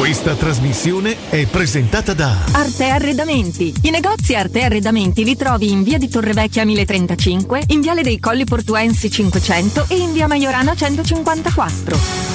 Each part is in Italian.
Questa trasmissione è presentata da Arte Arredamenti. I negozi Arte Arredamenti li trovi in via di Torrevecchia 1035, in viale dei Colli Portuensi 500 e in via Maiorana 154.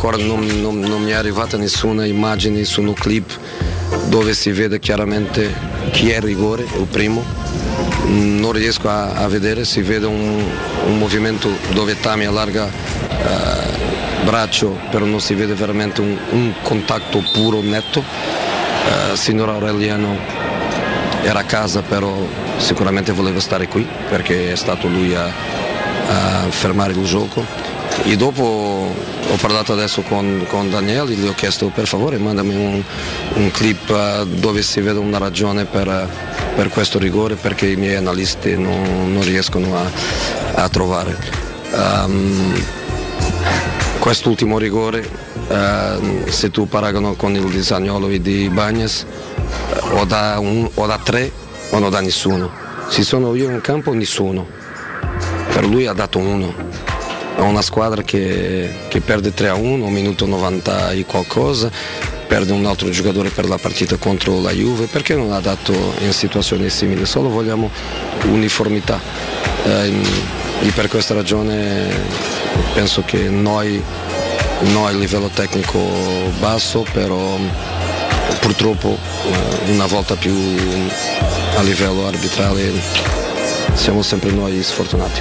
ancora non mi è arrivata nessuna immagine, nessun clip dove si vede chiaramente chi è il rigore, il primo. Non riesco a vedere, si vede un movimento dove Tami allarga braccio, però non si vede veramente un contatto puro, netto. Signor Aureliano era a casa, però sicuramente voleva stare qui perché è stato lui a fermare il gioco. E dopo ho parlato adesso con Daniele, gli ho chiesto per favore mandami un clip dove si vede una ragione per questo rigore, perché i miei analisti non riescono a trovare. Quest'ultimo rigore, se tu paragoni con il di Zaniolo e di Bagnes, o da 3 o non da nessuno. Se sono io in campo, nessuno. Per lui ha dato 1. È una squadra che perde 3-1, minuto 90 e qualcosa, perde un altro giocatore per la partita contro la Juve, perché non ha dato in situazioni simili? Solo vogliamo uniformità e per questa ragione penso che noi a livello tecnico basso, però purtroppo una volta più a livello arbitrale siamo sempre noi sfortunati.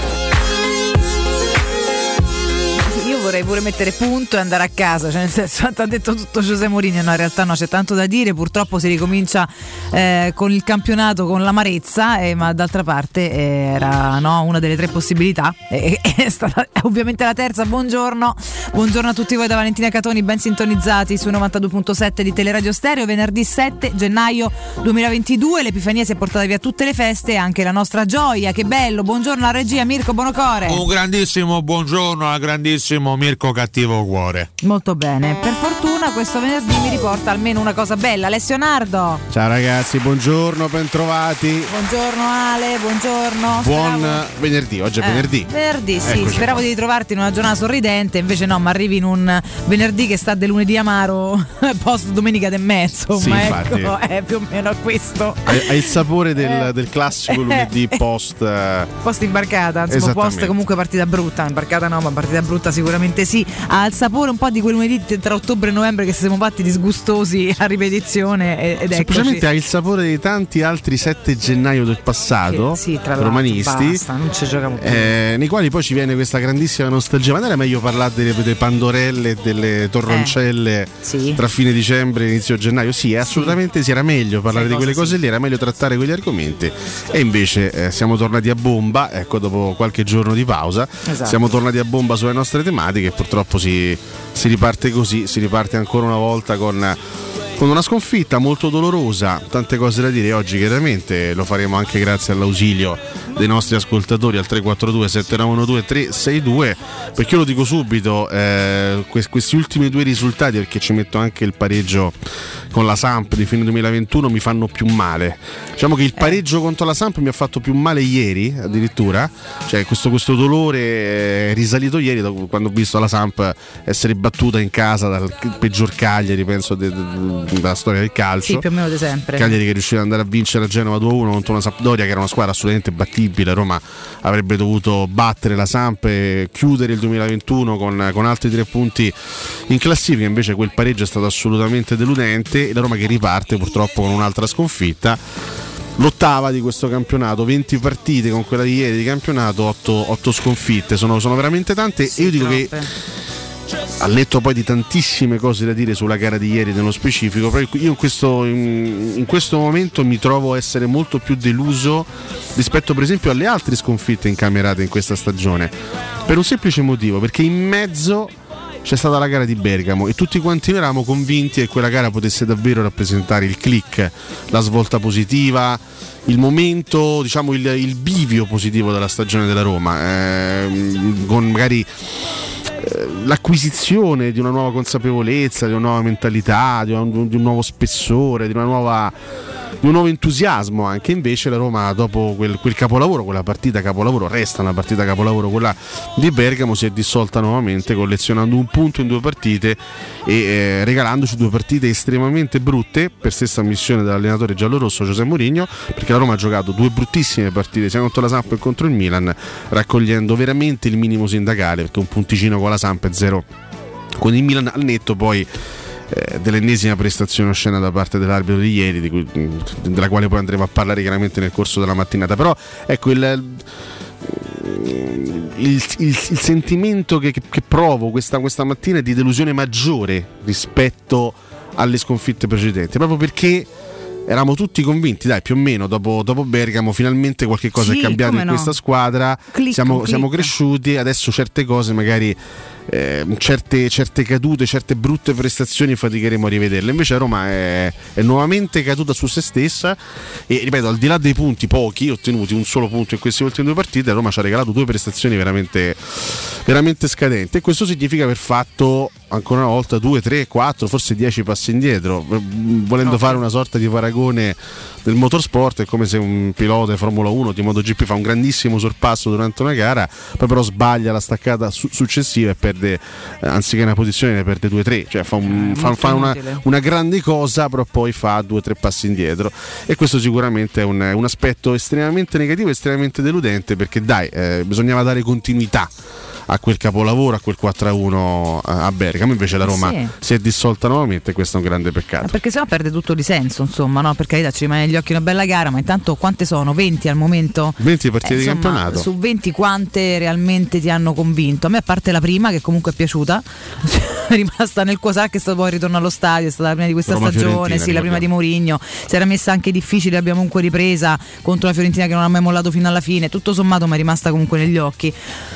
Vorrei pure mettere punto e andare a casa, cioè nel senso, ha detto tutto José Mourinho. No, in realtà no, c'è tanto da dire, purtroppo si ricomincia con il campionato con l'amarezza, ma d'altra parte era una delle 3 possibilità, è stata ovviamente la terza. Buongiorno a tutti voi da Valentina Catoni, ben sintonizzati su 92.7 di Teleradio Stereo. Venerdì 7 gennaio 2022, l'Epifania si è portata via tutte le feste e anche la nostra gioia, che bello. Buongiorno alla regia Mirko Bonocore. Un grandissimo buongiorno al grandissimo Mirko Cattivo Cuore. Molto bene, per fortuna questo venerdì mi riporta almeno una cosa bella. Alessio Nardo. Ciao ragazzi, buongiorno, bentrovati. Buongiorno Ale, buongiorno. Buon venerdì, oggi è venerdì. Venerdì, sì, Eccoci speravo qua. di ritrovarti in una giornata sorridente, invece no, ma arrivi in un venerdì che sta del lunedì amaro post domenica del mezzo, Sì, ma infatti. ecco, è più o meno questo. Ha il sapore del classico lunedì post imbarcata, insomma, post comunque partita brutta, imbarcata no, ma partita brutta sicuramente sì. Ha il sapore un po' di quei lunedì tra ottobre e novembre che si siamo fatti disgustosi a ripetizione ed semplicemente ha il sapore di tanti altri 7 gennaio del passato, che, sì, tra romanisti, basta, non ci giochiamo più. Nei quali poi ci viene questa grandissima nostalgia. Ma non era meglio parlare delle pandorelle e delle torroncelle sì. tra fine dicembre e inizio gennaio? Sì, assolutamente sì, era meglio parlare di quelle cose lì, era meglio trattare quegli argomenti, e invece siamo tornati a bomba, ecco, dopo qualche giorno di pausa. Esatto. Siamo tornati a bomba sulle nostre tematiche e purtroppo si riparte così, si riparte ancora una volta con una sconfitta molto dolorosa, tante cose da dire. Oggi chiaramente lo faremo anche grazie all'ausilio dei nostri ascoltatori al 342 792 362, perché io lo dico subito, questi ultimi 2 risultati, perché ci metto anche il pareggio con la Samp di fine 2021, mi fanno più male. Diciamo che il pareggio contro la Samp mi ha fatto più male ieri addirittura, cioè questo dolore è risalito ieri quando ho visto la Samp essere battuta in casa dal peggior Cagliari, penso della storia del calcio. Sì, più o meno di sempre. Cagliari che è riuscito ad andare a vincere a Genova 2-1 contro una Sampdoria che era una squadra assolutamente battibile. Roma avrebbe dovuto battere la Samp e chiudere il 2021 con altri 3 punti in classifica, invece quel pareggio è stato assolutamente deludente e la Roma che riparte purtroppo con un'altra sconfitta. L'8ª di questo campionato, 20 partite con quella di ieri di campionato, 8 sconfitte, sono veramente tante, sì, e io dico troppe. Che al netto poi di tantissime cose da dire sulla gara di ieri nello specifico, però io in questo momento mi trovo a essere molto più deluso rispetto per esempio alle altre sconfitte incamerate in questa stagione, per un semplice motivo, perché in mezzo c'è stata la gara di Bergamo e tutti quanti noi eravamo convinti che quella gara potesse davvero rappresentare il click, la svolta positiva, il momento, diciamo il bivio positivo della stagione della Roma, con magari l'acquisizione di una nuova consapevolezza, di una nuova mentalità, di un nuovo spessore, di un nuovo entusiasmo anche. Invece la Roma, dopo quel capolavoro, quella partita capolavoro, resta una partita capolavoro quella di Bergamo, si è dissolta nuovamente, collezionando un punto in 2 partite e regalandoci 2 partite estremamente brutte, per stessa ammissione dell'allenatore giallorosso José Mourinho, perché la Roma ha giocato 2 bruttissime partite sia contro la Samp che contro il Milan, raccogliendo veramente il minimo sindacale, perché un punticino con la Samp è 0 con il Milan, al netto poi dell'ennesima prestazione oscena da parte dell'arbitro di ieri, della quale poi andremo a parlare chiaramente nel corso della mattinata. Però ecco il sentimento che provo questa mattina è di delusione maggiore rispetto alle sconfitte precedenti, proprio perché eravamo tutti convinti, dai, più o meno dopo Bergamo finalmente qualche cosa è cambiato in questa squadra, siamo cresciuti, adesso certe cose magari certe cadute, certe brutte prestazioni faticheremo a rivederle. Invece Roma è nuovamente caduta su se stessa e, ripeto, al di là dei punti pochi ottenuti, un solo punto in queste ultime 2 partite, Roma ci ha regalato 2 prestazioni veramente, veramente scadenti, e questo significa aver fatto ancora una volta 2, 3, 4, forse 10 passi indietro. Volendo fare una sorta di paragone del motorsport, è come se un pilota di Formula 1 di MotoGP fa un grandissimo sorpasso durante una gara, poi però sbaglia la staccata successiva e perde, anziché una posizione ne perde 2-3, cioè fa una grande cosa, però poi fa 2-3 passi indietro, e questo sicuramente è un aspetto estremamente negativo, estremamente deludente, perché bisognava dare continuità a quel capolavoro, a quel 4-1 a Bergamo. Invece la Roma si è dissolta nuovamente, e questo è un grande peccato, perché sennò perde tutto di senso, insomma, no? Per carità, ci rimane negli occhi una bella gara, ma intanto quante sono? 20 al momento? 20 partite di campionato. Su 20 quante realmente ti hanno convinto? A me, a parte la prima, che comunque è piaciuta, è rimasta nel cuore, che è stato poi il ritorno allo stadio, è stata la prima di questa stagione, sì, la prima di Mourinho, si era messa anche difficile, abbiamo comunque ripresa contro la Fiorentina che non ha mai mollato fino alla fine, tutto sommato mi è rimasta comunque negli occhi.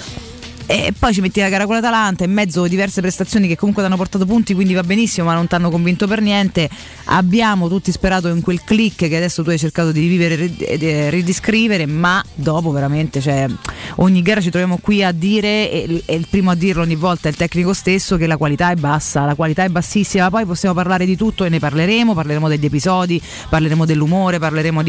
E poi ci metti la gara con l'Atalanta, in mezzo diverse prestazioni che comunque ti hanno portato punti, quindi va benissimo, ma non ti hanno convinto per niente. Abbiamo tutti sperato in quel click che adesso tu hai cercato di rivivere e ridiscrivere, ma dopo veramente, cioè, ogni gara ci troviamo qui a dire, e il primo a dirlo ogni volta è il tecnico stesso, che la qualità è bassa, la qualità è bassissima. Poi possiamo parlare di tutto e ne parleremo degli episodi, parleremo dell'umore, parleremo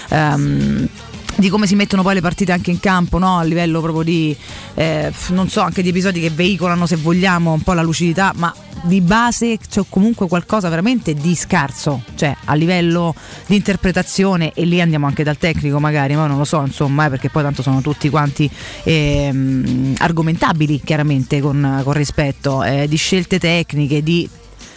di come si mettono poi le partite anche in campo, no? A livello proprio di non so, anche di episodi che veicolano, se vogliamo, un po' la lucidità, ma di base c'è comunque qualcosa veramente di scarso, cioè a livello di interpretazione, e lì andiamo anche dal tecnico magari, ma non lo so, insomma, perché poi tanto sono tutti quanti argomentabili chiaramente con rispetto, di scelte tecniche, di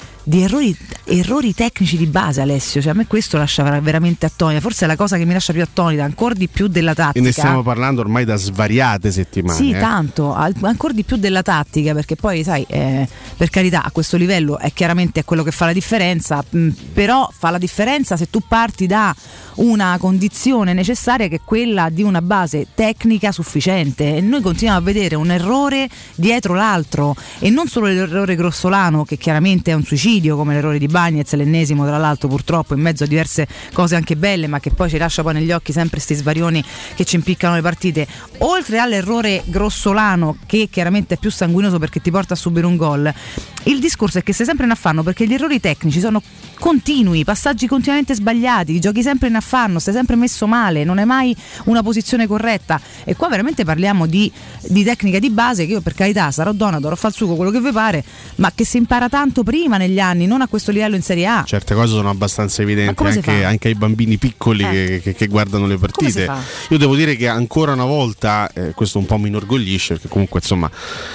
errori tecnici di base, Alessio, cioè a me questo lascia veramente attonita, forse è la cosa che mi lascia più attonita, ancora di più della tattica, e ne stiamo parlando ormai da svariate settimane. Sì, tanto, ancora di più della tattica, perché poi sai, per carità, a questo livello è chiaramente quello che fa la differenza, però fa la differenza se tu parti da una condizione necessaria, che è quella di una base tecnica sufficiente, e noi continuiamo a vedere un errore dietro l'altro, e non solo l'errore grossolano, che chiaramente è un suicidio, come l'errore di Bagnez, l'ennesimo tra l'altro, purtroppo in mezzo a diverse cose anche belle, ma che poi ci lascia poi negli occhi sempre sti svarioni che ci impiccano le partite. Oltre all'errore grossolano, che chiaramente è più sanguinoso perché ti porta a subire un gol, il discorso è che sei sempre in affanno, perché gli errori tecnici sono continui, passaggi continuamente sbagliati, giochi sempre in affanno, stai sempre messo male, non hai mai una posizione corretta, e qua veramente parliamo di tecnica di base, che io, per carità, sarò donna, dovrò far sugo, quello che vi pare, ma che si impara tanto prima negli anni, non a questo livello in Serie A. Certe cose sono abbastanza evidenti anche ai bambini piccoli che guardano le partite. Io devo dire che ancora una volta, questo un po' mi inorgoglisce, perché comunque insomma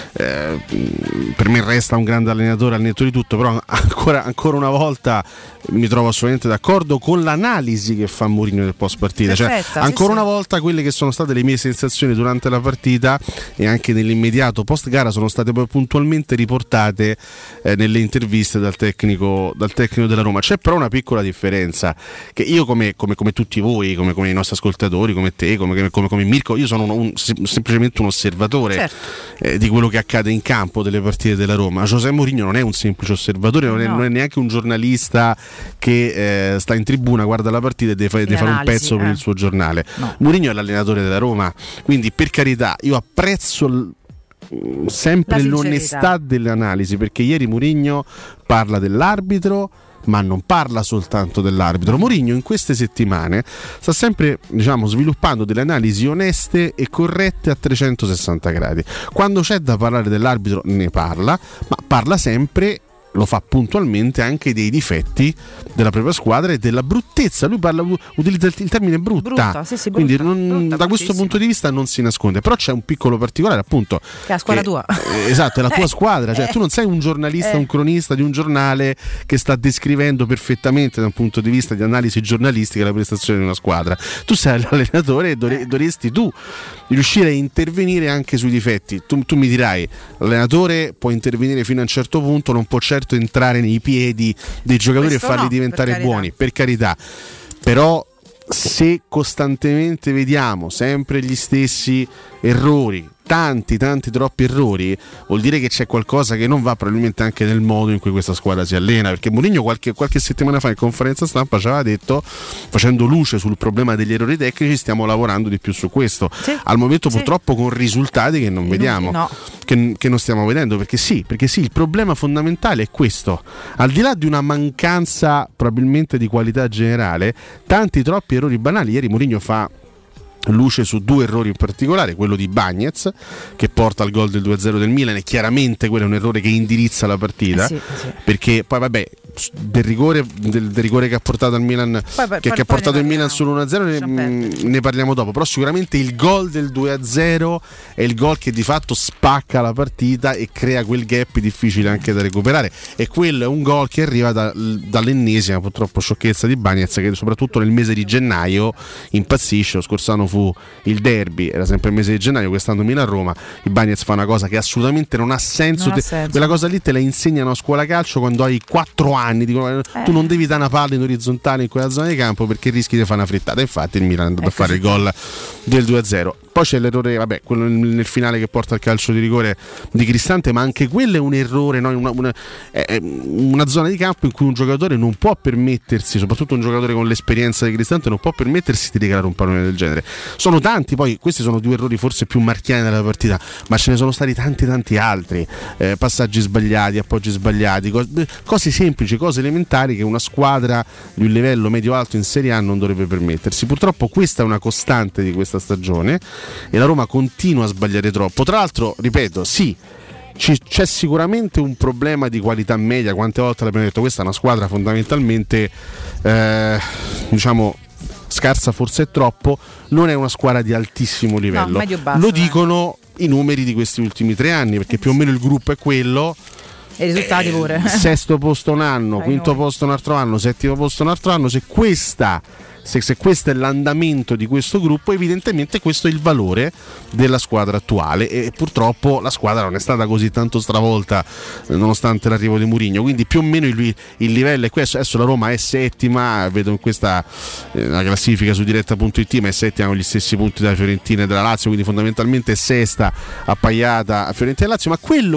per me resta un grande allenatore al netto di tutto, però ancora una volta mi trovo assolutamente d'accordo con l'analisi che fa Mourinho del post partita. Perfetta, cioè, ancora una volta quelle che sono state le mie sensazioni durante la partita e anche nell'immediato post gara sono state poi puntualmente riportate nelle interviste dal tecnico della Roma. C'è però una piccola differenza, che io come tutti voi, come i nostri ascoltatori, come te, come Mirko, io sono semplicemente un osservatore, certo, di quello che accade in campo delle partite della Roma. José Mourinho non è un semplice osservatore, non è neanche un giornalista che sta in tribuna, guarda la partita e deve fare un pezzo per il suo giornale. No. Mourinho è l'allenatore della Roma, quindi per carità io apprezzo sempre l'onestà delle analisi, perché ieri Mourinho parla dell'arbitro, ma non parla soltanto dell'arbitro. Mourinho in queste settimane sta sempre, sviluppando delle analisi oneste e corrette a 360 gradi. Quando c'è da parlare dell'arbitro ne parla, ma parla sempre lo fa puntualmente anche dei difetti della propria squadra e della bruttezza. Lui utilizza il termine brutta, sì, quindi brutta, da questo punto di vista non si nasconde. Però c'è un piccolo particolare, appunto, che è la squadra tua. Esatto, è la tua squadra, cioè tu non sei un giornalista, un cronista di un giornale che sta descrivendo perfettamente da un punto di vista di analisi giornalistica la prestazione di una squadra. Tu sei l'allenatore e dovresti tu riuscire a intervenire anche sui difetti. Tu mi dirai, l'allenatore può intervenire fino a un certo punto, non può certo entrare nei piedi dei giocatori questo e farli diventare buoni, per carità, però se costantemente vediamo sempre gli stessi errori, tanti troppi errori, vuol dire che c'è qualcosa che non va, probabilmente anche nel modo in cui questa squadra si allena, perché Mourinho qualche settimana fa in conferenza stampa ci aveva detto, facendo luce sul problema degli errori tecnici, stiamo lavorando di più su questo, al momento purtroppo con risultati che non vediamo, che non stiamo vedendo, perché sì, il problema fondamentale è questo, al di là di una mancanza probabilmente di qualità generale, tanti troppi errori banali. Ieri Mourinho fa luce su due errori in particolare, quello di Bagnez che porta al gol del 2-0 del Milan, e chiaramente quello è un errore che indirizza la partita, perché poi vabbè, del rigore che ha portato al Milan, che ha portato il Milan sull'1-0 ne parliamo dopo, però sicuramente il gol del 2-0 è il gol che di fatto spacca la partita e crea quel gap difficile anche da recuperare, e quello è un gol che arriva dall'ennesima purtroppo sciocchezza di Bagnez, che soprattutto nel mese di gennaio impazzisce. Lo scorso anno fu il derby, era sempre il mese di gennaio, quest'anno Milan-Roma, il Bagnez fa una cosa che assolutamente non ha senso, quella cosa lì te la insegnano a scuola calcio quando hai 4 anni, dicono, tu non devi dare una palla in orizzontale in quella zona di campo perché rischi di fare una frittata. Infatti il Milan è andato a fare il gol del 2-0. Poi c'è l'errore, vabbè, quello nel finale che porta al calcio di rigore di Cristante, ma anche quello è un errore, no? Una zona di campo in cui un giocatore non può permettersi, soprattutto un giocatore con l'esperienza di Cristante, non può permettersi di regalare un pallone del genere. Sono tanti, poi questi sono due errori forse più marchiani della partita, ma ce ne sono stati tanti altri, passaggi sbagliati, appoggi sbagliati, cose semplici, cose elementari che una squadra di un livello medio-alto in Serie A non dovrebbe permettersi. Purtroppo questa è una costante di questa stagione e la Roma continua a sbagliare troppo. Tra l'altro, ripeto, sì, c'è sicuramente un problema di qualità media. Quante volte l'abbiamo detto, questa è una squadra fondamentalmente diciamo scarsa, forse è troppo, non è una squadra di altissimo livello, lo dicono i numeri di questi ultimi 3 anni, perché più o meno il gruppo è quello. E i risultati pure. Sesto posto un anno, quinto posto un altro anno, settimo posto un altro anno. Se questo è l'andamento di questo gruppo, evidentemente questo è il valore della squadra attuale, e purtroppo la squadra non è stata così tanto stravolta nonostante l'arrivo di Mourinho, quindi più o meno il livello è questo. Adesso la Roma è settima, vedo in questa la classifica su diretta.it, ma è settima con gli stessi punti della Fiorentina e della Lazio, quindi fondamentalmente è sesta, appaiata a Fiorentina e Lazio, ma quello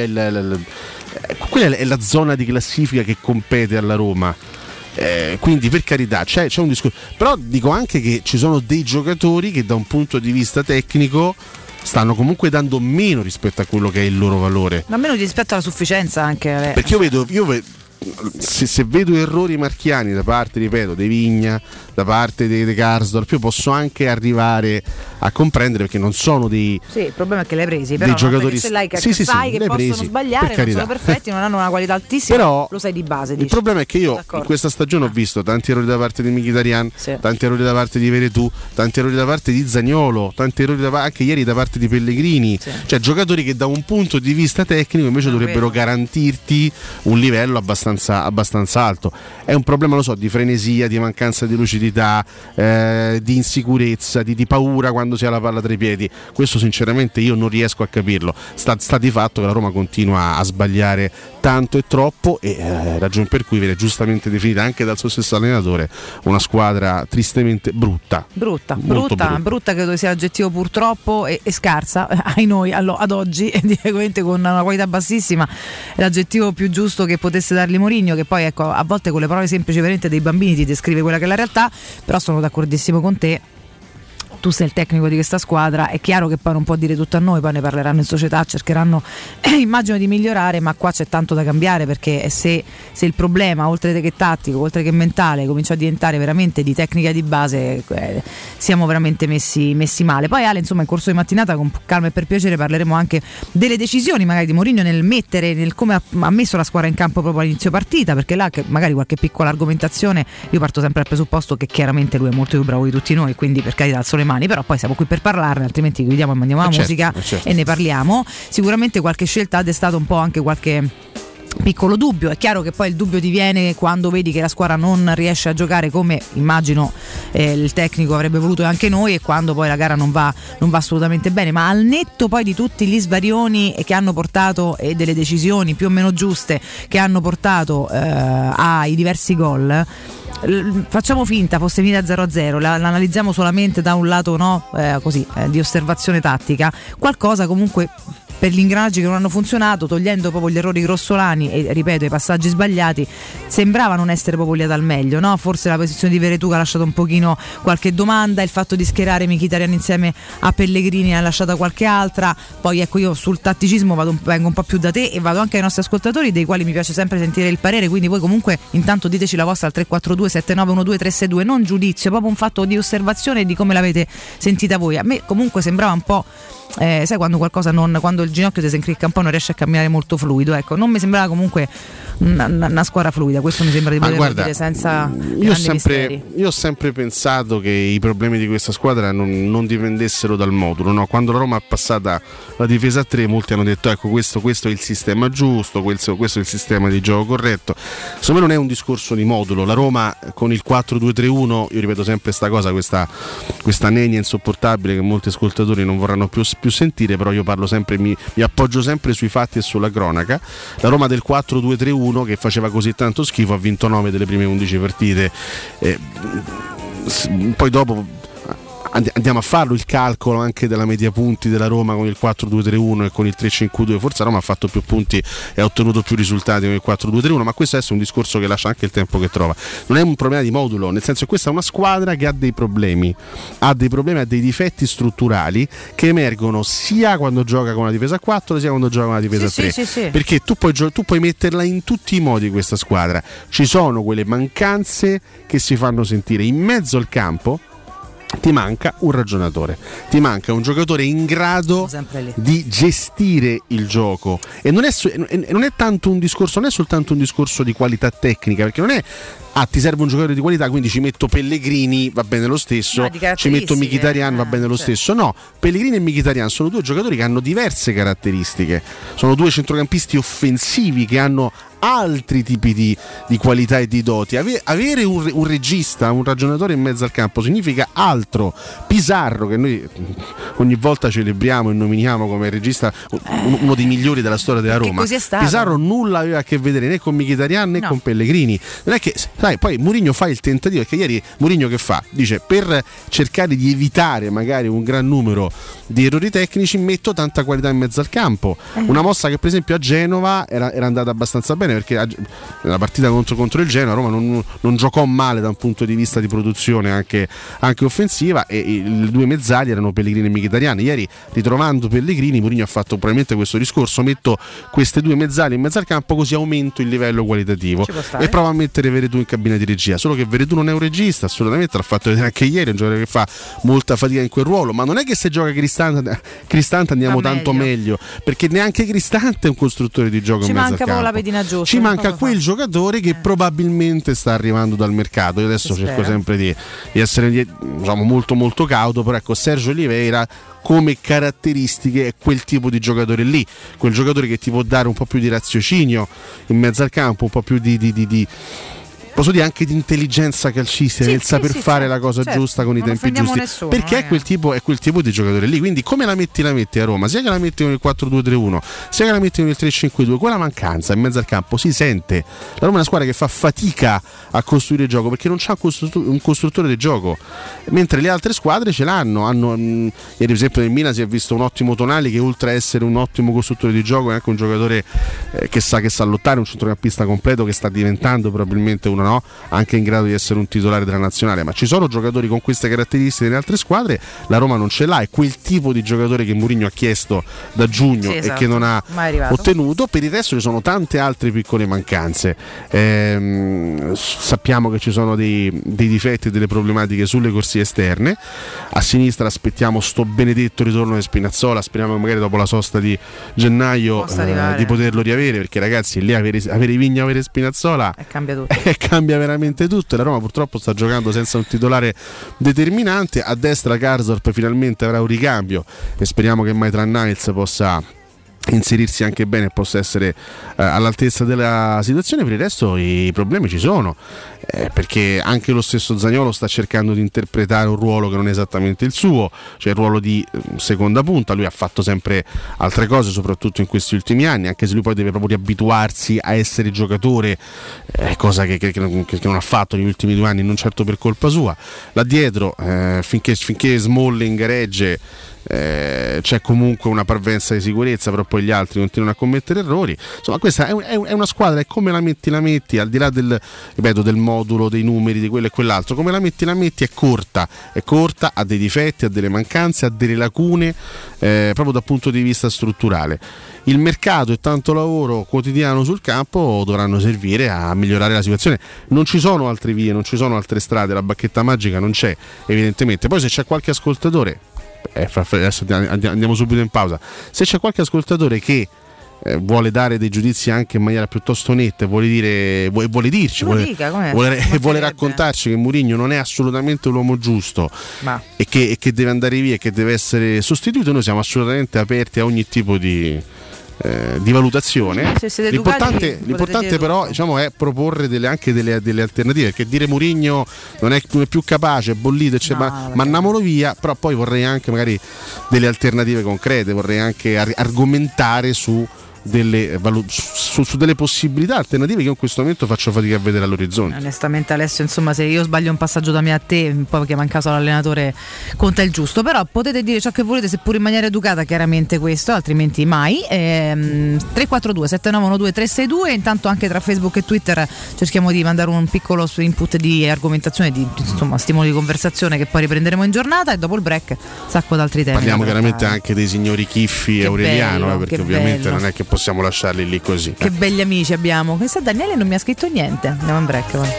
quella è la zona di classifica che compete alla Roma. Quindi per carità c'è un discorso, però dico anche che ci sono dei giocatori che da un punto di vista tecnico stanno comunque dando meno rispetto a quello che è il loro valore, ma meno rispetto alla sufficienza anche, perché io vedo se vedo errori marchiani da parte, ripeto, dei Vigna, da parte dei Karsdorp, io posso anche arrivare a comprendere, perché non sono dei il problema è che li hai presi, però giocatori sai che possono sbagliare, non sono perfetti, non hanno una qualità altissima, però lo sai di base. Il problema è che io in questa stagione ho visto tanti errori da parte di Mkhitaryan, tanti errori da parte di Veretout, tanti errori da parte di Zaniolo, tanti errori anche ieri da parte di Pellegrini, cioè giocatori che da un punto di vista tecnico invece dovrebbero garantirti un livello abbastanza alto. È un problema, lo so, di frenesia, di mancanza di lucidità, di insicurezza, di paura quando si ha la palla tra i piedi. Questo sinceramente io non riesco a capirlo. Sta di fatto che la Roma continua a sbagliare tanto e troppo, e ragione per cui viene giustamente definita anche dal suo stesso allenatore una squadra tristemente brutta credo sia l'aggettivo, purtroppo, e scarsa ai noi ad oggi, direttamente con una qualità bassissima. È l'aggettivo più giusto che potesse dargli Mourinho, che poi ecco, a volte con le parole semplici veramente dei bambini ti descrive quella che è la realtà. Però sono d'accordissimo con te, tu sei il tecnico di questa squadra, è chiaro che poi non può dire tutto a noi, poi ne parleranno in società, cercheranno immagino di migliorare, ma qua c'è tanto da cambiare, perché se il problema oltre che tattico, oltre che mentale, comincia a diventare veramente di tecnica di base, siamo veramente messi male. Poi Ale, insomma, in corso di mattinata con calma e per piacere parleremo anche delle decisioni magari di Mourinho nel come ha messo la squadra in campo proprio all'inizio partita, perché là magari qualche piccola argomentazione, io parto sempre dal presupposto che chiaramente lui è molto più bravo di tutti noi, quindi per carità alzo le mani, però poi siamo qui per parlarne, altrimenti chiudiamo e mandiamo la musica e ne parliamo. Sicuramente qualche scelta ha destato un po' anche qualche piccolo dubbio. È chiaro che poi il dubbio diviene quando vedi che la squadra non riesce a giocare come immagino il tecnico avrebbe voluto, e anche noi, e quando poi la gara non va assolutamente bene, ma al netto poi di tutti gli svarioni che hanno portato e delle decisioni più o meno giuste che hanno portato ai diversi gol, facciamo finta fosse finita 0-0, l'analizziamo solamente da un lato di osservazione tattica, qualcosa comunque per gli ingranaggi che non hanno funzionato, togliendo proprio gli errori grossolani e ripeto i passaggi sbagliati, sembrava non essere proprio lieta al meglio, no? Forse la posizione di Veretù che ha lasciato un pochino qualche domanda, il fatto di schierare Mkhitaryan insieme a Pellegrini ha lasciato qualche altra. Poi ecco, io sul tatticismo vengo un po' più da te e vado anche ai nostri ascoltatori, dei quali mi piace sempre sentire il parere, quindi voi comunque intanto diteci la vostra al 342 7912 362, non giudizio, proprio un fatto di osservazione e di come l'avete sentita voi. A me comunque sembrava un po', sai quando il ginocchio ti si incricca un po', non riesce a camminare molto fluido, ecco, non mi sembrava comunque una squadra fluida, questo mi sembra di poter dire senza misteri. Io ho sempre pensato che i problemi di questa squadra non dipendessero dal modulo, no? Quando la Roma è passata la difesa a 3, molti hanno detto ecco questo è il sistema giusto, questo è il sistema di gioco corretto. Secondo me non è un discorso di modulo. La Roma con il 4-2-3-1, io ripeto sempre sta cosa, questa nenia insopportabile che molti ascoltatori non vorranno più sentire, però io parlo sempre, mi appoggio sempre sui fatti e sulla cronaca. La Roma del 4-2-3-1 che faceva così tanto schifo ha vinto 9 delle prime 11 partite, poi dopo andiamo a farlo il calcolo anche della media punti della Roma con il 4-2-3-1 e con il 3-5-2, forse la Roma ha fatto più punti e ha ottenuto più risultati con il 4-2-3-1, ma questo adesso è un discorso che lascia anche il tempo che trova. Non è un problema di modulo, nel senso che questa è una squadra che ha dei problemi, ha dei difetti strutturali che emergono sia quando gioca con una difesa a 4 sia quando gioca con una difesa a 3, sì. Perché tu puoi metterla in tutti i modi questa squadra, ci sono quelle mancanze che si fanno sentire in mezzo al campo. Ti manca un ragionatore, ti manca un giocatore in grado di gestire il gioco, e non è tanto un discorso, non è soltanto un discorso di qualità tecnica, perché non è ti serve un giocatore di qualità quindi ci metto Pellegrini, va bene lo stesso, ci metto Mkhitaryan, va bene lo stesso. No, Pellegrini e Mkhitaryan sono due giocatori che hanno diverse caratteristiche, sono due centrocampisti offensivi che hanno altri tipi di qualità e di doti. Avere un regista, un ragionatore in mezzo al campo significa altro. Pizarro, che noi ogni volta celebriamo e nominiamo come regista uno dei migliori della storia della Roma, Pizarro nulla aveva a che vedere né con Mkhitaryan né con Pellegrini. Non è che, sai, poi Mourinho fa il tentativo, perché ieri Mourinho che fa? Dice, per cercare di evitare magari un gran numero di errori tecnici metto tanta qualità in mezzo al campo. Una mossa che per esempio a Genova era andata abbastanza bene, perché nella partita contro il Genoa Roma non giocò male da un punto di vista di produzione anche offensiva, e i due mezzali erano Pellegrini e Mkhitaryan. Ieri, ritrovando Pellegrini, Mourinho ha fatto probabilmente questo discorso: metto queste due mezzali in mezzo al campo così aumento il livello qualitativo, e provo a mettere Veretù in cabina di regia. Solo che Veretù non è un regista, assolutamente, l'ha fatto vedere anche ieri, è un giocatore che fa molta fatica in quel ruolo, ma non è che se gioca Cristante andiamo tanto meglio, perché neanche Cristante è un costruttore di gioco in mezzo al campo. Ci manca proprio la pedina giusta, ci manca quel giocatore che probabilmente sta arrivando dal mercato. Io adesso cerco sempre di essere, diciamo, molto molto cauto, però ecco, Sergio Oliveira come caratteristiche è quel tipo di giocatore lì, quel giocatore che ti può dare un po' più di raziocinio in mezzo al campo, un po' più di posso dire anche di intelligenza calcistica, nel saper fare la cosa giusta con i tempi giusti, perché è quel tipo di giocatore lì. Quindi come la metti a Roma, sia che la metti con il 4-2-3-1 sia che la metti con il 3-5-2, quella mancanza in mezzo al campo si sente. La Roma è una squadra che fa fatica a costruire il gioco perché non c'ha un costruttore di gioco, mentre le altre squadre ce l'hanno. Ieri per esempio nel Milan si è visto un ottimo Tonali, che oltre a essere un ottimo costruttore di gioco è anche un giocatore che sa lottare, un centrocampista completo che sta diventando probabilmente una no? Anche in grado di essere un titolare della nazionale, ma ci sono giocatori con queste caratteristiche nelle altre squadre, la Roma non ce l'ha, è quel tipo di giocatore che Mourinho ha chiesto da giugno, esatto, e che non ha ottenuto. Per il resto ci sono tante altre piccole mancanze, sappiamo che ci sono dei difetti e delle problematiche sulle corsie esterne. A sinistra aspettiamo sto benedetto ritorno di Spinazzola, speriamo magari dopo la sosta di gennaio di poterlo riavere, perché ragazzi lì avere Vigna, avere Spinazzola cambia tutto. Cambia veramente tutto. La Roma purtroppo sta giocando senza un titolare determinante. A destra Karsdorp finalmente avrà un ricambio e speriamo che Maitland-Niles possa inserirsi anche bene e possa essere all'altezza della situazione. Per il resto i problemi ci sono, perché anche lo stesso Zaniolo sta cercando di interpretare un ruolo che non è esattamente il suo, cioè il ruolo di seconda punta. Lui ha fatto sempre altre cose, soprattutto in questi ultimi anni, anche se lui poi deve proprio riabituarsi a essere giocatore, cosa che non ha fatto negli ultimi 2 anni, non certo per colpa sua. Là dietro finché Smalling regge c'è comunque una parvenza di sicurezza, però poi gli altri continuano a commettere errori. Insomma, questa è una squadra, è come la metti, al di là del modulo, dei numeri, di quello e quell'altro, come la metti è corta, ha dei difetti, ha delle mancanze, ha delle lacune, proprio dal punto di vista strutturale. Il mercato e tanto lavoro quotidiano sul campo dovranno servire a migliorare la situazione. Non ci sono altre vie, non ci sono altre strade, la bacchetta magica non c'è, evidentemente. Poi se c'è qualche ascoltatore, adesso andiamo subito in pausa, se c'è qualche ascoltatore che vuole dare dei giudizi anche in maniera piuttosto netta, vuole raccontarci che Mourinho non è assolutamente l'uomo giusto, e che deve andare via e che deve essere sostituito, noi siamo assolutamente aperti a ogni tipo di valutazione. L'importante però, diciamo, è proporre anche delle alternative, perché dire Mourinho non è più capace, è bollito, mandiamolo via. Però poi vorrei anche magari delle alternative concrete, vorrei anche argomentare su delle possibilità alternative che in questo momento faccio fatica a vedere all'orizzonte. Onestamente Alessio, insomma, se io sbaglio un passaggio da me a te, poi che mancato l'allenatore conta il giusto, però potete dire ciò che volete, seppur in maniera educata, chiaramente questo, altrimenti mai. 342 7912 362. Intanto anche tra Facebook e Twitter cerchiamo di mandare un piccolo input di argomentazione, di insomma stimolo di conversazione che poi riprenderemo in giornata, e dopo il break sacco d'altri temi. Parliamo chiaramente anche dei signori Chiffi e Aureliano, perché ovviamente non è che possiamo lasciarli lì così. Che belli amici abbiamo. Questa Daniele non mi ha scritto niente. Andiamo in break. Vai.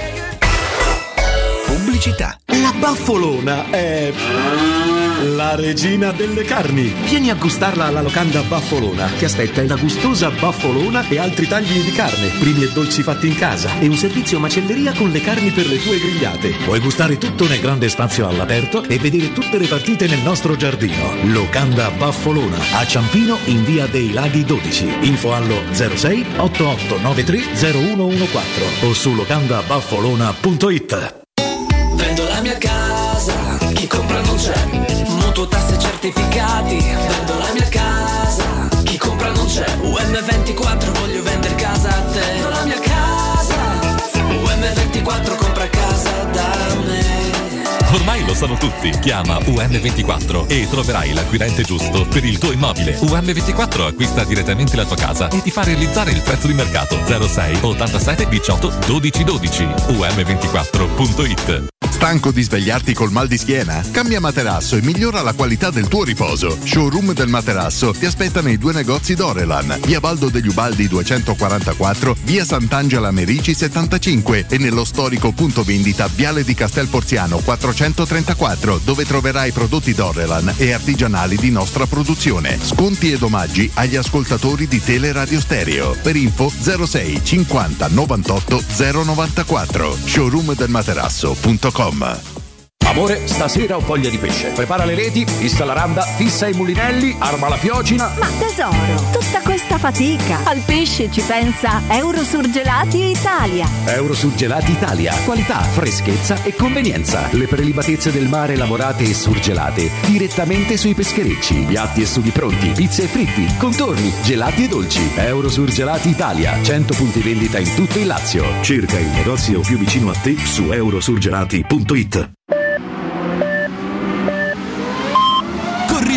Pubblicità. La Baffolona è la regina delle carni. Vieni a gustarla alla locanda Baffolona. Ti aspetta una gustosa baffolona e altri tagli di carne, primi e dolci fatti in casa, e un servizio macelleria con le carni per le tue grigliate. Puoi gustare tutto nel grande spazio all'aperto e vedere tutte le partite nel nostro giardino. Locanda Baffolona a Ciampino, in via dei Laghi 12. Info allo 06 8893 0114 o su locandabaffolona.it. Vendo la mia casa, chi compra non c'è. Mutuo, tasse, certificati. Vendo la mia casa, chi compra non c'è. UM24, voglio vendere casa a te. Vendo la mia casa, UM24, compra casa da me. Ormai lo sanno tutti. Chiama UM24 e troverai l'acquirente giusto per il tuo immobile. UM24 acquista direttamente la tua casa e ti fa realizzare il prezzo di mercato. 06 87 18 12 12. UM24.it. Stanco di svegliarti col mal di schiena? Cambia materasso e migliora la qualità del tuo riposo. Showroom del Materasso ti aspetta nei 2 negozi Dorelan, via Baldo degli Ubaldi 244, via Sant'Angela Merici 75 e nello storico punto vendita Viale di Castel Porziano 434, dove troverai prodotti Dorelan e artigianali di nostra produzione. Sconti ed omaggi agli ascoltatori di Teleradio Stereo. Per info 06 50 98 094. showroomdelmaterasso.com. Amore, stasera ho voglia di pesce. Prepara le reti, fissa la randa, fissa i mulinelli, arma la fiocina. Ma tesoro, tutta questa fatica. Al pesce ci pensa Eurosurgelati Italia. Eurosurgelati Italia. Qualità, freschezza e convenienza. Le prelibatezze del mare lavorate e surgelate direttamente sui pescherecci. Piatti e sughi pronti, pizze e fritti, contorni, gelati e dolci. Eurosurgelati Italia. 100 punti vendita in tutto il Lazio. Cerca il negozio più vicino a te su eurosurgelati.it.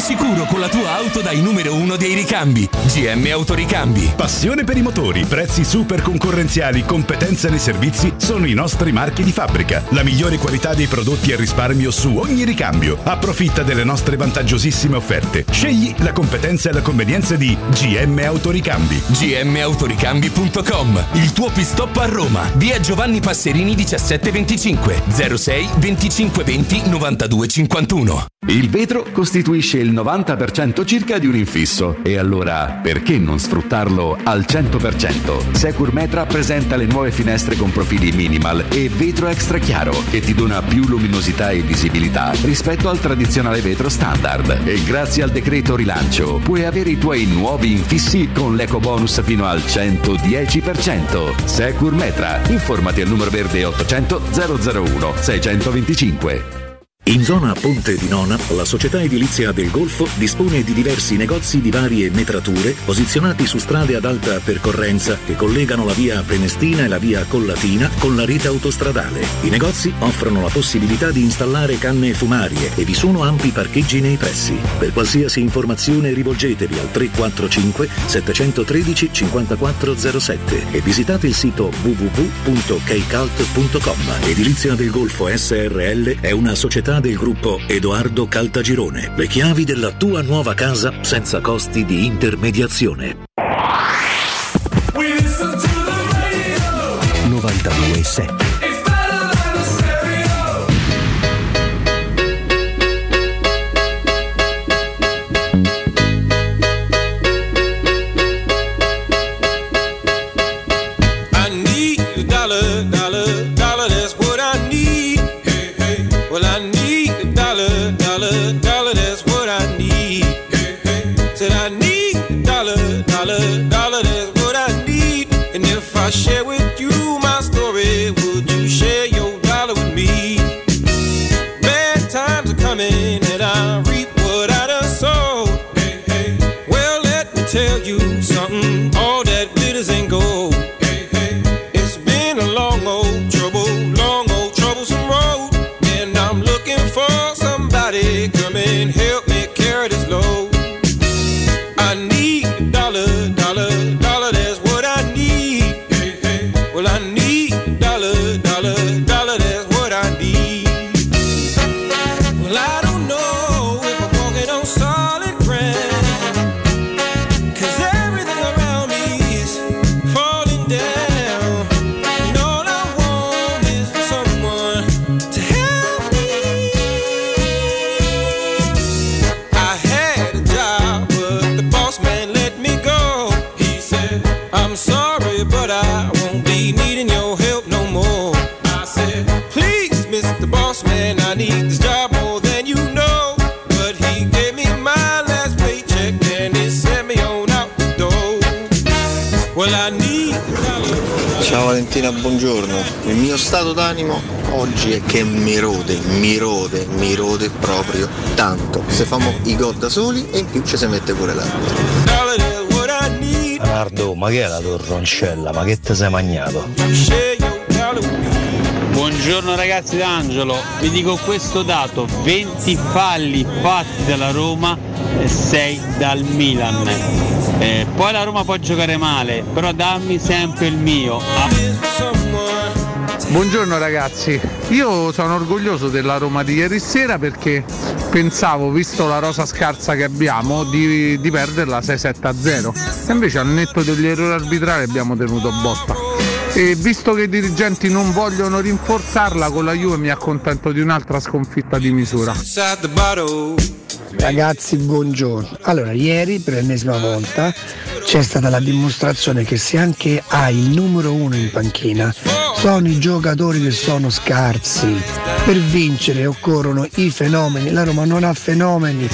sicuro con la tua auto dai numero 1 dei ricambi. GM Autoricambi. Passione per i motori, prezzi super concorrenziali, competenza nei servizi sono i nostri marchi di fabbrica. La migliore qualità dei prodotti e risparmio su ogni ricambio. Approfitta delle nostre vantaggiosissime offerte. Scegli la competenza e la convenienza di GM Autoricambi. gmaautoricambi.com. Il tuo pit-stop a Roma. Via Giovanni Passerini 1725 06 25 20 92 51. Il vetro costituisce il 90% circa di un infisso e allora perché non sfruttarlo al 100%? Securmetra presenta le nuove finestre con profili minimal e vetro extra chiaro che ti dona più luminosità e visibilità rispetto al tradizionale vetro standard e grazie al decreto rilancio puoi avere i tuoi nuovi infissi con l'eco bonus fino al 110%. Securmetra, informati al numero verde 800 001 625. In zona Ponte di Nona, la società edilizia del Golfo dispone di diversi negozi di varie metrature posizionati su strade ad alta percorrenza che collegano la via Prenestina e la via Collatina con la rete autostradale. I negozi offrono la possibilità di installare canne fumarie e vi sono ampi parcheggi nei pressi. Per qualsiasi informazione rivolgetevi al 345 713 5407 e visitate il sito www.keicalt.com. Edilizia del Golfo SRL è una società del gruppo Edoardo Caltagirone. Le chiavi della tua nuova casa senza costi di intermediazione. 92.7 I share with you my story, would you share your dollar with me? Bad times are coming and I reap what I done sowed. Hey, hey. Well, let me tell you something, all that glitters ain't gold. Hey, hey. It's been a long old troublesome road, and I'm looking for somebody come and help me carry this load. I need a dollar, that's what I need. Well, I need a dollar, that's what I need. Well, I don't know if I'm walking on solid ground, 'cause everything around me is falling down. And all I want is for someone to help me. I had a job, but the boss man let me go. He said, I'm sorry, but I won't be needing your help no more. I said, please, Mr. Boss Man, I need this job more than you know. But he gave me my last paycheck and he sent me on out the door. Well, I need the dollar. Ciao Valentina, buongiorno. Il mio stato d'animo oggi è che mi rode proprio tanto. Se famo i gol da soli e in più ci si mette pure l'altro. Leonardo, ma che è la torroncella? Ma che te sei magnato? Buongiorno ragazzi d'Angelo, vi dico questo dato: 20 falli fatti dalla Roma e 6 dal Milan. Poi la Roma può giocare male, però dammi sempre il mio. Buongiorno ragazzi, io sono orgoglioso della Roma di ieri sera perché pensavo, visto la rosa scarsa che abbiamo, di perderla 6-7-0 e invece al netto degli errori arbitrali abbiamo tenuto botta. E visto che i dirigenti non vogliono rinforzarla, con la Juve mi accontento di un'altra sconfitta di misura. Ragazzi, buongiorno. Allora, ieri per l'ennesima volta c'è stata la dimostrazione che se anche hai il numero 1 in panchina, sono i giocatori che sono scarsi. Per vincere occorrono i fenomeni, la Roma non ha fenomeni.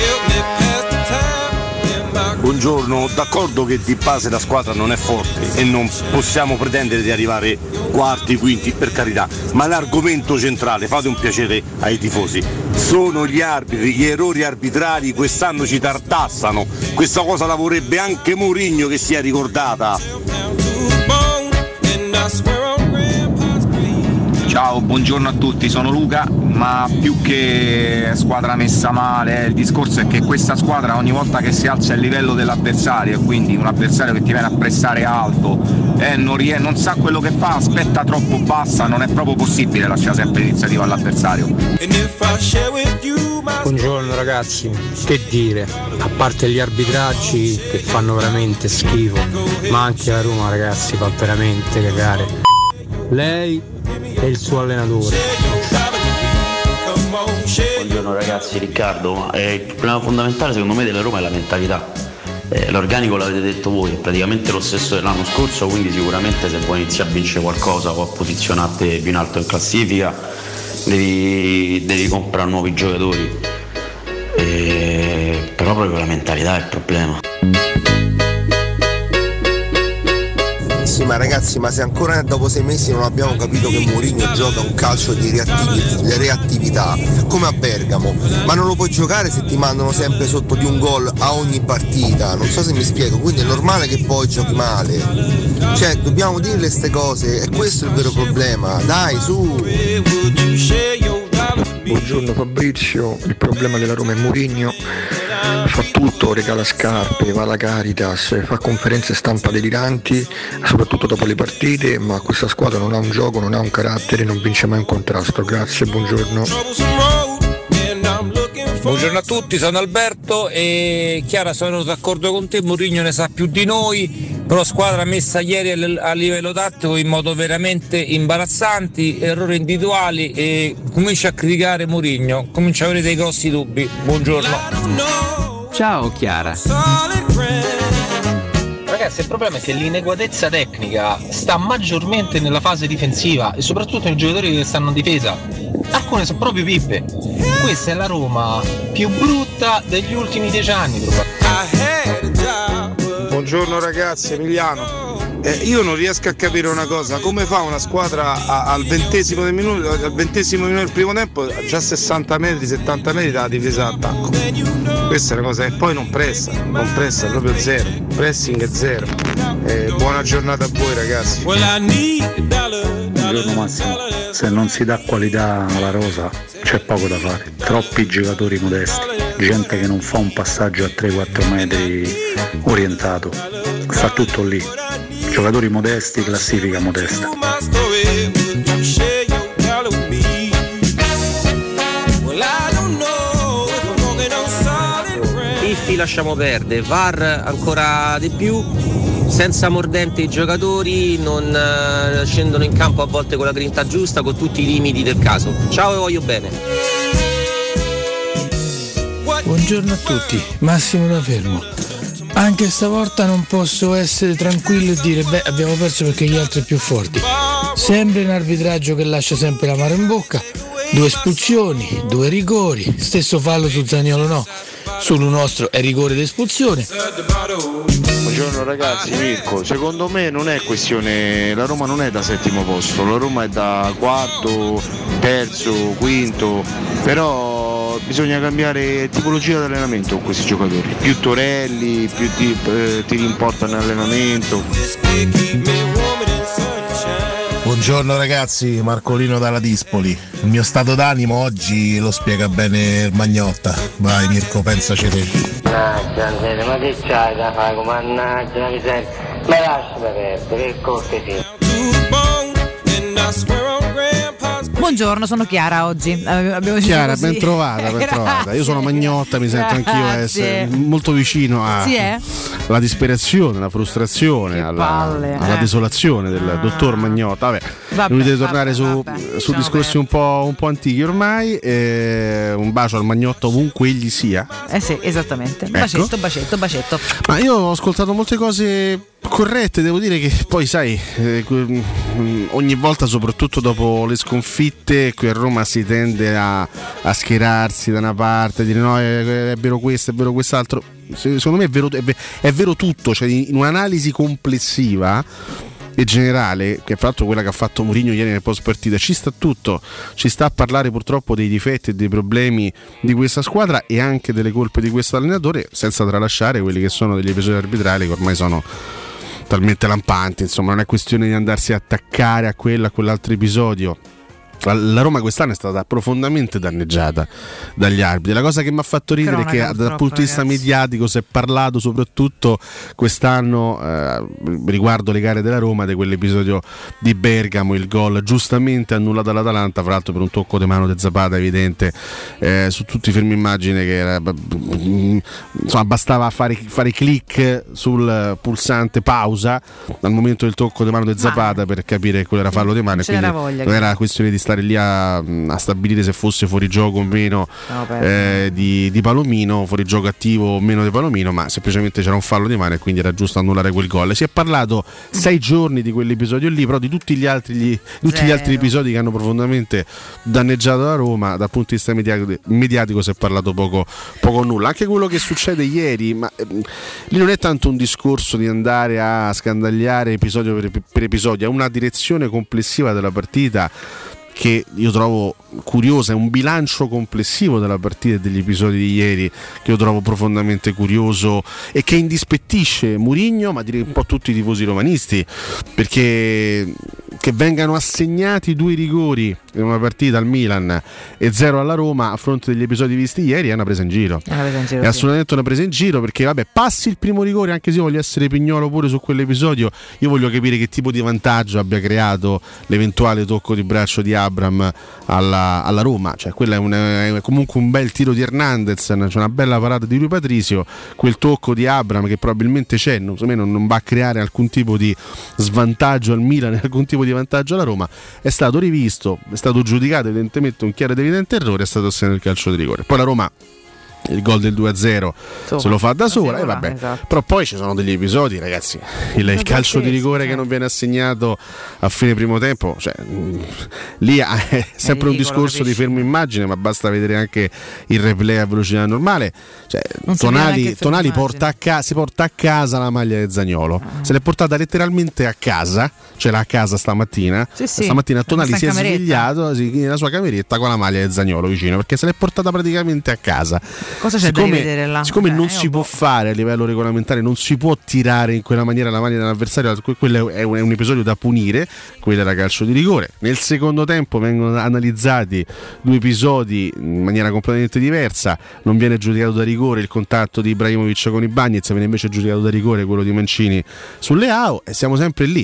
Buongiorno, d'accordo che di base la squadra non è forte e non possiamo pretendere di arrivare quarti, quinti, per carità, ma l'argomento centrale, fate un piacere ai tifosi, sono gli arbitri, gli errori arbitrali quest'anno ci tartassano, questa cosa la vorrebbe anche Mourinho che sia ricordata. Ciao, buongiorno a tutti, sono Luca, ma più che squadra messa male, il discorso è che questa squadra ogni volta che si alza il livello dell'avversario, e quindi un avversario che ti viene a pressare alto, non sa quello che fa, aspetta troppo bassa, non è proprio possibile lasciare sempre l'iniziativa all'avversario. Buongiorno ragazzi, che dire, a parte gli arbitraggi che fanno veramente schifo, ma anche la Roma ragazzi fa veramente cagare. Lei e il suo allenatore. Buongiorno ragazzi, Riccardo, il problema fondamentale secondo me della Roma è la mentalità. L'organico l'avete detto voi, è praticamente lo stesso dell'anno scorso, quindi sicuramente se vuoi iniziare a vincere qualcosa o a posizionarti più in alto in classifica devi comprare nuovi giocatori, però proprio la mentalità è il problema. Sì, ma ragazzi, ma se ancora dopo 6 mesi non abbiamo capito che Mourinho gioca un calcio di reattività come a Bergamo, ma non lo puoi giocare se ti mandano sempre sotto di un gol a ogni partita, non so se mi spiego, quindi è normale che poi giochi male, cioè dobbiamo dirle ste cose, e questo è il vero problema, dai su. Buongiorno Fabrizio, il problema della Roma è Mourinho, fa tutto, regala scarpe, va alla Caritas, fa conferenze stampa deliranti, soprattutto dopo le partite, ma questa squadra non ha un gioco, non ha un carattere, non vince mai un contrasto. Grazie, buongiorno. Buongiorno a tutti, sono Alberto e Chiara, sono d'accordo con te, Mourinho ne sa più di noi, però squadra messa ieri a livello tattico in modo veramente imbarazzanti, errori individuali, e comincia a criticare Mourinho, comincia a avere dei grossi dubbi. Buongiorno. Ciao Chiara. Ragazzi, il problema è che l'inadeguatezza tecnica sta maggiormente nella fase difensiva e soprattutto nei giocatori che stanno in difesa. Alcune sono proprio pippe. Questa è la Roma più brutta degli ultimi 10 anni. Buongiorno ragazzi, Emiliano. Io non riesco a capire una cosa, come fa una squadra al 20° minuto del primo tempo, già a 60 metri, 70 metri dalla difesa d'attacco. Questa è una cosa, e poi non pressa, proprio zero, pressing è zero. Buona giornata a voi ragazzi. Buongiorno Massimo, se non si dà qualità alla rosa c'è poco da fare, troppi giocatori modesti, gente che non fa un passaggio a 3-4 metri orientato, sta tutto lì, giocatori modesti, classifica modesta. Iffi lasciamo perdere, VAR ancora di più, senza mordente i giocatori, non scendono in campo a volte con la grinta giusta, con tutti i limiti del caso. Ciao e voglio bene. Buongiorno a tutti, Massimo da Fermo. Anche stavolta non posso essere tranquillo e dire abbiamo perso perché gli altri più forti. Sempre un arbitraggio che lascia sempre l'amaro in bocca, 2 espulsioni, 2 rigori, stesso fallo su Zaniolo no, sul nostro è rigore d'espulsione. Buongiorno ragazzi, Mirko, secondo me non è questione, la Roma non è da 7° posto, la Roma è da 4°, 3°, 5°, però bisogna cambiare tipologia di allenamento con questi giocatori, più torelli, più tiri in porta nell'allenamento. Buongiorno ragazzi, Marcolino dalla Dispoli. Il mio stato d'animo oggi lo spiega bene il Magnotta. Vai Mirko, pensaci te. Mannaggia, ma che c'hai da fare? Mannaggia la miseria. Ma lasciami perdere, per cortesia. Buongiorno, sono Chiara oggi. Chiara, ben trovata. Io sono Magnotta, mi sento anch'io essere molto vicino alla disperazione, alla frustrazione, alla desolazione del dottor Magnotta. Dovete tornare su discorsi un po' antichi ormai. Un bacio al Magnotta ovunque egli sia. Sì, esattamente. Ecco. Bacetto. Ma io ho ascoltato molte cose corrette, devo dire che poi sai, ogni volta, soprattutto dopo le sconfitte, qui a Roma si tende a schierarsi da una parte, a dire no, è vero questo, è vero quest'altro. Secondo me è vero tutto, cioè in un'analisi complessiva e generale, che è fra l'altro quella che ha fatto Mourinho ieri nel post partita, ci sta tutto, ci sta a parlare purtroppo dei difetti e dei problemi di questa squadra e anche delle colpe di questo allenatore, senza tralasciare quelli che sono degli episodi arbitrali che ormai sono talmente lampanti. Insomma, non è questione di andarsi a attaccare a quello, a quell'altro episodio, la Roma quest'anno è stata profondamente danneggiata dagli arbitri. La cosa che mi ha fatto ridere è che dal punto di vista mediatico si è parlato soprattutto quest'anno riguardo le gare della Roma di quell'episodio di Bergamo, il gol giustamente annullato all'Atalanta, fra l'altro per un tocco di mano di Zapata evidente su tutti i fermi immagine, che era, insomma, bastava fare click sul pulsante pausa al momento del tocco di mano di Zapata per capire che quello era fallo di mano, e quindi non era questione di stare lì a stabilire se fosse fuori gioco o meno di Palomino, fuori gioco attivo o meno di Palomino, ma semplicemente c'era un fallo di mano e quindi era giusto annullare quel gol. Si è parlato 6 giorni di quell'episodio lì, però di tutti gli altri episodi che hanno profondamente danneggiato la Roma dal punto di vista mediatico si è parlato poco o nulla. Anche quello che succede ieri, ma lì non è tanto un discorso di andare a scandagliare episodio per episodio, è una direzione complessiva della partita che io trovo curiosa, è un bilancio complessivo della partita e degli episodi di ieri che io trovo profondamente curioso e che indispettisce Mourinho, ma direi un po' tutti i tifosi romanisti, perché che vengano assegnati 2 rigori in una partita al Milan e 0 alla Roma a fronte degli episodi visti ieri è una presa in giro, è assolutamente una presa in giro, perché vabbè, passi il primo rigore, anche se io voglio essere Pignolo pure su quell'episodio, io voglio capire che tipo di vantaggio abbia creato l'eventuale tocco di braccio di Abraham alla Roma, cioè quella è comunque un bel tiro di Hernandez, c'è una bella parata di Rui Patricio, quel tocco di Abraham che probabilmente c'è, non va a creare alcun tipo di svantaggio al Milan, alcun tipo di vantaggio alla Roma, è stato rivisto, è stato giudicato evidentemente un chiaro ed evidente errore, è stato assegnato il calcio di rigore. Poi la Roma il gol del 2-0 se lo fa da sola e vabbè, esatto. Però poi ci sono degli episodi, ragazzi, il calcio di rigore che non viene assegnato a fine primo tempo, cioè, lì è sempre un discorso di fermo immagine, ma basta vedere anche il replay a velocità normale, cioè, Tonali si porta a casa la maglia di Zaniolo, se l'è portata letteralmente a casa, ce l'ha a casa stamattina, stamattina Tonali si è svegliato nella sua cameretta con la maglia di Zaniolo vicino, perché se l'è portata praticamente a casa. Cosa c'è da rivedere là? Siccome non si può fare a livello regolamentare, non si può tirare in quella maniera la maglia dell'avversario, quello è un episodio da punire, quello era calcio di rigore. Nel secondo tempo vengono analizzati 2 episodi in maniera completamente diversa, non viene giudicato da rigore il contatto di Ibrahimovic con Ibañez, viene invece giudicato da rigore quello di Mancini su Leao, e siamo sempre lì.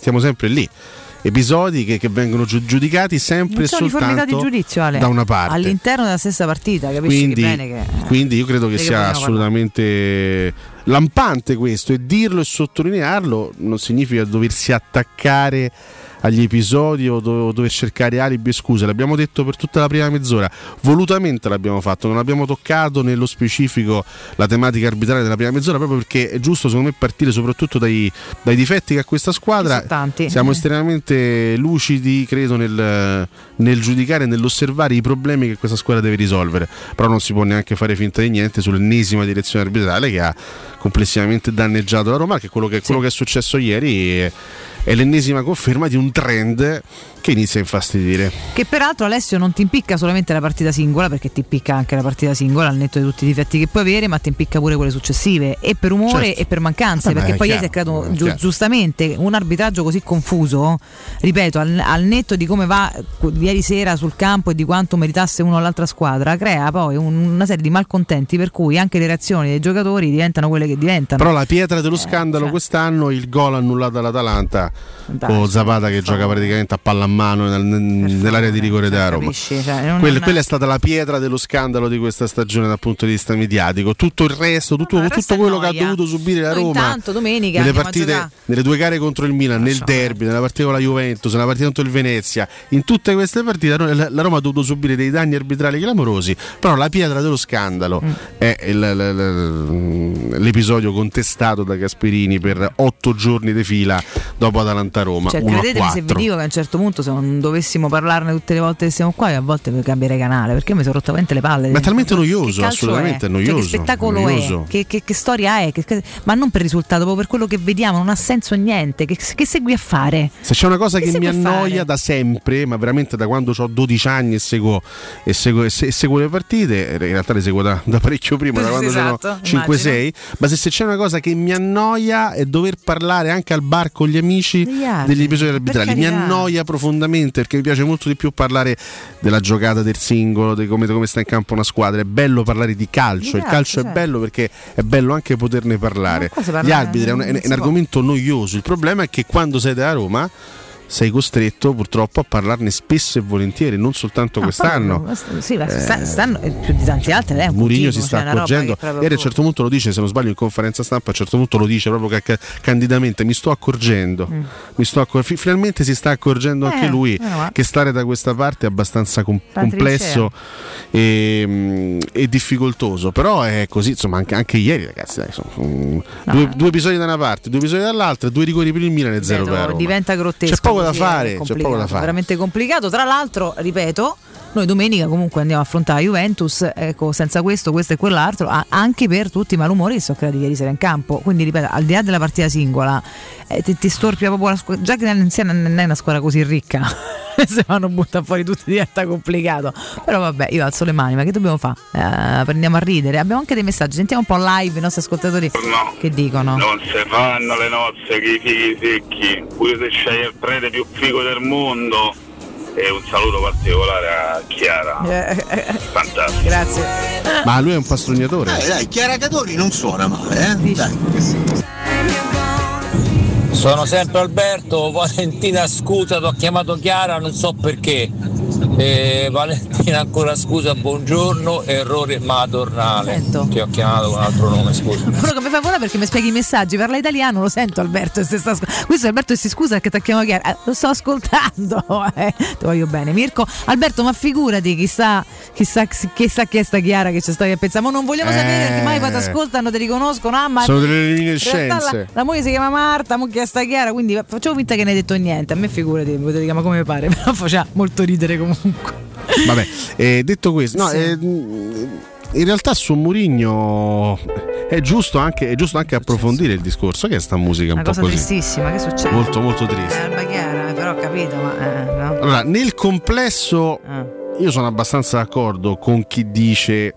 Episodi che vengono giudicati sempre e soltanto di giudizio, Ale, da una parte all'interno della stessa partita, capisci bene che quindi io credo che sia assolutamente lampante questo, e dirlo e sottolinearlo non significa doversi attaccare agli episodi o dover cercare alibi e scuse. L'abbiamo detto per tutta la prima mezz'ora, volutamente l'abbiamo fatto, non abbiamo toccato nello specifico la tematica arbitrale della prima mezz'ora, proprio perché è giusto secondo me partire soprattutto dai difetti che ha questa squadra. Siamo estremamente lucidi, credo, nel giudicare e nell'osservare i problemi che questa squadra deve risolvere, però non si può neanche fare finta di niente sull'ennesima direzione arbitrale che ha complessivamente danneggiato la Roma, che quello che è successo ieri è l'ennesima conferma di un trend che inizia a infastidire. Che peraltro, Alessio, non ti impicca solamente la partita singola, perché ti impicca anche la partita singola al netto di tutti i difetti che puoi avere, ma ti impicca pure quelle successive, e per umore e per mancanze, perché poi ieri si è creato giustamente un arbitraggio così confuso, ripeto, al netto di come va ieri sera sul campo e di quanto meritasse uno o l'altra squadra, crea poi una serie di malcontenti, per cui anche le reazioni dei giocatori diventano quelle che diventano. Però la pietra dello scandalo quest'anno, il gol annullato all'Atalanta con Zapata che gioca praticamente a palla a mano nell'area di rigore della Roma. Quella è stata la pietra dello scandalo di questa stagione dal punto di vista mediatico. Tutto il resto, tutto quello che ha dovuto subire la Roma intanto, domenica, nelle partite, nelle 2 gare contro il Milan, nel derby, nella partita con la Juventus, nella partita contro il Venezia, in tutte queste partite la Roma ha dovuto subire dei danni arbitrali clamorosi, però la pietra dello scandalo è l'episodio contestato da Gasperini per 8 giorni di fila dopo Atalanta-Roma, cioè, 1-4. credetemi se vi dico che a un certo punto, se non dovessimo parlarne tutte le volte che siamo qua, a volte per cambiare canale, perché mi sono rotta veramente le palle. Ma è talmente noioso, assolutamente è noioso. Cioè, che spettacolo noioso è? Che storia è? Ma non per il risultato, proprio per quello che vediamo, non ha senso niente. Che segui a fare? Se c'è una cosa che mi annoia da sempre, ma veramente da quando ho 12 anni e seguo le partite, in realtà le seguo da parecchio prima, da quando sono 5-6, ma se c'è una cosa che mi annoia è dover parlare anche al bar con gli amici amici degli episodi arbitrali. Mi annoia profondamente perché mi piace molto di più parlare della giocata del singolo, di come sta in campo una squadra. È bello parlare di calcio, il calcio è bello perché è bello anche poterne parlare. Gli arbitri è un argomento noioso. Il problema è che quando sei della Roma sei costretto purtroppo a parlarne spesso e volentieri, non soltanto quest'anno. Quest'anno più di tanti altri. Mourinho si sta accorgendo, ieri a un certo punto lo dice, se non sbaglio in conferenza stampa, a un certo punto lo dice proprio candidamente: mi sto accorgendo, finalmente si sta accorgendo anche lui che stare da questa parte è abbastanza complesso e difficoltoso, però è così, insomma, anche ieri, ragazzi, due episodi da una parte, 2 episodi dall'altra, 2 rigori per il Milan e 0 per la Roma. Diventa grottesco. C'è poco da fare, veramente complicato. Tra l'altro, ripeto, noi domenica comunque andiamo a affrontare Juventus, ecco, senza questo e quell'altro, anche per tutti i malumori che sono creati ieri sera in campo. Quindi ripeto, al di là della partita singola, ti storpia proprio la squadra. Già che non è una squadra così ricca, se vanno buttare fuori tutti diventa complicato. Però vabbè, io alzo le mani, ma che dobbiamo fare? Prendiamo a ridere. Abbiamo anche dei messaggi, sentiamo un po' live i nostri ascoltatori che dicono: non si fanno le nozze che i figli secchi, pure se scegli il prete più figo del mondo. E un saluto particolare a Chiara, fantastico, grazie. Ma lui è un pastrugnatore. Dai, Chiara Cadoni non suona male, Dai. Sono sempre Alberto. Valentina, scusa, ti ho chiamato Chiara, non so perché. Valentina, ancora scusa, buongiorno, errore madornale. Ti ho chiamato con un altro nome, scusa. Quello che mi fa vola perché mi spieghi i messaggi, parla italiano, lo sento Alberto. Questo è Alberto e si scusa che ti chiamo Chiara. Lo sto ascoltando, ti voglio bene. Mirko, Alberto, ma figurati, chissà che è sta Chiara che ci stavi a pensare. Ma non vogliamo sapere perché mai poi ti ascoltano, ti riconoscono. Ma sono delle reminiscenze. La moglie si chiama Marta, mo che è sta Chiara, quindi facciamo finta che ne hai detto niente. A me figurati, potete chiamare come pare, però faceva molto ridere comunque. Vabbè, detto questo, no, in realtà su Mourinho è giusto anche approfondire il discorso, che è sta musica un po' così. Una cosa tristissima, che succede? Molto molto triste. Alba Chiara, però ho capito, ma no. Allora, nel complesso io sono abbastanza d'accordo con chi dice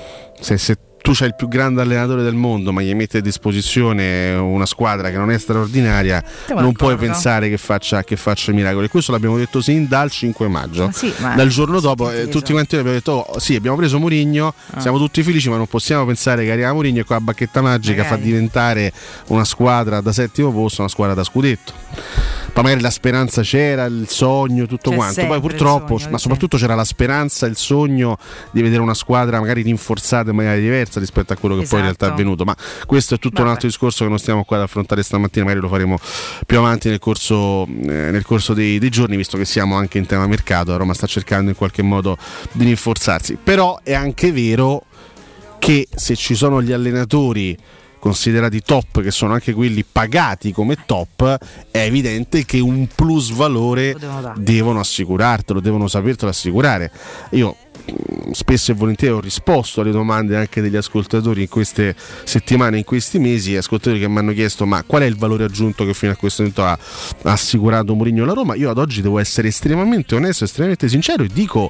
se tu c'hai il più grande allenatore del mondo ma gli metti a disposizione una squadra che non è straordinaria, non puoi pensare che faccia miracoli. Questo l'abbiamo detto sin dal 5 maggio. Dal giorno dopo tutti quanti abbiamo detto sì, abbiamo preso Mourinho, siamo tutti felici, ma non possiamo pensare che arriva Mourinho e con la bacchetta magica fa diventare una squadra da 7° posto una squadra da scudetto. Poi magari la speranza c'era, il sogno, tutto quanto, poi purtroppo, ma soprattutto c'era la speranza, il sogno di vedere una squadra magari rinforzata in maniera diversa rispetto a quello che poi in realtà è avvenuto. Ma questo è tutto un altro discorso che non stiamo qua ad affrontare stamattina, magari lo faremo più avanti nel corso dei giorni, visto che siamo anche in tema mercato. La Roma sta cercando in qualche modo di rinforzarsi, però è anche vero che se ci sono gli allenatori considerati top, che sono anche quelli pagati come top, è evidente che un plus valore devono assicurartelo, devono sapertelo assicurare. Io spesso e volentieri ho risposto alle domande anche degli ascoltatori in queste settimane, in questi mesi, ascoltatori che mi hanno chiesto ma qual è il valore aggiunto che fino a questo momento ha assicurato Mourinho alla Roma. Io ad oggi devo essere estremamente onesto, estremamente sincero e dico,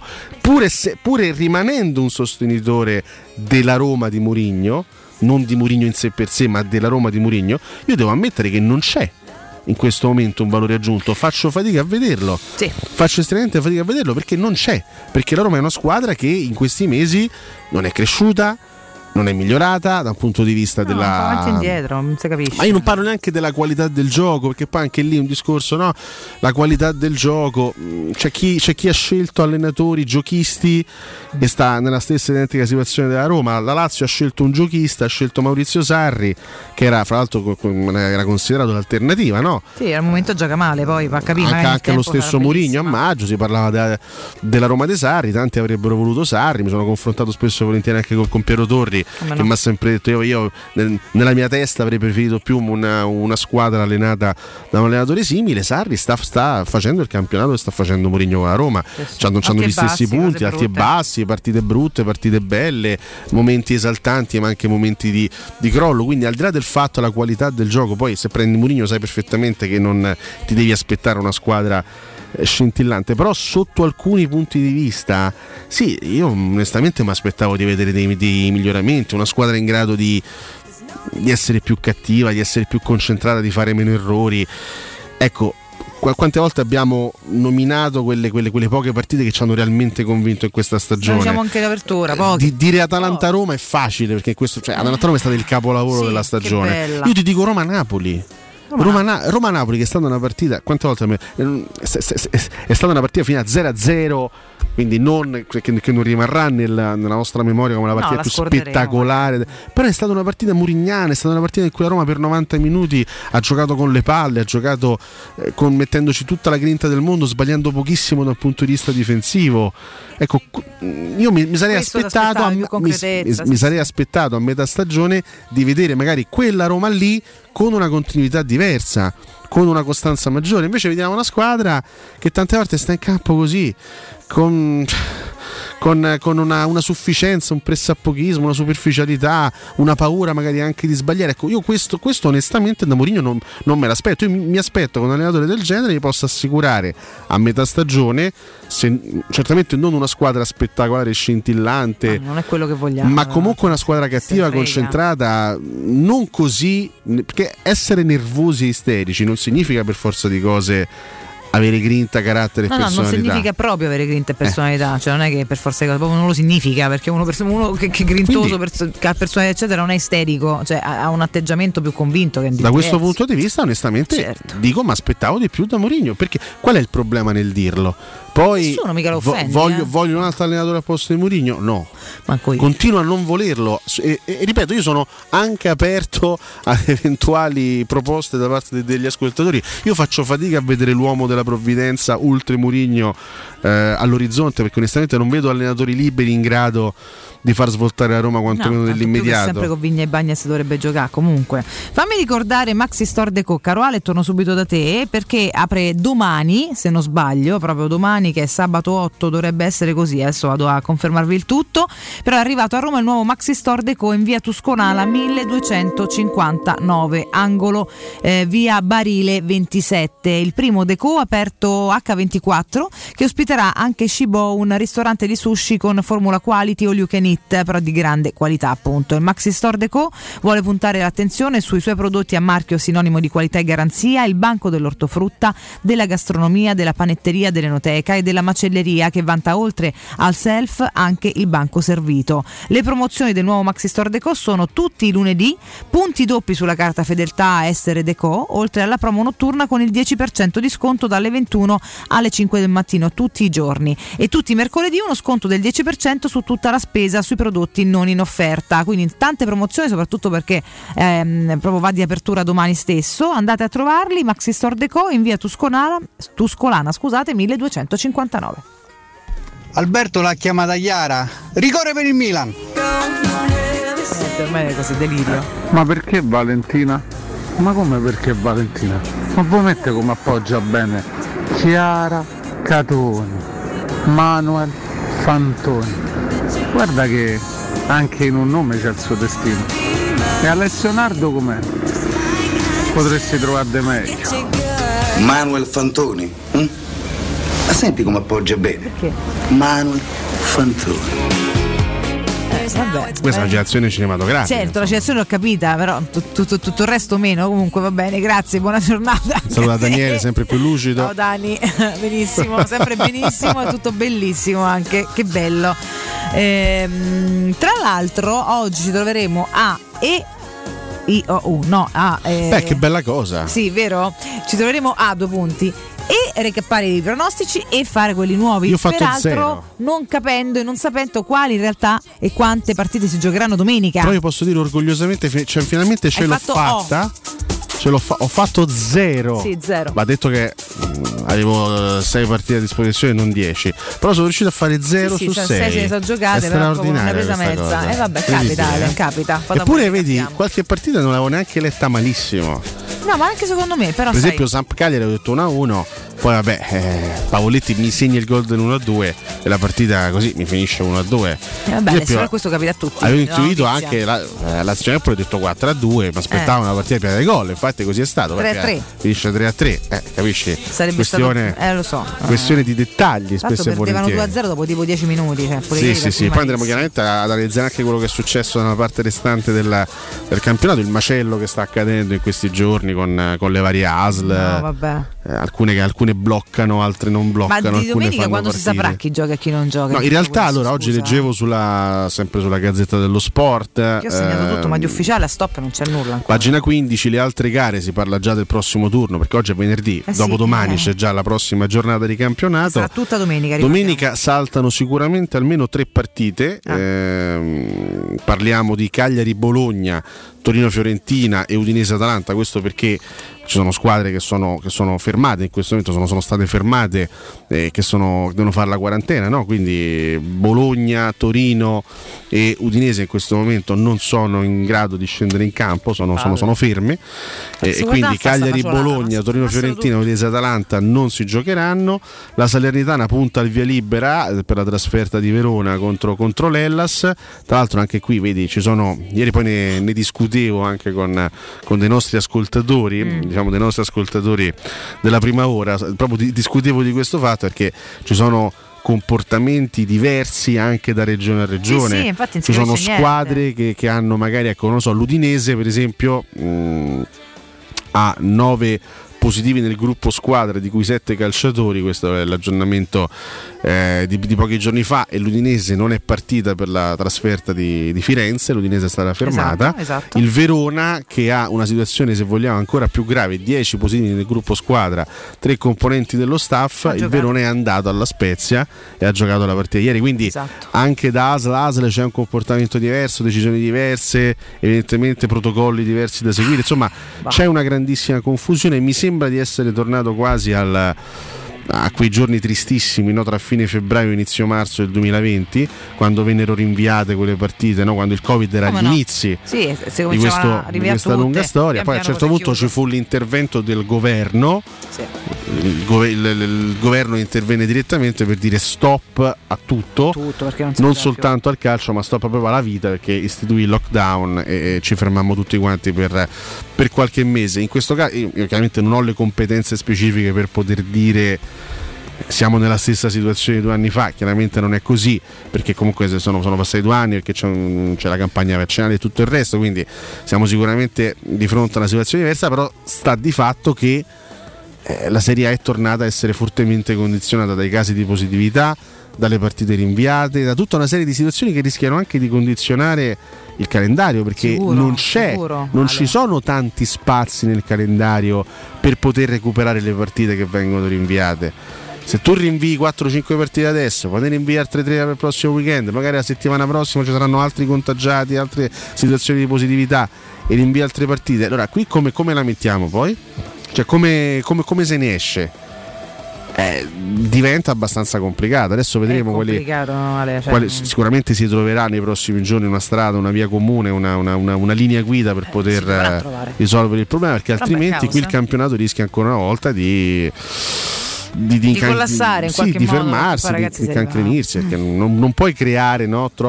pure rimanendo un sostenitore della Roma di Mourinho, non di Mourinho in sé per sé ma della Roma di Mourinho, io devo ammettere che non c'è in questo momento un valore aggiunto. Faccio fatica a vederlo, faccio estremamente fatica a vederlo, perché non c'è, perché la Roma è una squadra che in questi mesi non è cresciuta, non è migliorata da un punto di vista della avanti e indietro, non si capisce. Ma io non parlo neanche della qualità del gioco, perché poi anche lì un discorso, no? La qualità del gioco, c'è chi ha scelto allenatori, giochisti e sta nella stessa identica situazione della Roma. La Lazio ha scelto un giochista, ha scelto Maurizio Sarri, che era fra l'altro era considerato l'alternativa, no? Sì, al momento gioca male, poi va a capire. Anche lo stesso Mourinho a maggio si parlava della Roma dei Sarri, tanti avrebbero voluto Sarri, mi sono confrontato spesso e volentieri anche con Piero Torri, che mi ha sempre detto io nella mia testa avrei preferito più una squadra allenata da un allenatore simile. Sarri sta facendo il campionato che sta facendo Mourinho con la Roma, hanno gli stessi punti, alti e bassi, partite brutte, partite belle, momenti esaltanti ma anche momenti di crollo. Quindi al di là del fatto la qualità del gioco, poi se prendi Mourinho sai perfettamente che non ti devi aspettare una squadra scintillante, però sotto alcuni punti di vista sì, io onestamente mi aspettavo di vedere dei miglioramenti, una squadra in grado di essere più cattiva, di essere più concentrata, di fare meno errori. ecco, quante volte abbiamo nominato quelle poche partite che ci hanno realmente convinto in questa stagione? Diciamo anche l'apertura, pochi. Dire Atalanta-Roma è facile, perché questo, Atalanta-Roma è stato il capolavoro della stagione. Io ti dico Roma-Napoli. Roma-Napoli, che è stata una partita, quante volte è stata una partita fino a 0-0, quindi che non rimarrà nella nostra memoria come la partita più spettacolare, però è stata una partita murignana, è stata una partita in cui la Roma per 90 minuti ha giocato con le palle, ha giocato mettendoci tutta la grinta del mondo, sbagliando pochissimo dal punto di vista difensivo. Ecco, io mi sarei aspettato a metà stagione di vedere magari quella Roma lì con una continuità diversa, con una costanza maggiore. Invece vediamo una squadra che tante volte sta in campo così, con una sufficienza, un pressappochismo, una superficialità, una paura magari anche di sbagliare. Ecco, io questo onestamente da Mourinho non me l'aspetto. Io mi aspetto che un allenatore del genere gli possa assicurare a metà stagione, certamente non una squadra spettacolare e scintillante, non è quello che vogliamo, ma comunque una squadra cattiva, concentrata, non così, perché essere nervosi e isterici non significa per forza di cose avere grinta, carattere e personalità. No, non significa proprio avere grinta e personalità, cioè non è che per forza di cose, proprio non lo significa, perché uno che è grintoso, che ha personalità eccetera, non è isterico, cioè ha un atteggiamento più convinto che da questo punto di vista onestamente dico, ma aspettavo di più da Mourinho, perché qual è il problema nel dirlo? Poi nessuno mica lo offende, voglio un altro allenatore al posto di Mourinho? No, continuo a non volerlo e ripeto, io sono anche aperto ad eventuali proposte da parte degli ascoltatori. Io faccio fatica a vedere l'uomo della provvidenza oltre Mourinho all'orizzonte, perché onestamente non vedo allenatori liberi in grado di far svoltare la Roma quantomeno nell'immediato. Sempre con Vigna e Bagnas dovrebbe giocare. Comunque fammi ricordare Maxi Store Deco, Caruale, torno subito da te, perché apre domani, se non sbaglio, proprio domani, che è sabato 8, dovrebbe essere così, adesso vado a confermarvi il tutto, però è arrivato a Roma il nuovo Maxi Store Deco in via Tuscolana 1259, angolo via Barile 27, il primo Deco aperto H24 che ospiterà anche Shibo, un ristorante di sushi con formula quality all you can eat, però di grande qualità appunto. Il Maxi Store Deco vuole puntare l'attenzione sui suoi prodotti a marchio sinonimo di qualità e garanzia, il banco dell'ortofrutta, della gastronomia, della panetteria, dell'enoteca e della macelleria, che vanta oltre al self anche il banco servito. Le promozioni del nuovo Maxi Store Deco sono tutti i lunedì, punti doppi sulla carta fedeltà Essere Deco, oltre alla promo notturna con il 10% di sconto dalle 21 alle 5 del mattino tutti i giorni, e tutti i mercoledì uno sconto del 10% su tutta la spesa sui prodotti non in offerta. Quindi tante promozioni, soprattutto perché proprio va di apertura domani stesso. Andate a trovarli, Maxi Store Deco in via Tuscolana 1259. Alberto l'ha chiamata Chiara, ricorre per il Milan. Per me è così delirio. Ma perché Valentina? Ma come perché Valentina? Ma voi mette come appoggia bene Chiara Catoni, Manuel Fantoni. Guarda che anche in un nome c'è il suo destino. E Alessio Nardo com'è? Potresti trovare meglio. Manuel Fantoni? Ma senti come appoggia bene. Perché? Manuel Fantoni. Vabbè, questa è una citazione cinematografica. Certo, la citazione l'ho capita, però tutto il resto meno. Comunque va bene, grazie, buona giornata. Saluta Daniele, sempre più lucido. Ciao Dani, benissimo, sempre benissimo, è tutto bellissimo anche, che bello. Tra l'altro oggi ci troveremo a che bella cosa. Sì, vero? Ci troveremo a 2 punti e recappare i pronostici e fare quelli nuovi. Io ho fatto peraltro 0. non capendo e non sapendo quali in realtà e quante partite si giocheranno domenica. Però io posso dire orgogliosamente, cioè finalmente ce l'ho fatta. Ho fatto 0. Sì, 0. Va detto che avevo 6 partite a disposizione, non 10. Però sono riuscito a fare 0 su 6. 6 se ne sono giocate, però non ne presa mezza. E vabbè, capita. Eppure vedi, qualche partita non l'avevo neanche letta malissimo. No, ma anche secondo me, però per esempio Samp Cagliari ho detto 1-1, Poi vabbè, Pavoletti mi segna il gol del 1-2 e la partita così mi finisce 1-2. Però questo capita a tutti. Avevo intuito anche l'azione, poi ho detto 4-2, mi aspettavo una partita piena di gol, infatti così è stato. 3-3. Finisce 3-3, capisci? Sarebbe questione, stato, lo so. Questione di dettagli, tanto spesso e volentieri. Perdevano 2-0 dopo tipo 10 minuti. Sì. Poi andremo chiaramente ad analizzare anche quello che è successo nella parte restante del campionato, il macello che sta accadendo in questi giorni con le varie ASL. Alcune bloccano, altre non bloccano. Ma di domenica quando partite. si saprà chi gioca e chi non gioca? No, in realtà allora oggi leggevo sempre sulla Gazzetta dello Sport. Io ho segnato tutto, ma di ufficiale a Stop non c'è nulla. Pagina 15, le altre gare, si parla già del prossimo turno, perché oggi è venerdì, dopodomani c'è già la prossima giornata di campionato. Sarà tutta domenica. Domenica saltano sicuramente almeno 3 partite. Parliamo di Cagliari-Bologna, Torino-Fiorentina e Udinese-Atalanta. Questo perché ci sono squadre che sono fermate in questo momento, sono state fermate, che devono fare la quarantena, no? Quindi Bologna, Torino e Udinese in questo momento non sono in grado di scendere in campo, sono ferme, e quindi Cagliari, Bologna, Torino, Fiorentina, Udinese, Atalanta non si giocheranno. La Salernitana punta al via libera per la trasferta di Verona contro l'Hellas. Tra l'altro anche qui vedi, ci sono, ieri poi ne discutevo anche con dei nostri ascoltatori, dei nostri ascoltatori della prima ora, proprio discutevo di questo fatto, perché ci sono comportamenti diversi anche da regione a regione. Sì, infatti ci sono squadre che hanno magari, ecco, non so, l'Udinese per esempio ha 9 positivi nel gruppo squadra, di cui 7 calciatori. Questo è l'aggiornamento di pochi giorni fa, e l'Udinese non è partita per la trasferta di Firenze, l'Udinese è stata fermata. Esatto. Il Verona, che ha una situazione, se vogliamo, ancora più grave, 10 positivi nel gruppo squadra, 3 componenti dello staff. Il Verona è andato alla Spezia e ha giocato la partita ieri, quindi anche da ASL c'è un comportamento diverso, decisioni diverse, evidentemente protocolli diversi da seguire, insomma c'è una grandissima confusione. Mi sembra di essere tornato quasi a quei giorni tristissimi, no? Tra fine febbraio e inizio marzo del 2020, quando vennero rinviate quelle partite, no? Quando il Covid era agli inizi di questa lunga storia. Poi a un certo punto ci fu l'intervento del governo, il governo intervenne direttamente per dire stop a tutto non soltanto al calcio, ma stop proprio alla vita, perché istituì il lockdown e ci fermammo tutti quanti per qualche mese. In questo caso io chiaramente non ho le competenze specifiche per poter dire siamo nella stessa situazione di 2 anni fa. Chiaramente non è così, perché comunque sono passati 2 anni, perché c'è la campagna vaccinale e tutto il resto, quindi siamo sicuramente di fronte a una situazione diversa. Però sta di fatto che la Serie A è tornata a essere fortemente condizionata dai casi di positività, dalle partite rinviate, da tutta una serie di situazioni che rischiano anche di condizionare il calendario, perché non ci sono tanti spazi nel calendario per poter recuperare le partite che vengono rinviate. Se tu rinvii 4-5 partite adesso, poi ne rinvii altre 3 per il prossimo weekend, magari la settimana prossima ci saranno altri contagiati, altre situazioni di positività, e rinvii altre partite. Allora qui come la mettiamo poi? Cioè come se ne esce? Diventa abbastanza complicato. Adesso vedremo quali sicuramente si troverà nei prossimi giorni una strada, una via comune, una linea guida per poter risolvere il problema, perché altrimenti qui il campionato rischia ancora una volta di collassare in qualche di modo, fermarsi, di cancrenirsi, perché non puoi creare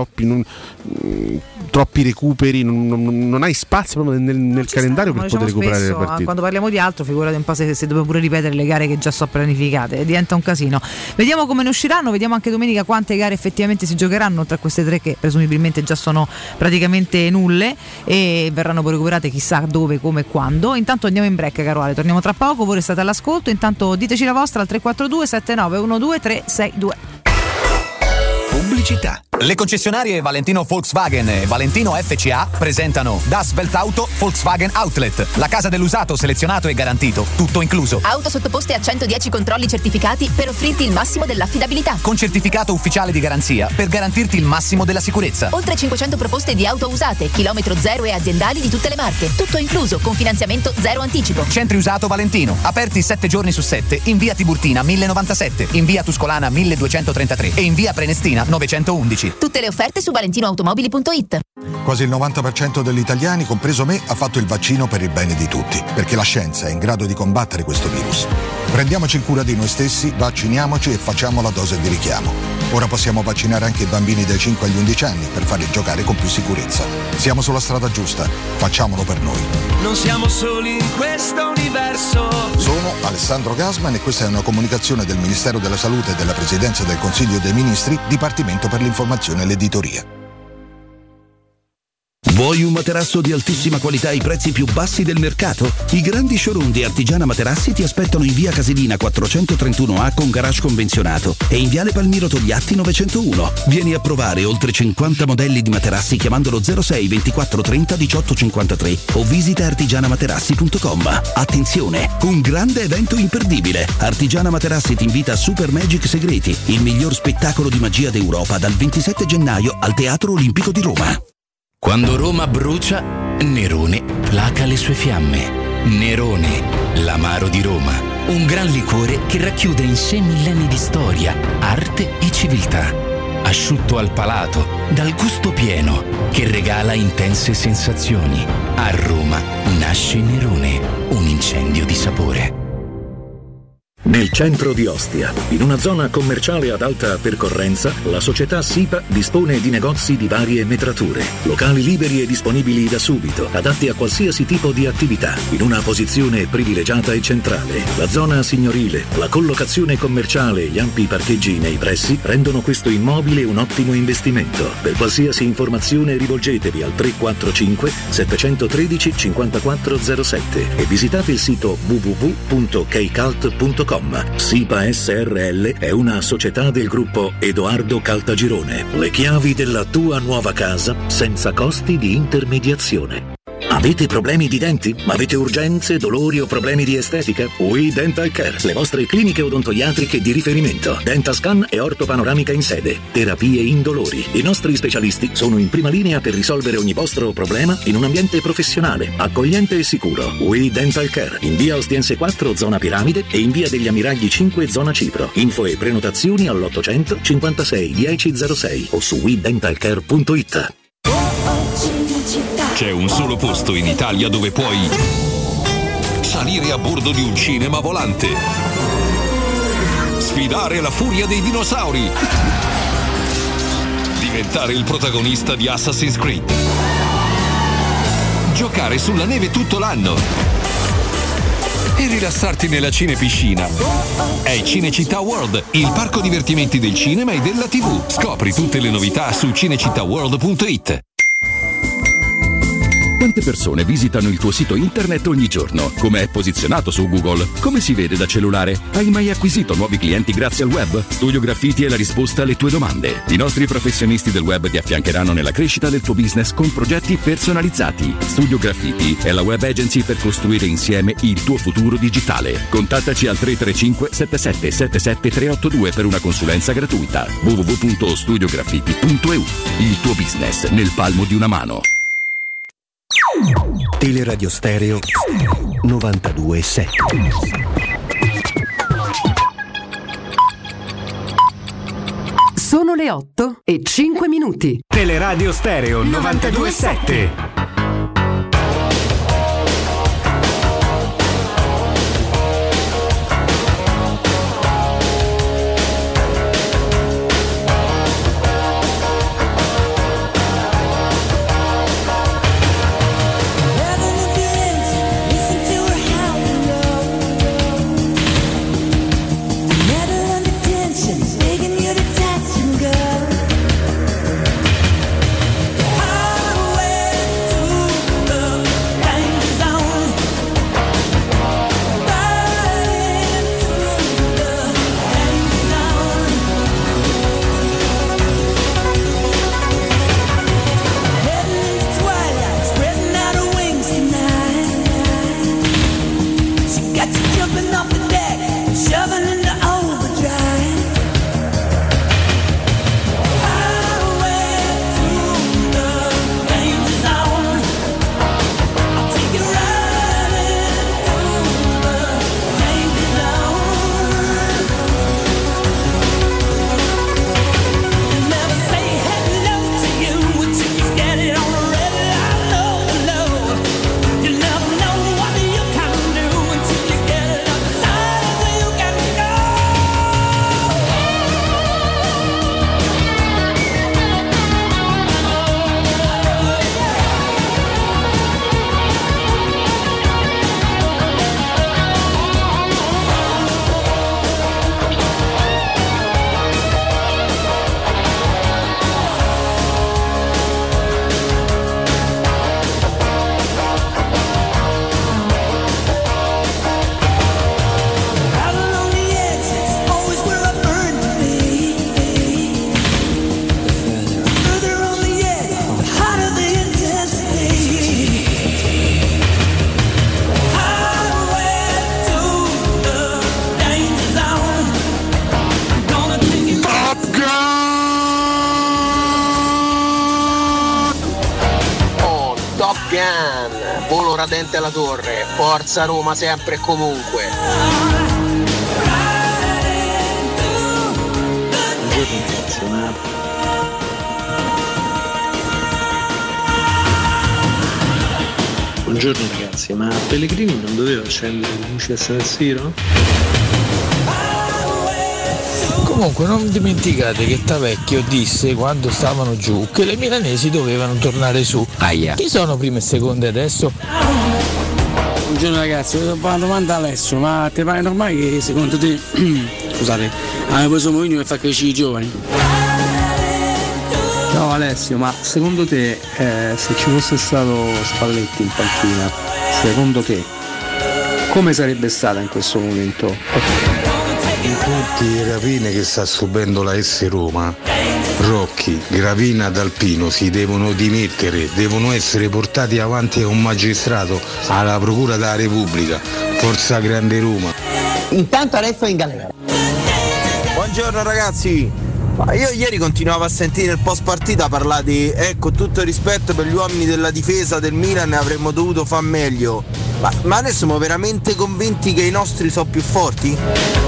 troppi recuperi, non hai spazio proprio nel calendario per poter recuperare le partite. Quando parliamo di altro, figurati un po' se dobbiamo pure ripetere le gare che già sono pianificate, diventa un casino. Vediamo come ne usciranno, vediamo anche domenica quante gare effettivamente si giocheranno, tra queste 3 che presumibilmente già sono praticamente nulle e verranno poi recuperate chissà dove, come e quando. Intanto andiamo in break, caro Ale, torniamo tra poco, voi restate all'ascolto, intanto diteci la vostra al 342 7912 362. Pubblicità. Le concessionarie Valentino Volkswagen e Valentino FCA presentano Das Weltauto Volkswagen Outlet, la casa dell'usato selezionato e garantito, tutto incluso. Auto sottoposte a 110 controlli certificati per offrirti il massimo dell'affidabilità. Con certificato ufficiale di garanzia per garantirti il massimo della sicurezza. Oltre 500 proposte di auto usate, chilometro zero e aziendali di tutte le marche. Tutto incluso, con finanziamento zero anticipo. Centri usato Valentino, aperti 7 giorni su 7 in via Tiburtina 1097, in via Tuscolana 1233 e in via Prenestina 911. 2016. Tutte le offerte su valentinoautomobili.it. Quasi il 90% degli italiani, compreso me, ha fatto il vaccino per il bene di tutti, perché la scienza è in grado di combattere questo virus. Prendiamoci cura di noi stessi, vacciniamoci e facciamo la dose di richiamo. Ora possiamo vaccinare anche i bambini dai 5 agli 11 anni per farli giocare con più sicurezza. Siamo sulla strada giusta, facciamolo per noi. Non siamo soli in questo universo. Sono Alessandro Gasman e questa è una comunicazione del Ministero della Salute e della Presidenza del Consiglio dei Ministri, Dipartimento per l'Informazione e l'Editoria. Vuoi un materasso di altissima qualità ai prezzi più bassi del mercato? I grandi showroom di Artigiana Materassi ti aspettano in via Casilina 431A con garage convenzionato e in viale Palmiro Togliatti 901. Vieni a provare oltre 50 modelli di materassi chiamandolo 06 24 30 18 53 o visita artigianamaterassi.com. Attenzione, un grande evento imperdibile. Artigiana Materassi ti invita a Super Magic Segreti, il miglior spettacolo di magia d'Europa dal 27 gennaio al Teatro Olimpico di Roma. Quando Roma brucia, Nerone placa le sue fiamme. Nerone, l'amaro di Roma. Un gran liquore che racchiude in sé millenni di storia, arte e civiltà. Asciutto al palato, dal gusto pieno, che regala intense sensazioni. A Roma nasce Nerone, un incendio di sapore. Nel centro di Ostia, in una zona commerciale ad alta percorrenza, la società SIPA dispone di negozi di varie metrature, locali liberi e disponibili da subito, adatti a qualsiasi tipo di attività, in una posizione privilegiata e centrale. La zona signorile, la collocazione commerciale e gli ampi parcheggi nei pressi rendono questo immobile un ottimo investimento. Per qualsiasi informazione rivolgetevi al 345 713 5407 e visitate il sito www.keicalt.com. SIPA SRL è una società del gruppo Edoardo Caltagirone. Le chiavi della tua nuova casa senza costi di intermediazione. Avete problemi di denti? Avete urgenze, dolori o problemi di estetica? We Dental Care, le vostre cliniche odontoiatriche di riferimento. Dentascan e ortopanoramica in sede. Terapie indolori. I nostri specialisti sono in prima linea per risolvere ogni vostro problema in un ambiente professionale, accogliente e sicuro. We Dental Care, in via Ostiense 4, zona Piramide e in via degli Ammiragli 5, zona Cipro. Info e prenotazioni all'800 56 1006 o su wedentalcare.it. C'è un solo posto in Italia dove puoi salire a bordo di un cinema volante, sfidare la furia dei dinosauri, diventare il protagonista di Assassin's Creed, giocare sulla neve tutto l'anno e rilassarti nella cinepiscina. È Cinecittà World, il parco divertimenti del cinema e della TV. Scopri tutte le novità su cinecittàworld.it. Quante persone visitano il tuo sito internet ogni giorno? Come è posizionato su Google? Come si vede da cellulare? Hai mai acquisito nuovi clienti grazie al web? Studio Graffiti è la risposta alle tue domande. I nostri professionisti del web ti affiancheranno nella crescita del tuo business con progetti personalizzati. Studio Graffiti è la web agency per costruire insieme il tuo futuro digitale. Contattaci al 335 77 77 382 per una consulenza gratuita. www.studiograffiti.eu. Il tuo business nel palmo di una mano. Teleradio Stereo 92.7. Sono le 8:05. Teleradio Stereo 92.7. dente alla torre. Forza Roma sempre e comunque. Buongiorno ragazzi, ma Pellegrini non doveva accendere le luci a San Siro? Comunque non dimenticate che Tavecchio disse quando stavano giù che le milanesi dovevano tornare su. Chi sono prime e seconde adesso? Buongiorno ragazzi, volevo fare una domanda a Alessio, ma ti pare normale che secondo te, scusate, hanno preso Mourinho per far crescere i giovani? Ciao Alessio, ma secondo te se ci fosse stato Spalletti in panchina, secondo te come sarebbe stata in questo momento? In tutti le rapine che sta subendo la S Roma, Rocchi, Gravina ed Alpino si devono dimettere, devono essere portati avanti a un magistrato, alla Procura della Repubblica. Forza Grande Roma. Intanto adesso è in galera. Buongiorno ragazzi. Ma io ieri continuavo a sentire nel post partita parlare di tutto il rispetto per gli uomini della difesa del Milan, avremmo dovuto far meglio. Ma adesso siamo veramente convinti che i nostri sono più forti?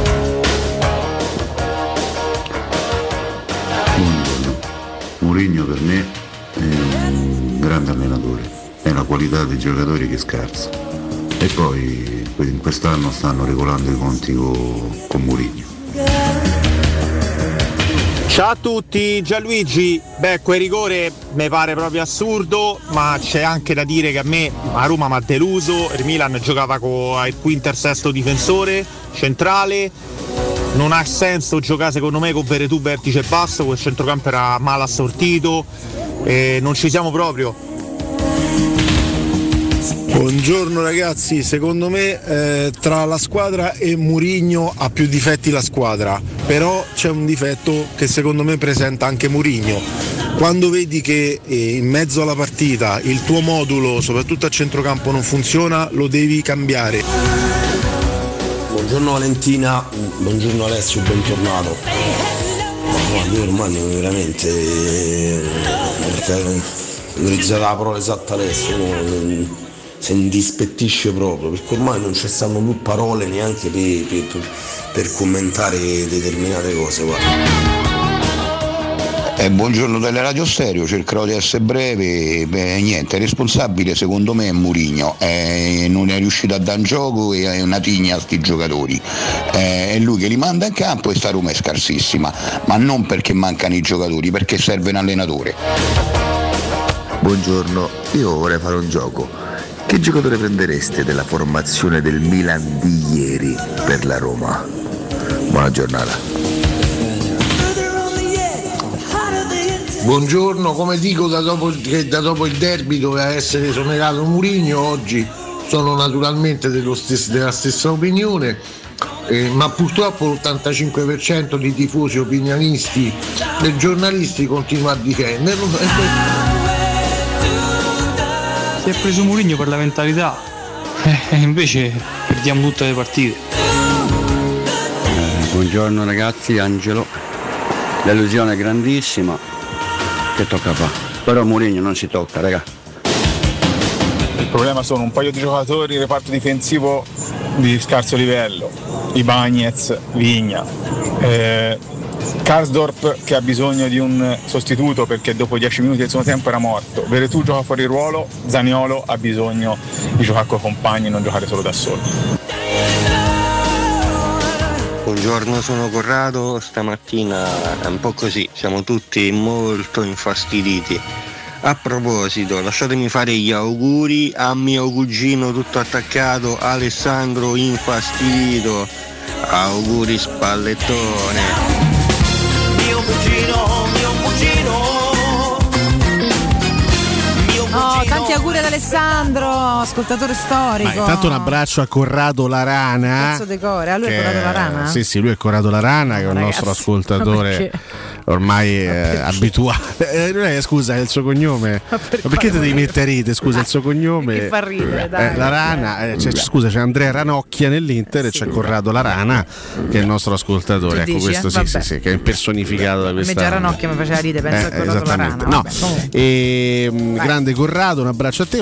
Mourinho per me è un grande allenatore, è la qualità dei giocatori che scarsa, e poi in quest'anno stanno regolando i conti con Mourinho. Ciao a tutti, Gianluigi. Quel rigore mi pare proprio assurdo, ma c'è anche da dire che a me a Roma mi ha deluso. Il Milan giocava con il quinto e sesto difensore centrale. Non ha senso giocare secondo me con Veretù vertice basso, quel centrocampo era mal assortito e non ci siamo proprio. Buongiorno ragazzi, secondo me tra la squadra e Mourinho ha più difetti la squadra, però c'è un difetto che secondo me presenta anche Mourinho. Quando vedi che in mezzo alla partita il tuo modulo, soprattutto a centrocampo, non funziona, lo devi cambiare. Buongiorno Valentina, buongiorno Alessio, bentornato. Io ormai veramente utilizzare la parola esatta Alessio, si indispettisce proprio, perché ormai non ci stanno più parole neanche per commentare determinate cose. Buongiorno delle Radio Stereo, cercherò di essere breve. Niente, responsabile secondo me è Mourinho, non è riuscito a dare un gioco e è una tigna a sti giocatori, è lui che li manda in campo e sta Roma è scarsissima, ma non perché mancano i giocatori, perché serve un allenatore. Buongiorno, io vorrei fare un gioco. Che giocatore prendereste della formazione del Milan di ieri per la Roma? Buona giornata. Buongiorno, come dico da dopo il derby doveva essere esonerato Mourinho, oggi sono naturalmente della stessa opinione, ma purtroppo l'85% di tifosi, opinionisti e giornalisti continua a difenderlo. Si è preso Mourinho per la mentalità, invece perdiamo tutte le partite. Buongiorno ragazzi, Angelo. L'illusione è grandissima. Che tocca fare, però Mourinho non si tocca, raga. Il problema sono un paio di giocatori in reparto difensivo di scarso livello, i Bagnez, Vigna, Karsdorp che ha bisogno di un sostituto perché dopo 10 minuti del suo tempo era morto, Veretù gioca fuori ruolo, Zaniolo ha bisogno di giocare con i compagni e non giocare solo da solo. Buongiorno, sono Corrado, stamattina è un po' così, siamo tutti molto infastiditi. A proposito, lasciatemi fare gli auguri a mio cugino tutto attaccato, Alessandro infastidito. Auguri Spallettone. Mio cugino. Tanti auguri ad Alessandro, ascoltatore storico. Ma intanto un abbraccio a Corrado La Rana. Cazzo decore, lui è Corrado La Rana? Sì, lui è Corrado La Rana, che è un nostro ascoltatore ormai abituato. Scusa, è il suo cognome. Ma perché te devi mettere a ride? Scusa, il suo cognome. Che fa ridere, dai. La Rana, scusa, c'è Andrea Ranocchia nell'Inter e c'è Corrado La Rana, che è il nostro ascoltatore. Ecco, questo sì, che è impersonificato da questa. A me già Ranocchia mi faceva ridere, penso a Corrado La Rana. No. Grande Corrado, un abbraccio a te, un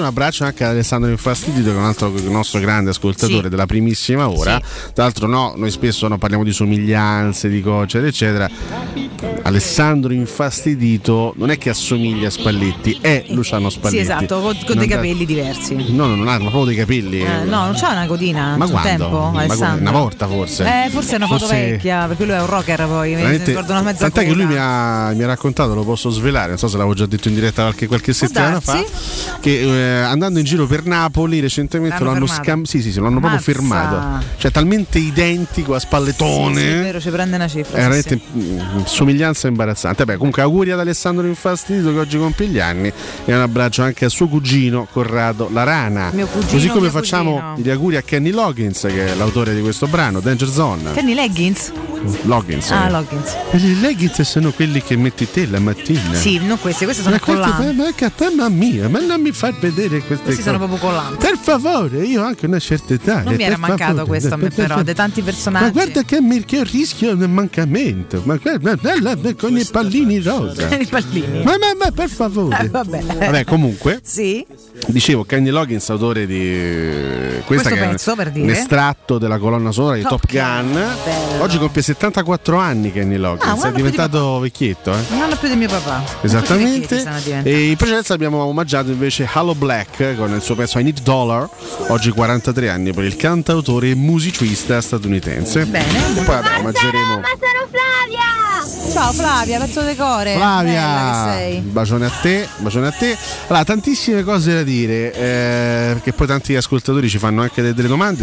un abbraccio anche ad Alessandro Infastidito, che è un altro nostro grande ascoltatore della primissima ora. Tra l'altro noi spesso parliamo di somiglianze, di cose eccetera. Alessandro Infastidito non è che assomiglia a Spalletti, è Luciano Spalletti. Sì, esatto, con dei capelli diversi. No, non ha proprio dei capelli. No, non c'ha una codina. Ma quando? Tempo, Alessandro? Una volta forse. Forse è una foto vecchia, perché lui è un rocker poi. Mi ricordo una mezza tant'è coda. che lui mi ha raccontato, lo posso svelare, non so se l'avevo già detto in diretta qualche settimana fa, che andando in giro per Napoli recentemente lo hanno proprio fermato. Cioè talmente identico a Spallettone. Sì, è vero, ci prende una cifra. È veramente somiglianza imbarazzante. Vabbè, comunque auguri ad Alessandro Infastidito che oggi compie gli anni, e un abbraccio anche a suo cugino Corrado La Rana. Così come facciamo gli auguri a Kenny Loggins, che è l'autore di questo brano, Danger Zone. Kenny Loggins? Loggins. Loggins. I leggings sono quelli che metti te la mattina. Sì, non queste sono collanti. Mamma mia, ma non mi far vedere queste questi cose. sono proprio collanti. Per favore, io ho anche una certa età. Non mi era mancato questo a me, però, di tanti personaggi. Ma guarda che rischio del mancamento. Ma con i pallini rosa. I pallini. Ma per favore. Vabbè, comunque. Sì. Dicevo, Kenny Loggins, autore di questo che pezzo, per dire. Un estratto della colonna sonora di Top Gun. Bello. Oggi compie 74 anni Kenny Loggins, è diventato vecchietto. Un anno più di mio papà. Esattamente. E in precedenza abbiamo omaggiato invece Halo Black con il suo pezzo I Need $, oggi 43 anni per il cantautore e musicista statunitense. Bene. E poi omaggeremo. Ma sono Flavia! Ciao Flavia, pezzo decore. Flavia, che sei. bacione a te. Allora, tantissime cose da dire, perché poi tanti ascoltatori ci fanno anche delle domande,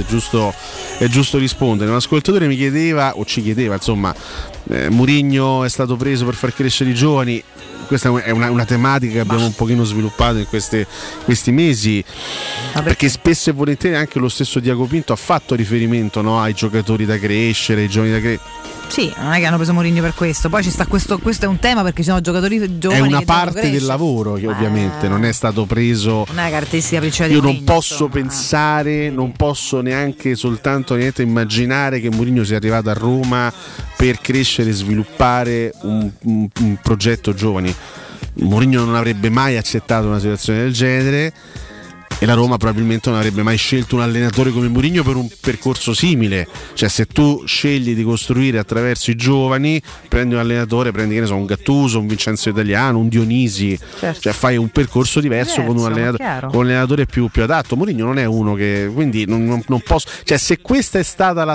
è giusto rispondere. Un ascoltatore mi chiedeva, o ci chiedeva, insomma, Mourinho è stato preso per far crescere i giovani. Questa è una tematica che abbiamo un pochino sviluppato in questi mesi, perché spesso e volentieri anche lo stesso Diaco Pinto ha fatto riferimento, no, ai giocatori da crescere, ai giovani da crescere. Sì, non è che hanno preso Mourinho per questo. Poi ci sta questo è un tema, perché ci sono giocatori giovani. È una che parte del lavoro che ovviamente non è stato preso. Non è la caratteristica principale. Io non posso pensare, non posso neanche soltanto immaginare che Mourinho sia arrivato a Roma per crescere e sviluppare un progetto giovani. Mourinho non avrebbe mai accettato una situazione del genere, e la Roma probabilmente non avrebbe mai scelto un allenatore come Mourinho per un percorso simile. Cioè, se tu scegli di costruire attraverso i giovani, prendi un allenatore, prendi, che ne so, un Gattuso, un Vincenzo Italiano, un Dionisi, cioè fai un percorso diverso con un allenatore più adatto. Mourinho non è uno che, quindi non posso, cioè, se questa è stata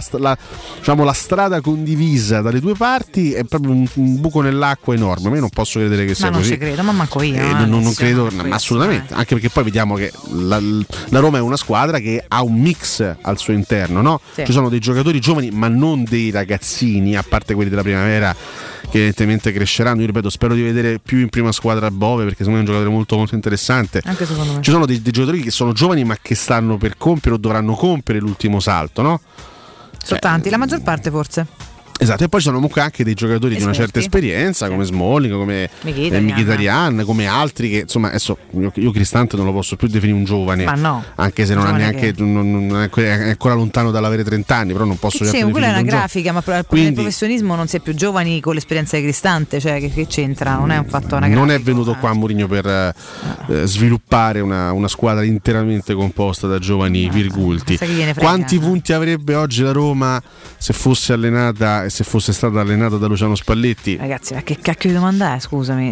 la strada condivisa dalle due parti, è proprio un buco nell'acqua enorme. Ma io non posso credere che sia così. Ma non ci credo, ma manco io. Non credo assolutamente, anche perché poi vediamo che la Roma è una squadra che ha un mix al suo interno, no? Sì. Ci sono dei giocatori giovani, ma non dei ragazzini, a parte quelli della primavera che evidentemente cresceranno. Io ripeto, spero di vedere più in prima squadra Bove, perché secondo me è un giocatore molto molto interessante. Anche secondo me. Ci sono dei giocatori che sono giovani ma che stanno per compiere o dovranno compiere l'ultimo salto, no? Sono tanti, la maggior parte forse. Esatto, e poi ci sono comunque anche dei giocatori di una certa esperienza, come Smalling, come Mkhitaryan, come altri che, insomma, adesso io Cristante non lo posso più definire un giovane, ma no, anche se non ha neanche è ancora lontano dall'avere 30 anni, però non posso certo quella è una grafica, ma quindi, nel professionismo non si è più giovani con l'esperienza di Cristante, cioè che c'entra, non è un fatto anagrafico. Non è venuto qua Mourinho per sviluppare una squadra interamente composta da giovani virgulti. Quanti punti avrebbe oggi la Roma se fosse allenata, se fosse stata allenata da Luciano Spalletti? Ragazzi, ma che cacchio di domanda è? Scusami,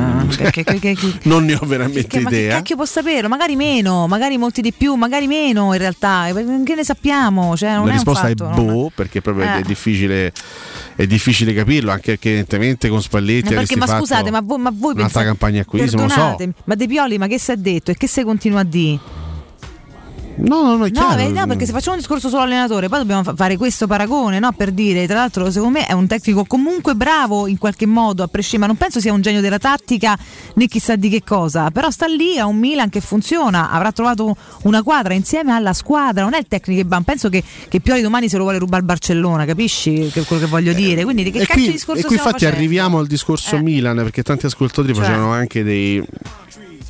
non ne ho veramente idea. Ma che cacchio può saperlo? Magari meno, magari molti di più, magari meno in realtà. Che ne sappiamo? Cioè, non la risposta è un fatto, perché proprio è difficile capirlo, anche perché evidentemente con Spalletti ma scusate, ma voi un'altra pensate, campagna acquisti, non lo so. Ma De Pioli, ma che si è detto e che si continua a dire? No, è chiaro. No, perché se facciamo un discorso solo allenatore, poi dobbiamo fare questo paragone, no? Per dire, tra l'altro, secondo me è un tecnico comunque bravo in qualche modo, a prescindere, ma non penso sia un genio della tattica né chissà di che cosa, però sta lì a un Milan che funziona, avrà trovato una quadra insieme alla squadra, non è il tecnico che penso che Pioli domani se lo vuole rubare il Barcellona, capisci quello che voglio dire? Quindi di che cacchio di discorso e qui stiamo infatti facendo? Arriviamo al discorso Milan, perché tanti ascoltatori facevano anche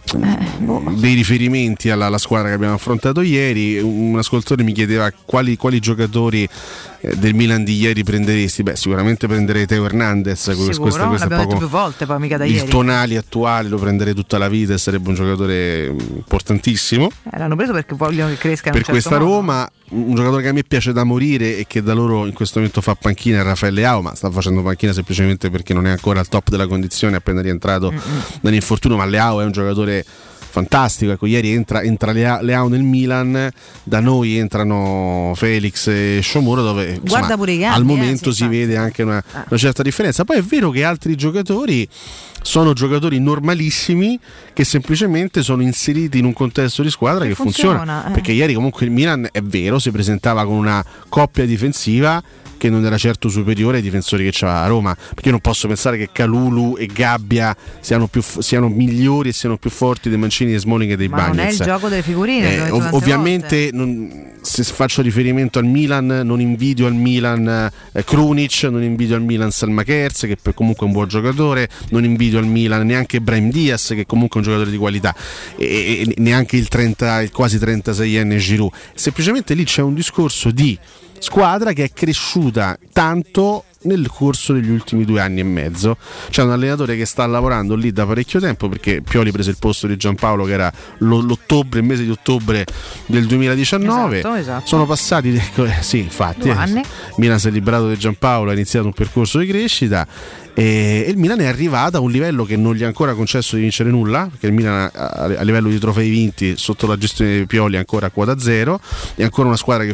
dei riferimenti alla squadra che abbiamo affrontato ieri. Un ascoltatore mi chiedeva quali giocatori del Milan di ieri prenderesti. Beh, sicuramente prenderei Teo Hernandez, questo l'abbiamo detto più volte, poi mica da ieri. Il Tonali attuale lo prenderei tutta la vita e sarebbe un giocatore importantissimo. L'hanno preso perché vogliono che cresca per in un certo questa modo. Roma. Un giocatore che a me piace da morire e che da loro in questo momento fa panchina è Raffaele Leao, ma sta facendo panchina semplicemente perché non è ancora al top della condizione, appena rientrato dall'infortunio. Ma Leao è un giocatore fantastico, ecco, ieri entra Leao nel Milan, da noi entrano Felix e Sciomuro, dove insomma, pure i cambi, al momento si vede anche una certa differenza. Poi è vero che altri giocatori sono giocatori normalissimi che semplicemente sono inseriti in un contesto di squadra che funziona. Perché ieri comunque il Milan, è vero, si presentava con una coppia difensiva che non era certo superiore ai difensori che c'era a Roma, perché io non posso pensare che Kalulu e Gabbia siano migliori e siano più forti dei Mancini e Smalling e dei Bagnez. Ma non è il gioco delle figurine, ovviamente se faccio riferimento al Milan non invidio al Milan Krunic, non invidio al Milan Salma Kerz, che comunque è un buon giocatore, non invidio al Milan neanche Brahim Diaz, che comunque è un giocatore di qualità, e neanche il quasi 36enne Giroud. Semplicemente lì c'è un discorso di squadra che è cresciuta tanto nel corso degli ultimi 2 anni e mezzo. C'è un allenatore che sta lavorando lì da parecchio tempo, perché Pioli prese il posto di Giampaolo, che era il mese di ottobre del 2019. Esatto. Sono passati sì, infatti 2 anni. Milan si è liberato di Giampaolo, ha iniziato un percorso di crescita e il Milan è arrivato a un livello che non gli ha ancora concesso di vincere nulla, perché il Milan a livello di trofei vinti sotto la gestione di Pioli è ancora a quota zero, è ancora una squadra che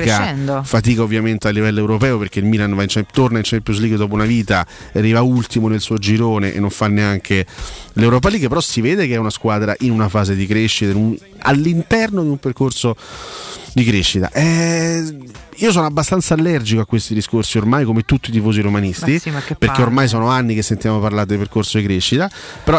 fatica ovviamente a livello europeo, perché il Milan torna in Champions League dopo una vita, arriva ultimo nel suo girone e non fa neanche l'Europa League, però si vede che è una squadra in una fase di crescita, all'interno di un percorso di crescita. Io sono abbastanza allergico a questi discorsi ormai, come tutti i tifosi romanisti, perché ormai sono anni che sentiamo parlare del percorso di crescita, però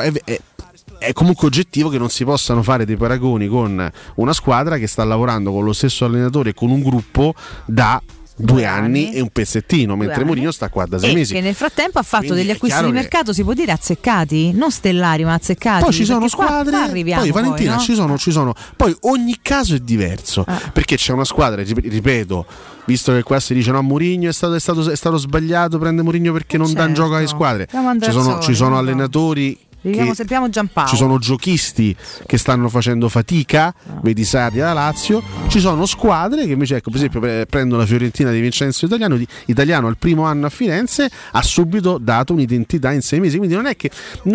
è comunque oggettivo che non si possano fare dei paragoni con una squadra che sta lavorando con lo stesso allenatore e con un gruppo da 2 anni e un pezzettino, mentre Mourinho sta qua da 6 mesi. Che nel frattempo ha fatto Quindi degli acquisti di mercato, si può dire azzeccati, non stellari ma azzeccati. Poi ci sono squadre, qua poi Valentina, no? ci sono. Poi ogni caso è diverso, perché c'è una squadra, ripeto, visto che qua si dice no, Mourinho è stato sbagliato, prende Mourinho perché non dà gioco alle squadre. Ci sono allenatori. Sappiamo Giampaolo. Ci sono giochisti che stanno facendo fatica, vedi Sarri da Lazio. Ci sono squadre che invece, ecco, per esempio prendo la Fiorentina di Vincenzo Italiano al primo anno a Firenze ha subito dato un'identità in 6 mesi, quindi non è che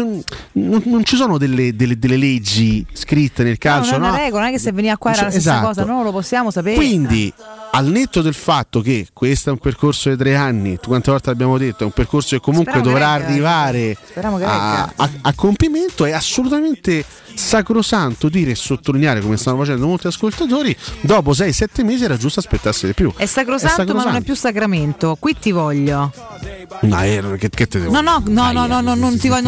non ci sono delle leggi scritte nel calcio, non è una regola, non è che se veniva qua era la stessa cosa, non lo possiamo sapere. Quindi al netto del fatto che questo è un percorso di 3 anni, quante volte l'abbiamo detto, è un percorso che comunque dovrà arrivare a compimento, è assolutamente sacrosanto dire e sottolineare, come stanno facendo molti ascoltatori, dopo 6-7 mesi era giusto aspettarsi di più. È sacrosanto, ma non è più sacramento. Qui ti voglio. Che te devo non ti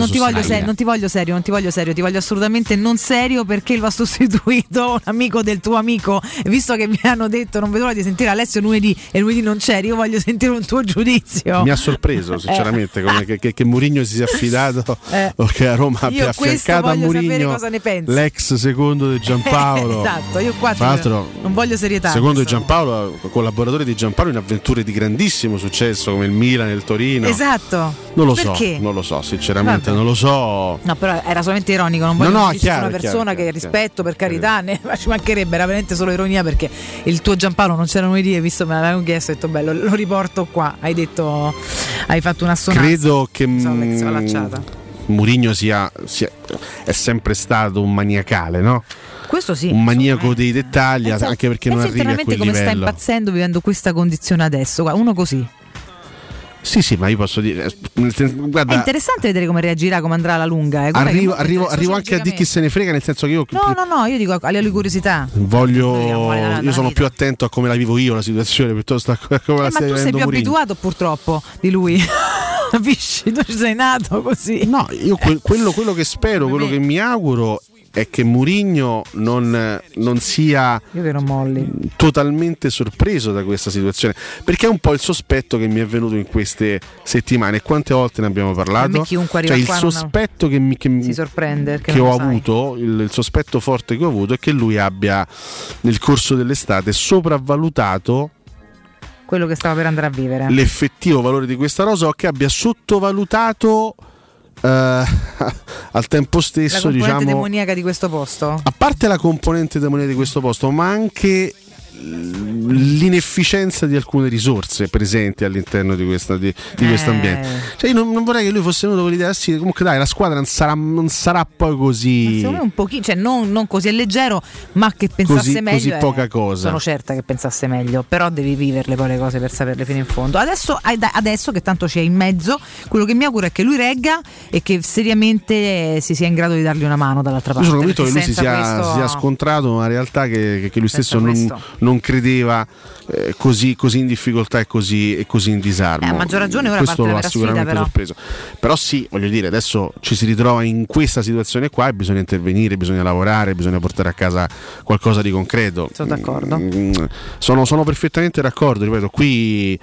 voglio serio, ti voglio assolutamente non serio, perché lo ha sostituito un amico del tuo amico, visto che mi hanno detto non vedo l'ora di sentire Alessio lunedì e lunedì non c'eri, io voglio sentire un tuo giudizio. Mi ha sorpreso sinceramente che Mourinho si sia affidato o che a Roma abbia affiancato a Mourinho l'ex secondo di Giampaolo. Esatto, io qua non voglio serietà. Secondo di Giampaolo, collaboratore di Giampaolo in avventure di grandissimo successo come il Milan e il Torino. Esatto. Non lo so, sinceramente. Non lo so. No, però era solamente ironico, non voglio dire una persona che rispetto, per carità, ci mancherebbe, era veramente solo ironia, perché il tuo Giampaolo non c'era lunedì e visto me l'avevano chiesto, ho detto bello, lo riporto qua. Hai fatto una sonata. Credo che Mourinho è sempre stato un maniacale, no? Questo sì, un maniaco dei dettagli, anche perché non arrivi a quel livello. Come sta impazzendo vivendo questa condizione adesso, uno così. Sì, ma io posso dire, guarda, è interessante vedere come reagirà, come andrà alla lunga. Arrivo anche a dire chi se ne frega, nel senso che io io dico a livello di curiosità. Io sono più attento a come la vivo io la situazione, piuttosto a come la stai vivendo. Ma tu sei più abituato purtroppo di lui. Capisci? Tu ci sei nato così. No, io quello che spero, quello che mi auguro è che Mourinho non sia totalmente sorpreso da questa situazione, perché è un po' il sospetto che mi è venuto in queste settimane. Quante volte ne abbiamo parlato? Cioè, il sospetto che si sorprende, che ho avuto, il sospetto forte che ho avuto è che lui abbia nel corso dell'estate sopravvalutato quello che stava per andare a vivere, l'effettivo valore di questa rosa, o che abbia sottovalutato al tempo stesso, la componente demoniaca di questo posto, a parte la componente demoniaca di questo posto, ma anche l'inefficienza di alcune risorse presenti all'interno di questo ambiente. Cioè, io non vorrei che lui fosse venuto con l'idea, sì, comunque dai, la squadra non sarà poi così, secondo me un pochino, cioè non così leggero, ma che pensasse meglio, così poca cosa. Sono certa che pensasse meglio, però devi viverle poi le cose per saperle fino in fondo. Adesso che tanto c'è in mezzo, quello che mi auguro è che lui regga e che seriamente si sia in grado di dargli una mano dall'altra parte. Io sono convinto che lui si sia scontrato una realtà che lui stesso non credeva così in difficoltà e così in disarmo. A maggior ragione ora questo parte lo ha sicuramente sorpreso. Però sì, voglio dire, adesso ci si ritrova in questa situazione qua e bisogna intervenire, bisogna lavorare, bisogna portare a casa qualcosa di concreto. Sono d'accordo. Sono perfettamente d'accordo, ripeto, qui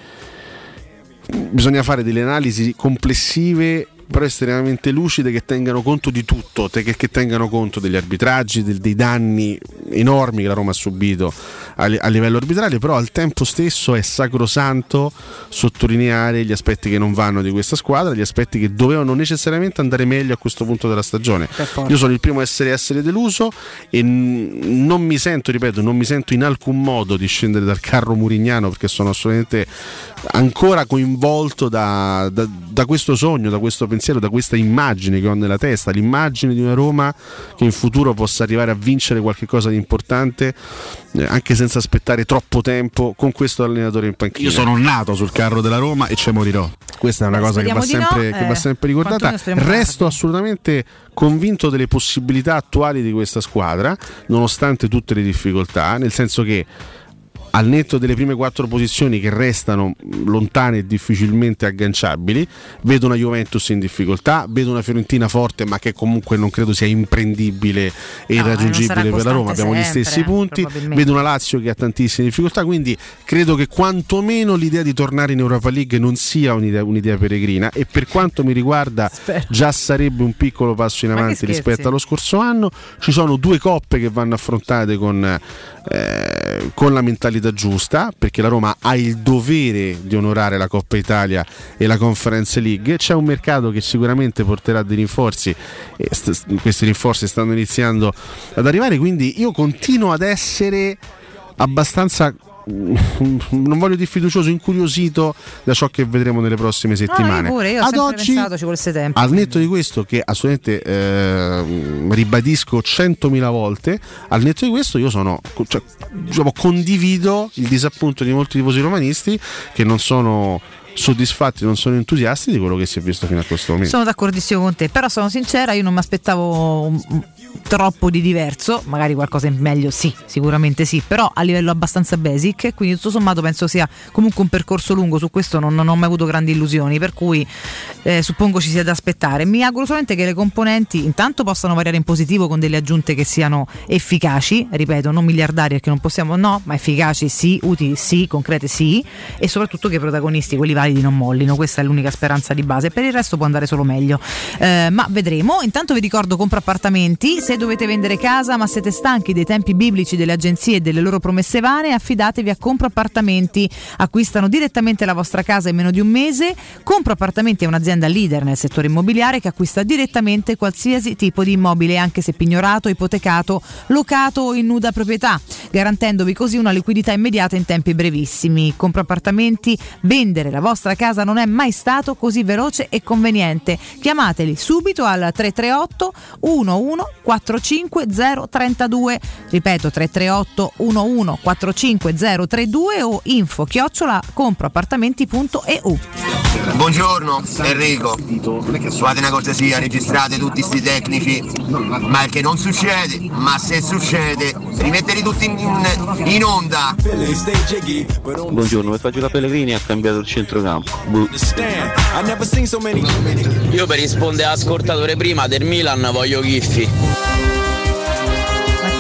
bisogna fare delle analisi complessive, però estremamente lucide, che tengano conto di tutto, che tengano conto degli arbitraggi, dei danni enormi che la Roma ha subito a livello arbitrario, però al tempo stesso è sacrosanto sottolineare gli aspetti che non vanno di questa squadra, gli aspetti che dovevano necessariamente andare meglio a questo punto della stagione. Io sono il primo a essere deluso e non mi sento in alcun modo di scendere dal carro murignano, perché sono assolutamente ancora coinvolto da questo sogno, da questo pensiero, da questa immagine che ho nella testa, l'immagine di una Roma che in futuro possa arrivare a vincere qualche cosa di importante, anche senza aspettare troppo tempo, con questo allenatore in panchina. Io sono nato sul carro della Roma e ci morirò. Questa è una cosa che va sempre ricordata. Resto assolutamente convinto delle possibilità attuali di questa squadra, nonostante tutte le difficoltà, nel senso che al netto delle prime 4 posizioni che restano lontane e difficilmente agganciabili, vedo una Juventus in difficoltà, vedo una Fiorentina forte ma che comunque non credo sia imprendibile e irraggiungibile per la Roma, abbiamo gli stessi punti, vedo una Lazio che ha tantissime difficoltà, quindi credo che quantomeno l'idea di tornare in Europa League non sia un'idea peregrina, e per quanto mi riguarda già sarebbe un piccolo passo in avanti rispetto allo scorso anno. Ci sono 2 coppe che vanno affrontate con la mentalità giusta, perché la Roma ha il dovere di onorare la Coppa Italia e la Conference League. C'è un mercato che sicuramente porterà dei rinforzi e questi rinforzi stanno iniziando ad arrivare, quindi io continuo ad essere abbastanza, non voglio dire fiducioso, incuriosito da ciò che vedremo nelle prossime settimane. Io ad oggi pensato ci volesse tempo, al netto di questo, che assolutamente ribadisco 100.000 volte, al netto di questo io condivido il disappunto di molti tifosi romanisti che non sono soddisfatti, non sono entusiasti di quello che si è visto fino a questo momento. Sono d'accordissimo con te, però sono sincera, io non mi aspettavo troppo di diverso, magari qualcosa in meglio sì, sicuramente sì, però a livello abbastanza basic, quindi tutto sommato penso sia comunque un percorso lungo, su questo non ho mai avuto grandi illusioni, per cui suppongo ci sia da aspettare. Mi auguro solamente che le componenti intanto possano variare in positivo con delle aggiunte che siano efficaci, ripeto, non miliardarie perché non possiamo, no, ma efficaci sì, utili sì, concrete sì, e soprattutto che i protagonisti, quelli validi, non mollino. Questa è l'unica speranza di base, per il resto può andare solo meglio, ma vedremo. Intanto vi ricordo: compra appartamenti. Se dovete vendere casa ma siete stanchi dei tempi biblici delle agenzie e delle loro promesse vane, affidatevi a Compro Appartamenti. Acquistano direttamente la vostra casa in meno di un mese. Compro Appartamenti è un'azienda leader nel settore immobiliare che acquista direttamente qualsiasi tipo di immobile, anche se pignorato, ipotecato, locato o in nuda proprietà, garantendovi così una liquidità immediata in tempi brevissimi. Compro Appartamenti, vendere la vostra casa non è mai stato così veloce e conveniente. Chiamateli subito al 338 11 45 032, ripeto 338 11 45 032 o info@comproappartamenti.eu. Buongiorno Enrico, fate una cortesia, registrate tutti sti tecnici, ma è che non succede, ma se succede rimetterli tutti in onda. Buongiorno, per Fagiola Pellegrini ha cambiato il centrocampo. Io per rispondere all'ascoltatore prima del Milan voglio Giffi.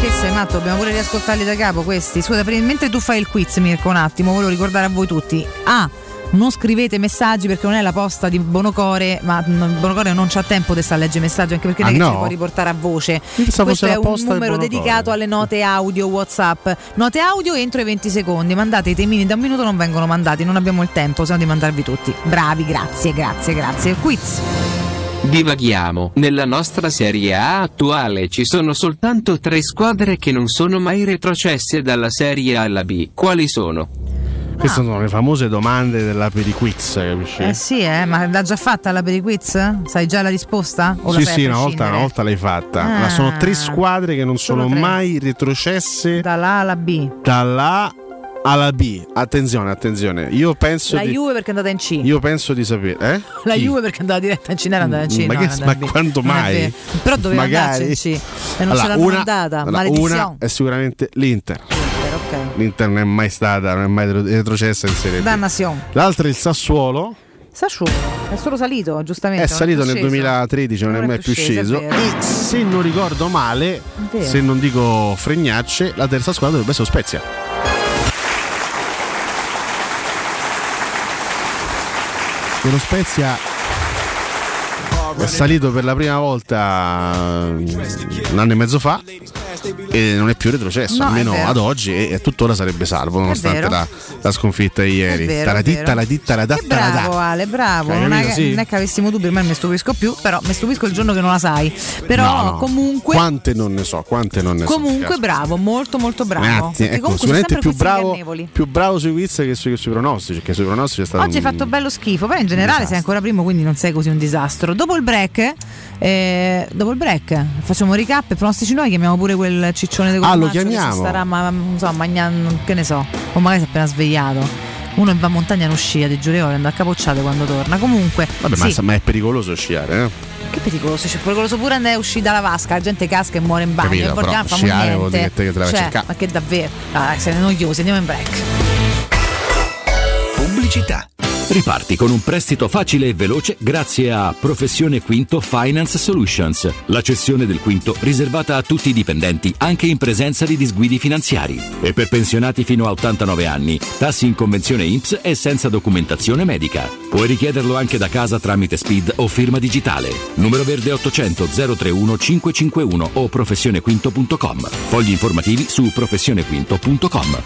Che sei matto? Dobbiamo pure riascoltarli da capo questi. Scusa, mentre tu fai il quiz, Mirko, un attimo, volevo ricordare a voi tutti. Non scrivete messaggi perché non è la posta di Bonocore, ma Bonocore non c'ha tempo di stare a leggere messaggi, anche perché non è che si può riportare a voce. Questo è un numero dedicato alle note audio WhatsApp. Note audio entro i 20 secondi. Mandate i temini da un minuto, non vengono mandati, non abbiamo il tempo, se no di mandarvi tutti. Bravi, grazie. Quiz. Divaghiamo. Nella nostra Serie A attuale ci sono soltanto 3 squadre che non sono mai retrocesse dalla Serie A alla B. Quali sono? Queste sono le famose domande della Periquiz, capisci? Sì, ma l'ha già fatta la Periquiz? Sai già la risposta? O sì, una volta l'hai fatta. Ma sono 3 squadre che non sono mai retrocesse dalla A alla B. Dalla A alla B. Attenzione. Io penso Juve perché è andata in C. Io penso di sapere. La Juve perché è andata diretta in C, non era andata in C. Ma quando mai? Però doveva andarci in C e non ce l'hanno andata. Una è sicuramente l'Inter. Okay. L'Inter non è mai stata, non è mai retrocessa in Serie B. Dannazione. L'altra è il Sassuolo. È solo salito, giustamente. È salito nel 2013, non è mai più sceso. E se non ricordo male, se non dico fregnacce, la terza squadra dovrebbe essere Spezia. Lo Spezia è salito per la prima volta un anno e mezzo fa e non è più retrocesso, almeno ad oggi, e tuttora sarebbe salvo nonostante la sconfitta di ieri. Bravo Ale, bravo. Non è che avessimo dubbi, ormai mi stupisco più, però mi stupisco il giorno che non la sai. Però comunque quante non ne so. Comunque bravo, molto bravo. Sicuramente più bravo sui quiz che sui pronostici, perché sui pronostici è stato oggi hai fatto bello schifo, però in generale sei ancora primo, quindi non sei così un disastro. Dopo il break facciamo un recap e pronostici noi, chiamiamo pure quel ciccione di lo chiamiamo. Che si starà mangiando, che ne so, o magari si è appena svegliato. Uno va in montagna a scia, ti giuro, andare a capocciate quando torna. Comunque ma è pericoloso sciare, Che pericoloso? C'è pericoloso pure andare a uscire dalla vasca, la gente casca e muore in bagno. Capito, però sciare vuol dire che te la vai a cercare. Ma che davvero? Siete noiosi, andiamo in break. Pubblicità. Riparti con un prestito facile e veloce grazie a Professione Quinto Finance Solutions, la cessione del quinto riservata a tutti i dipendenti anche in presenza di disguidi finanziari, e per pensionati fino a 89 anni, tassi in convenzione INPS e senza documentazione medica. Puoi richiederlo anche da casa tramite SPID o firma digitale. Numero verde 800 031 551 o professionequinto.com. Fogli informativi su professionequinto.com.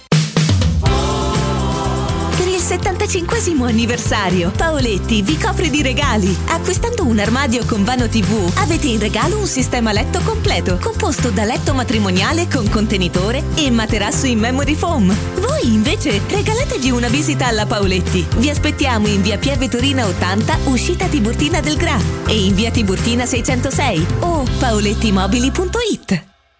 75° anniversario, Paoletti vi copre di regali. Acquistando un armadio con vano TV avete in regalo un sistema letto completo composto da letto matrimoniale con contenitore e materasso in memory foam. Voi invece regalatevi una visita alla Paoletti. Vi aspettiamo in via Pieve Torina 80, uscita Tiburtina del Gra, e in via Tiburtina 606 o paolettimobili.it.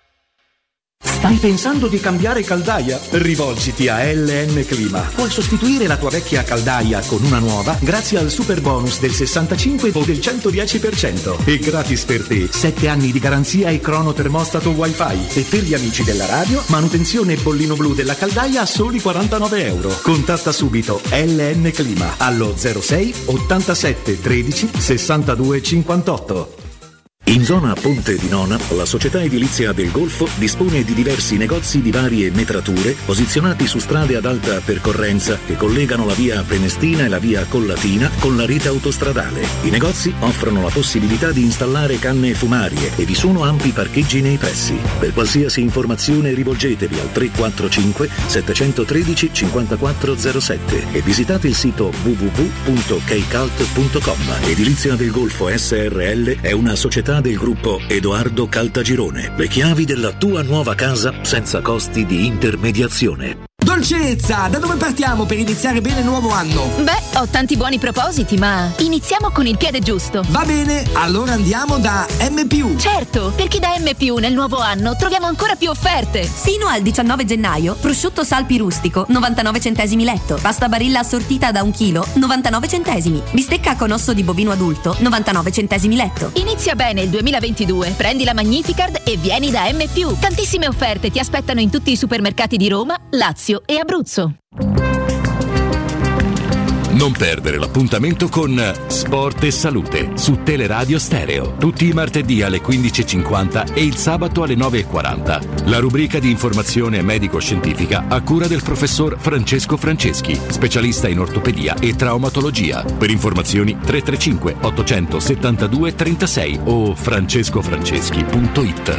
Stai pensando di cambiare caldaia? Rivolgiti a LN Clima. Puoi sostituire la tua vecchia caldaia con una nuova grazie al super bonus del 65 o del 110%. E gratis per te 7 anni di garanzia e cronotermostato wifi. E per gli amici della radio, manutenzione e bollino blu della caldaia a soli €49. Contatta subito LN Clima allo 06 87 13 62 58. In zona Ponte di Nona, la società edilizia del Golfo dispone di diversi negozi di varie metrature posizionati su strade ad alta percorrenza che collegano la via Prenestina e la via Collatina con la rete autostradale. I negozi offrono la possibilità di installare canne fumarie e vi sono ampi parcheggi nei pressi. Per qualsiasi informazione rivolgetevi al 345 713 5407 e visitate il sito www.keicalt.com. Edilizia del Golfo SRL è una società del gruppo Edoardo Caltagirone. Le chiavi della tua nuova casa senza costi di intermediazione. Dolcezza, da dove partiamo per iniziare bene il nuovo anno? Beh, ho tanti buoni propositi, ma iniziamo con il piede giusto. Va bene, allora andiamo da M+. Certo, perché da M+, nel nuovo anno troviamo ancora più offerte. Fino al 19 gennaio, prosciutto Salpi rustico, 99 centesimi letto. Pasta Barilla assortita da 1 chilo, 99 centesimi. Bistecca con osso di bovino adulto, 99 centesimi letto. Inizia bene il 2022, prendi la Magnificard e vieni da M+. Tantissime offerte ti aspettano in tutti i supermercati di Roma, Lazio e Abruzzo. Non perdere l'appuntamento con Sport e Salute su Teleradio Stereo, tutti i martedì alle 15.50 e il sabato alle 9.40. La rubrica di informazione medico-scientifica a cura del professor Francesco Franceschi, specialista in ortopedia e traumatologia. Per informazioni 335 872 36 o francescofranceschi.it.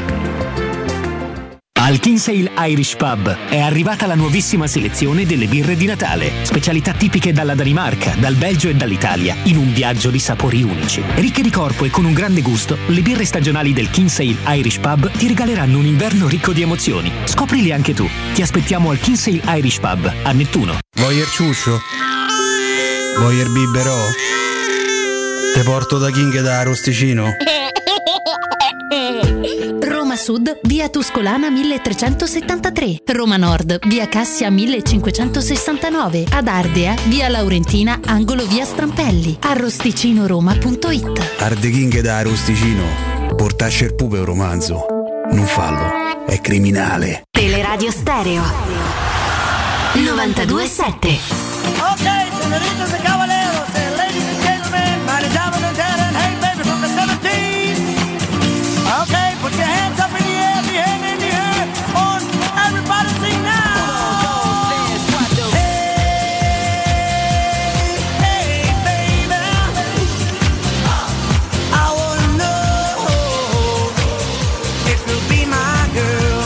Al Kinsale Irish Pub è arrivata la nuovissima selezione delle birre di Natale, specialità tipiche dalla Danimarca, dal Belgio e dall'Italia, in un viaggio di sapori unici. Ricche di corpo e con un grande gusto, le birre stagionali del Kinsale Irish Pub ti regaleranno un inverno ricco di emozioni. Scoprili anche tu. Ti aspettiamo al Kinsale Irish Pub a Nettuno. Voyer ciuscio? Voyer biberò? Te porto da King da Arosticino? Roma Sud, via Tuscolana 1373. Roma Nord, via Cassia 1569. Ad Ardea, via Laurentina, angolo via Strampelli. Arrosticinoroma.it. Arde King da Arosticino. Portasce il pupe un romanzo. Non fallo, è criminale. Teleradio Stereo 92.7. Ok, senoritas e cavalleros, ladies and gentlemen, my damen and herren, hey baby from the 70s. Okay, put your hands up in the air, the hand in the air, on everybody sing now. Hey, hey baby, I wanna know if you'll be my girl.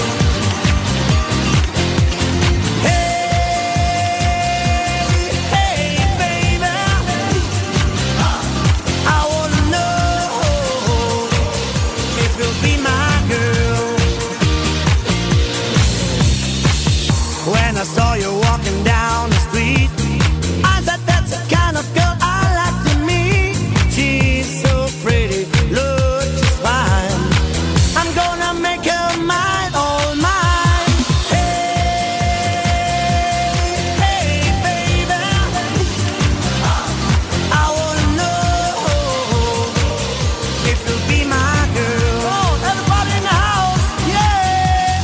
I saw you walking down the street. I said that's the kind of girl I like to meet. She's so pretty, looks just fine. I'm gonna make her mine, all mine. Hey, hey baby, I wanna know if you'll be my girl. Oh, everybody in the house, yeah.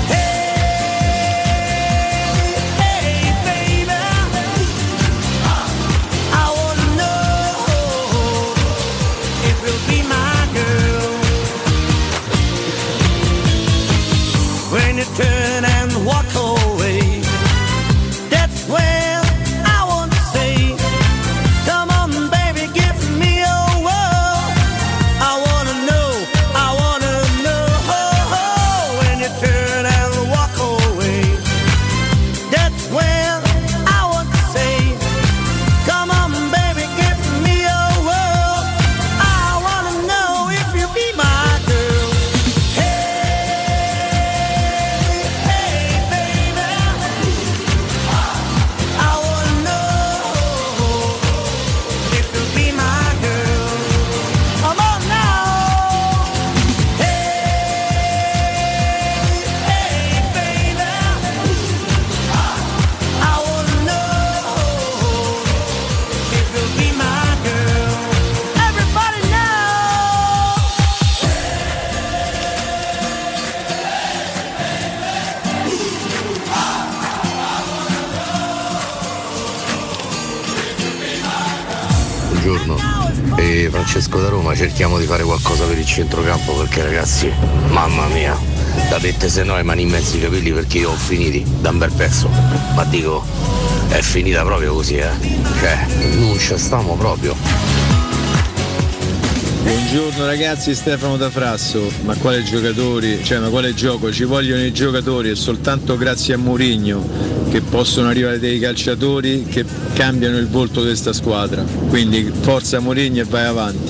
When you turn and walk away, that's when I want to say, come on baby, give me your world. I wanna know, when you turn and walk away, that's when I want to say, come on baby, give me your world. I wanna know if you be my girl. Buongiorno, Francesco da Roma, cerchiamo di fare qualcosa per il centrocampo perché ragazzi, mamma mia, da dette se no hai mani in mezzo ai capelli perché io ho finiti da un bel pezzo, ma dico, è finita proprio così, cioè, non ci stiamo proprio. Buongiorno ragazzi, Stefano da Frasso. Ma quale giocatori, ma quale gioco? Ci vogliono i giocatori, è soltanto grazie a Mourinho che possono arrivare dei calciatori che cambiano il volto di questa squadra. Quindi forza Mourinho e vai avanti.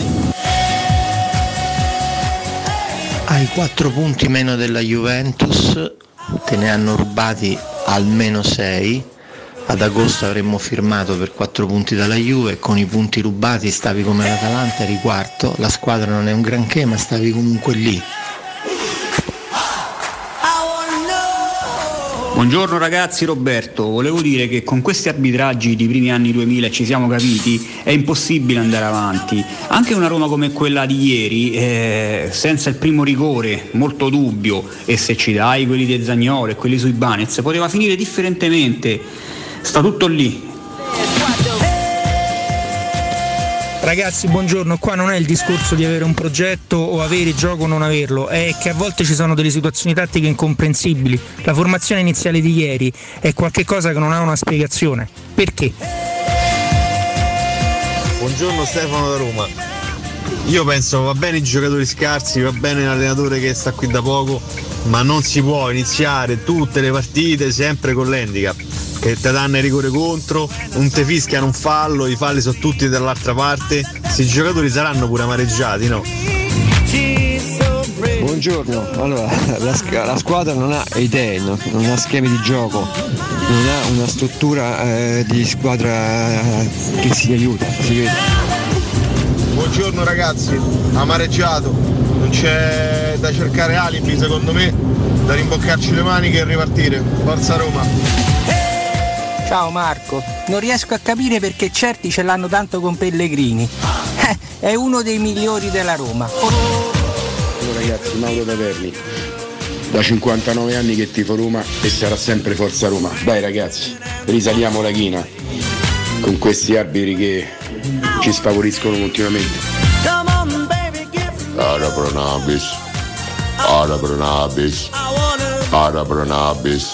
Hai 4 punti meno della Juventus, te ne hanno rubati almeno 6. Ad agosto avremmo firmato per 4 punti dalla Juve e con i punti rubati stavi come l'Atalanta, eri quarto, la squadra non è un granché ma stavi comunque lì. Buongiorno ragazzi, Roberto, volevo dire che con questi arbitraggi di primi anni 2000 ci siamo capiti, è impossibile andare avanti. Anche una Roma come quella di ieri, senza il primo rigore, molto dubbio, e se ci dai quelli di Zaniolo e quelli sui Banez, poteva finire differentemente. Sta tutto lì. Ragazzi, buongiorno, qua non è il discorso di avere un progetto o avere gioco o non averlo, è che a volte ci sono delle situazioni tattiche incomprensibili. La formazione iniziale di ieri è qualcosa che non ha una spiegazione. Perché? Buongiorno Stefano da Roma. Io penso va bene i giocatori scarsi, va bene l'allenatore che sta qui da poco, ma non si può iniziare tutte le partite sempre con l'handicap, che te danno il rigore contro, non te fischiano un fallo, i falli sono tutti dall'altra parte, questi giocatori saranno pure amareggiati, no? Buongiorno, allora la squadra non ha idee, non ha schemi di gioco, non ha una struttura di squadra che si aiuta, si vede. Buongiorno ragazzi, amareggiato, non c'è da cercare alibi secondo me, da rimboccarci le maniche e ripartire. Forza Roma! Ciao Marco, non riesco a capire perché certi ce l'hanno tanto con Pellegrini. È uno dei migliori della Roma. Allora ragazzi, Mauro Taverni, da 59 anni che tifo Roma e sarà sempre Forza Roma. Dai ragazzi, risaliamo la china con questi arbitri che ci sfavoriscono continuamente. Ara Pronabis, Ara Pronabis, Ara Pronabis.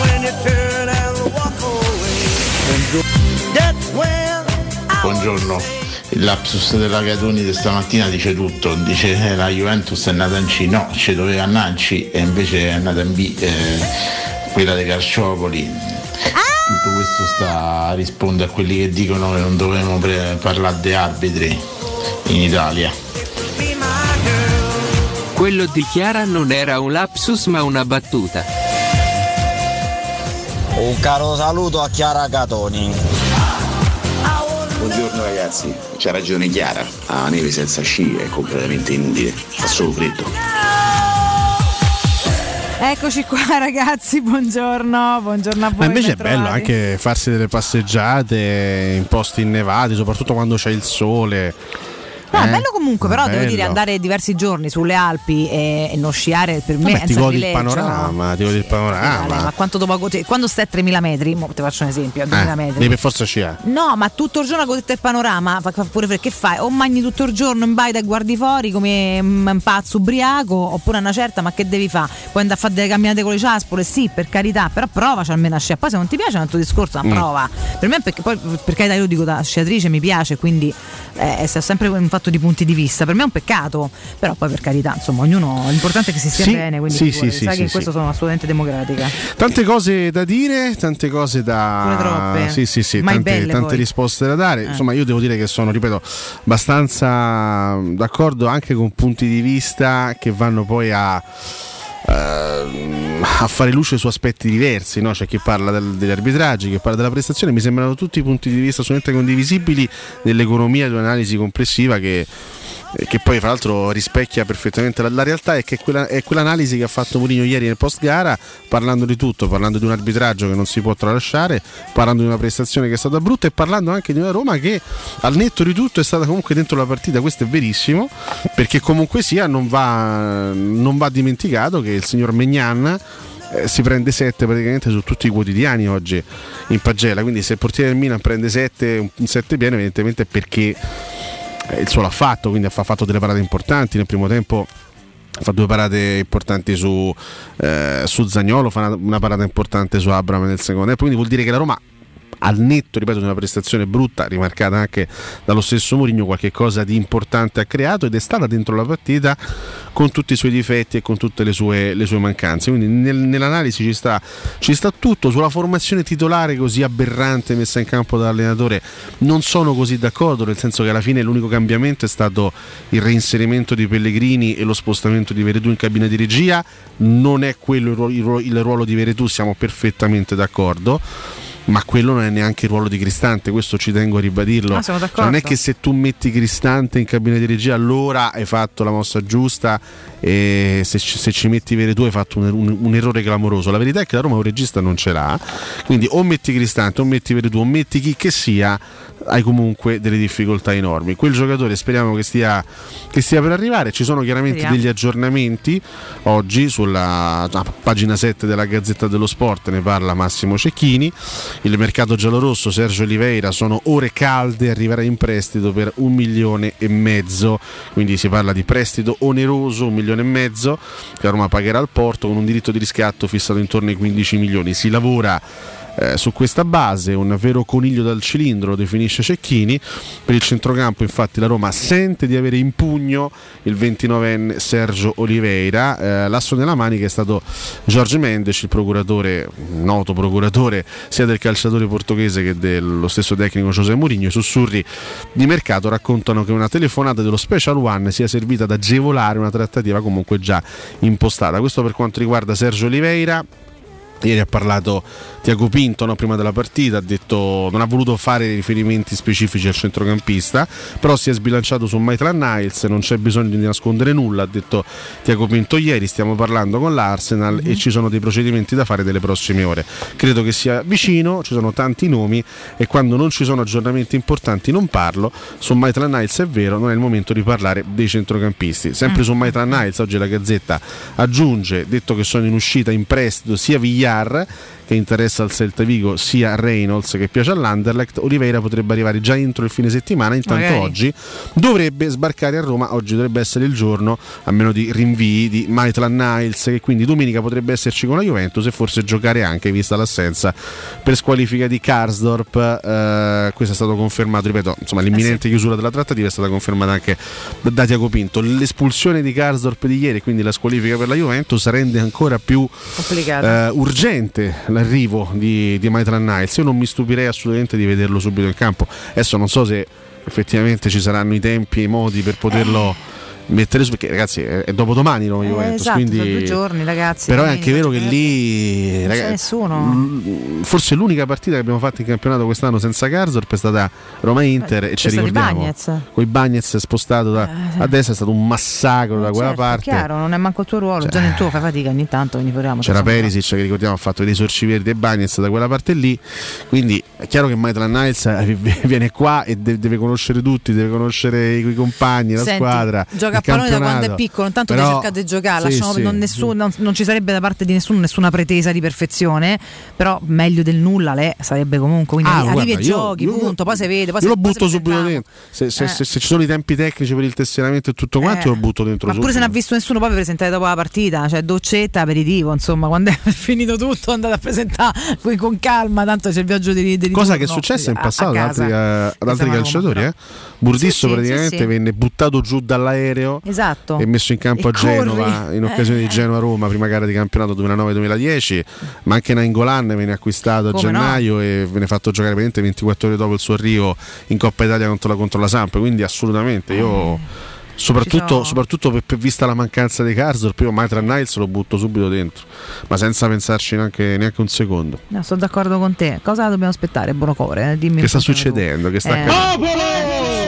Buongiorno, il lapsus della Catoni di stamattina dice tutto, dice la Juventus è nata in C, no, ci doveva andare in C e invece è nata in B, quella dei Calciopoli. Tutto questo sta a rispondere a quelli che dicono che non dovremmo parlare di arbitri in Italia. Quello di Chiara non era un lapsus ma una battuta. Un caro saluto a Chiara Catoni. Buongiorno ragazzi, c'ha ragione Chiara, la neve senza sci è completamente inutile, fa solo freddo. Eccoci qua ragazzi, buongiorno a voi. Ma invece è bello anche farsi delle passeggiate in posti innevati, soprattutto quando c'è il sole. No, è bello comunque, però devo dire, andare diversi giorni sulle Alpi e non sciare per me è un ti godi il panorama, ma quanto dopo quando stai a 3000 metri, ti faccio un esempio, a 2000 metri. Devi per forza sciare. No, ma tutto il giorno a goderti il panorama, fa pure perché fai? O mangi tutto il giorno in baita e guardi fuori come un pazzo ubriaco, oppure a una certa, ma che devi fare? Puoi andare a fare delle camminate con le ciaspole, sì, per carità, però provaci almeno a sciare. Poi se non ti piace è un altro discorso, ma prova. Per me, perché poi per carità io dico da sciatrice mi piace, quindi è sempre un fatto di punti di vista. Per me è un peccato, però poi per carità, insomma, ognuno, l'importante è che si stia bene, quindi sai che in questo sono assolutamente democratica. Tante cose da dire, tante cose da tante risposte da dare. Insomma, io devo dire che sono, ripeto, abbastanza d'accordo anche con punti di vista che vanno poi a fare luce su aspetti diversi, no? C'è chi parla degli arbitraggi, chi parla della prestazione. Mi sembrano tutti punti di vista assolutamente condivisibili nell'economia di un'analisi complessiva che poi fra l'altro rispecchia perfettamente la realtà, e che è quell'analisi che ha fatto Mourinho ieri nel post gara, parlando di tutto, parlando di un arbitraggio che non si può tralasciare, parlando di una prestazione che è stata brutta e parlando anche di una Roma che al netto di tutto è stata comunque dentro la partita. Questo è verissimo, perché comunque sia non va dimenticato che il signor Maignan si prende 7 praticamente su tutti i quotidiani oggi in pagella, quindi se il portiere del Milan prende 7, un 7 pieno, evidentemente è perché il suo l'ha fatto, quindi ha fatto delle parate importanti nel primo tempo, fa 2 parate importanti su Zaniolo, fa una parata importante su Abraham nel secondo tempo, quindi vuol dire che la Roma, al netto, ripeto, di una prestazione brutta rimarcata anche dallo stesso Mourinho, qualche cosa di importante ha creato ed è stata dentro la partita con tutti i suoi difetti e con tutte le sue mancanze. Quindi nell'analisi ci sta tutto. Sulla formazione titolare così aberrante messa in campo dall'allenatore non sono così d'accordo, nel senso che alla fine l'unico cambiamento è stato il reinserimento di Pellegrini e lo spostamento di Veretù in cabina di regia. Non è quello il ruolo di Veretù, siamo perfettamente d'accordo, ma quello non è neanche il ruolo di Cristante, questo ci tengo a ribadirlo. Cioè, non è che se tu metti Cristante in cabina di regia allora hai fatto la mossa giusta, e se ci metti Veretù hai fatto un errore clamoroso. La verità è che la Roma un regista non ce l'ha, quindi o metti Cristante o metti Veretù o metti chi che sia, hai comunque delle difficoltà enormi. Quel giocatore speriamo che stia per arrivare. Ci sono chiaramente degli aggiornamenti oggi sulla pagina 7 della Gazzetta dello Sport, ne parla Massimo Cecchini. Il mercato giallorosso, Sergio Oliveira, sono ore calde, arriverà in prestito per 1,5 milioni, quindi si parla di prestito oneroso, 1,5 milioni che la Roma pagherà al Porto con un diritto di riscatto fissato intorno ai 15 milioni. Si lavora su questa base, un vero coniglio dal cilindro, lo definisce Cecchini. Per il centrocampo infatti la Roma sente di avere in pugno il 29enne Sergio Oliveira. L'asso nella manica è stato Jorge Mendes, il procuratore, noto procuratore sia del calciatore portoghese che dello stesso tecnico José Mourinho. I sussurri di mercato raccontano che una telefonata dello Special One sia servita ad agevolare una trattativa comunque già impostata. Questo per quanto riguarda Sergio Oliveira. Ieri ha parlato Tiago Pinto, no, prima della partita, ha detto non ha voluto fare riferimenti specifici al centrocampista, però si è sbilanciato su Maitland-Niles, non c'è bisogno di nascondere nulla, ha detto Tiago Pinto ieri, stiamo parlando con l'Arsenal e ci sono dei procedimenti da fare delle prossime ore. Credo che sia vicino, ci sono tanti nomi e quando non ci sono aggiornamenti importanti non parlo. Su Maitland-Niles è vero, non è il momento di parlare dei centrocampisti. Sempre su Maitland-Niles oggi la Gazzetta aggiunge, detto che sono in uscita in prestito sia Villar, che interessa al Celta Vigo, sia Reynolds che piace all'Anderlecht. Oliveira potrebbe arrivare già entro il fine settimana, intanto magari oggi dovrebbe sbarcare a Roma, oggi dovrebbe essere il giorno, a meno di rinvii, di Maitland-Niles, che quindi domenica potrebbe esserci con la Juventus e forse giocare anche, vista l'assenza per squalifica di Karsdorp. Questo è stato confermato, ripeto, insomma l'imminente chiusura della trattativa è stata confermata anche da Tiago Pinto. L'espulsione di Karsdorp di ieri, quindi la squalifica per la Juventus, rende ancora più urgente l'arrivo di Maitland-Niles. Io non mi stupirei assolutamente di vederlo subito in campo. Adesso non so se effettivamente ci saranno i tempi e i modi per poterlo mettere su, perché ragazzi è dopodomani la Juventus, esatto, quindi 2 giorni ragazzi. Però è anche vero che lì non c'è nessuno. Forse l'unica partita che abbiamo fatto in campionato quest'anno senza Karsdorp è stata Roma-Inter e ci ricordiamo con i Bagnez spostato a destra, è stato un massacro da quella parte. È chiaro, non è manco il tuo ruolo, già nel tuo fai fatica ogni tanto, quindi c'era Perisic che ricordiamo ha fatto dei sorci verdi e Bagnez da quella parte lì, quindi è chiaro che Maitland-Niles viene qua e deve conoscere tutti, deve conoscere i compagni, la squadra, gioca a pallone da quando è piccolo, intanto però, cerca di giocare, non ci sarebbe da parte di nessuno nessuna pretesa di perfezione, però meglio del nulla sarebbe comunque, quindi arrivi e giochi, punto, poi si vede. Poi io lo butto subito dentro, se ci sono i tempi tecnici per il tesseramento e tutto quanto, lo butto dentro ma subito. Pure se non ha visto nessuno, poi vi presentate dopo la partita, cioè doccetta, aperitivo, insomma, quando è finito tutto andate a presentare poi con calma, tanto c'è il viaggio di cosa che è successo in passato ad altri calciatori, Burdisso praticamente venne buttato giù dall'aereo, esatto, e messo in campo a Genova in occasione di Genoa-Roma, prima gara di campionato 2009-2010, ma anche Nainggolan venne acquistato a gennaio e venne fatto giocare praticamente 24 ore dopo il suo arrivo in Coppa Italia contro la Samp, quindi assolutamente io soprattutto per vista la mancanza di Karsdorp, io Maitland-Niles lo butto subito dentro, ma senza pensarci neanche un secondo. No, sono d'accordo con te. Cosa dobbiamo aspettare, Bonocore? Dimmi che sta succedendo, che sta accadendo.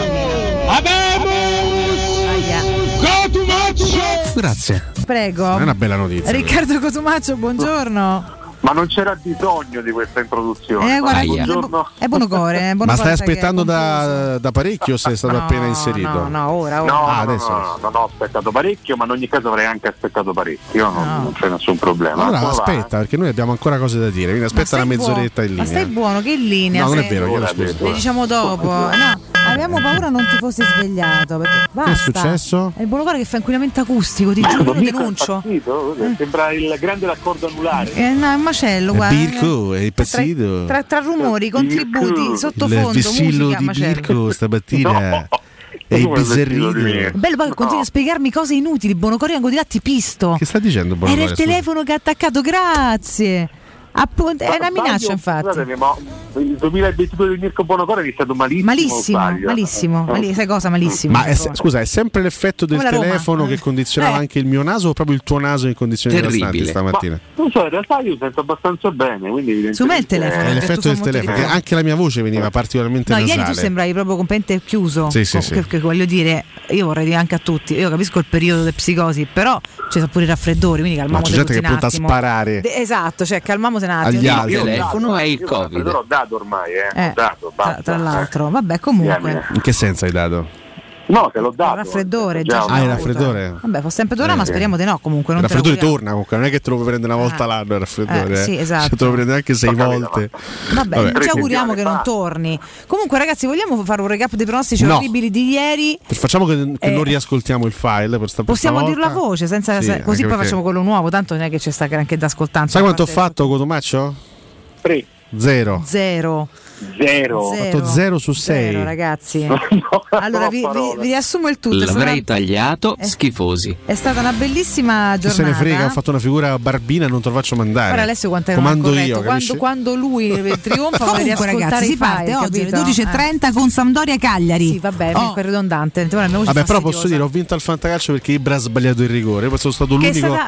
Grazie. Prego. È una bella notizia. Riccardo Cotumaccio, buongiorno. Ma non c'era bisogno di questa introduzione. È Bonocore. Ma stai aspettando da parecchio, sei stato appena inserito? No, ora. Adesso non ho aspettato parecchio, ma in ogni caso avrei anche aspettato parecchio, non c'è nessun problema. Allora aspetta, perché noi abbiamo ancora cose da dire, quindi aspetta una mezz'oretta in linea. Ma stai buono, che in linea? No, non è vero, chiedo scusa. Le diciamo dopo. No, abbiamo paura non ti fossi svegliato, perché basta. Che è successo? È il Bonocore che fa inquinamento acustico, ti giuro, lo denuncio. Sembra il grande raccordo anulare. No, è un macello, guarda. Birko è impazzito. Tra rumori, contributi, sottofondo, il vessillo musica, di Birko stamattina è bizzarrino. Bello, poi continua a spiegarmi cose inutili. Bonocore, vengo di là, ti pisto. Che sta dicendo Bonocore? Era il telefono che ha attaccato, grazie. Appunto, è una minaccia, infatti. Scusatemi, ma il 2022 di Mirko Bonocore è iniziato malissimo. Sai cosa? Malissimo. Ma scusa, è sempre l'effetto del telefono che condizionava anche il mio naso o proprio il tuo naso in condizioni devastanti stamattina? Ma, non so, in realtà io sento abbastanza bene, quindi su me il telefono è l'effetto del telefono, che anche la mia voce veniva particolarmente nasale. Ieri tu sembravi proprio completamente chiuso. Sì. Che voglio dire, io vorrei dire anche a tutti, io capisco il periodo di psicosi, però ci sono pure i raffreddori, quindi calmiamoci tutti un attimo. C'è gente che punta a sparare. Esatto, cioè calmiamoci un attimo. Il telefono è il Covid. Però ho dato ormai, ho dato, basta. Tra l'altro, vabbè, comunque. In che senso hai dato? No, te l'ho dato. Il raffreddore, già. Il raffreddore. Vabbè, può sempre tornare, ma speriamo di no. Comunque, non il raffreddore torna comunque, non è che te lo puoi prendere una volta l'anno il raffreddore. Sì, esatto. Se te lo prendi anche 6 volte. Vabbè, ci auguriamo che non torni. Comunque, ragazzi, vogliamo fare un recap dei pronostici orribili di ieri? Facciamo che non riascoltiamo il file per possiamo dirlo a voce, senza così poi facciamo quello nuovo. Tanto non è che ci sta granché da ascoltare. Sai quanto ho fatto, Cotomaccio? 3. 0. 0 su 6. 0, ragazzi. Allora vi riassumo il tutto. L'avrei tagliato, schifosi. È stata una bellissima giornata. Se ne frega, ho fatto una figura barbina e non te lo faccio mandare. Ora Alessio quanto era comando corretto. io, quando lui trionfa, comunque ragazzi, si parte oggi alle 12:30 con Sampdoria Cagliari. Sì, vabbè, è ridondante. Vabbè, però posso dire, ho vinto al fantacalcio perché Ibra ha sbagliato il rigore. Poi sono stato l'unico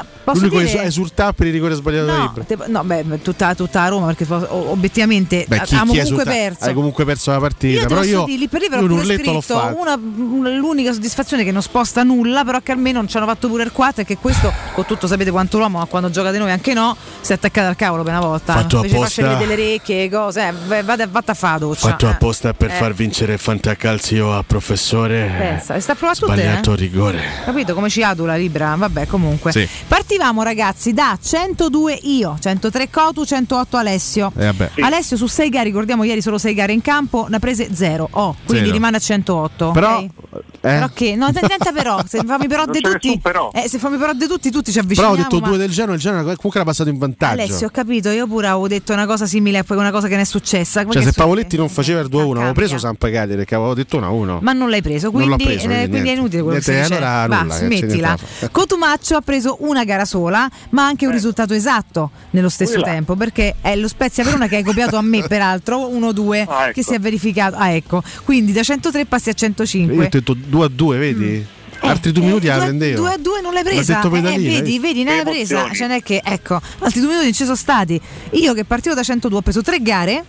a esultare per il rigore sbagliato da Ibra. No, beh, tutta Roma, perché obiettivamente abbiamo comunque perso. Hai comunque perso la partita. Però io un urletto l'ho fatto. L'unica soddisfazione è che non sposta nulla, però che almeno non ci hanno fatto pure il 4 e che questo, con tutto sapete quanto l'uomo, ma quando gioca di noi anche no, si è attaccato al cavolo per una volta. Fatto invece apposta. faccia vedere le orecchie, cose, vatta a fa la doccia. Fatto apposta per far vincere il fantacalcio a professore. Pensa, sta provando tutte, sbagliato rigore. Capito come ci adula Libra? Vabbè, comunque. Sì. Partivamo ragazzi da 102 io, 103 Cotu, 108 Alessio. Alessio su 6 gare, ricordiamo ieri solo 6 gare in campo, ne ha prese 0. Quindi 0. Rimane a 108. Però okay? Però che? No, niente però. Se fammi però de tutti. Se fammi però de tutti ci avviciniamo. Però ho detto 2 del Genoa, il Genoa comunque era passato in vantaggio. Alessio, ho capito, io pure avevo detto una cosa simile a poi una cosa che ne è successa. Cioè se Pavoletti non faceva il 2-1, avevo preso Sampagali perché avevo detto 1-1. Ma non l'hai preso, quindi è inutile quello che si dice. Allora smettila. Cotumaccio ha preso una gara sola, ma anche un risultato esatto nello stesso tempo, perché è lo Spezia Verona che hai copiato a me peraltro 1-2 che si è verificato. Ecco. Quindi da 103 passi a 105. Io ho detto 2-2, vedi? Altri 2 minuti la prendevo. 2-2 non l'hai presa. Vedi, ne hai presa. Cioè non è che, ecco, altri 2 minuti non ci sono stati. Io che partivo da 102 ho preso 3 gare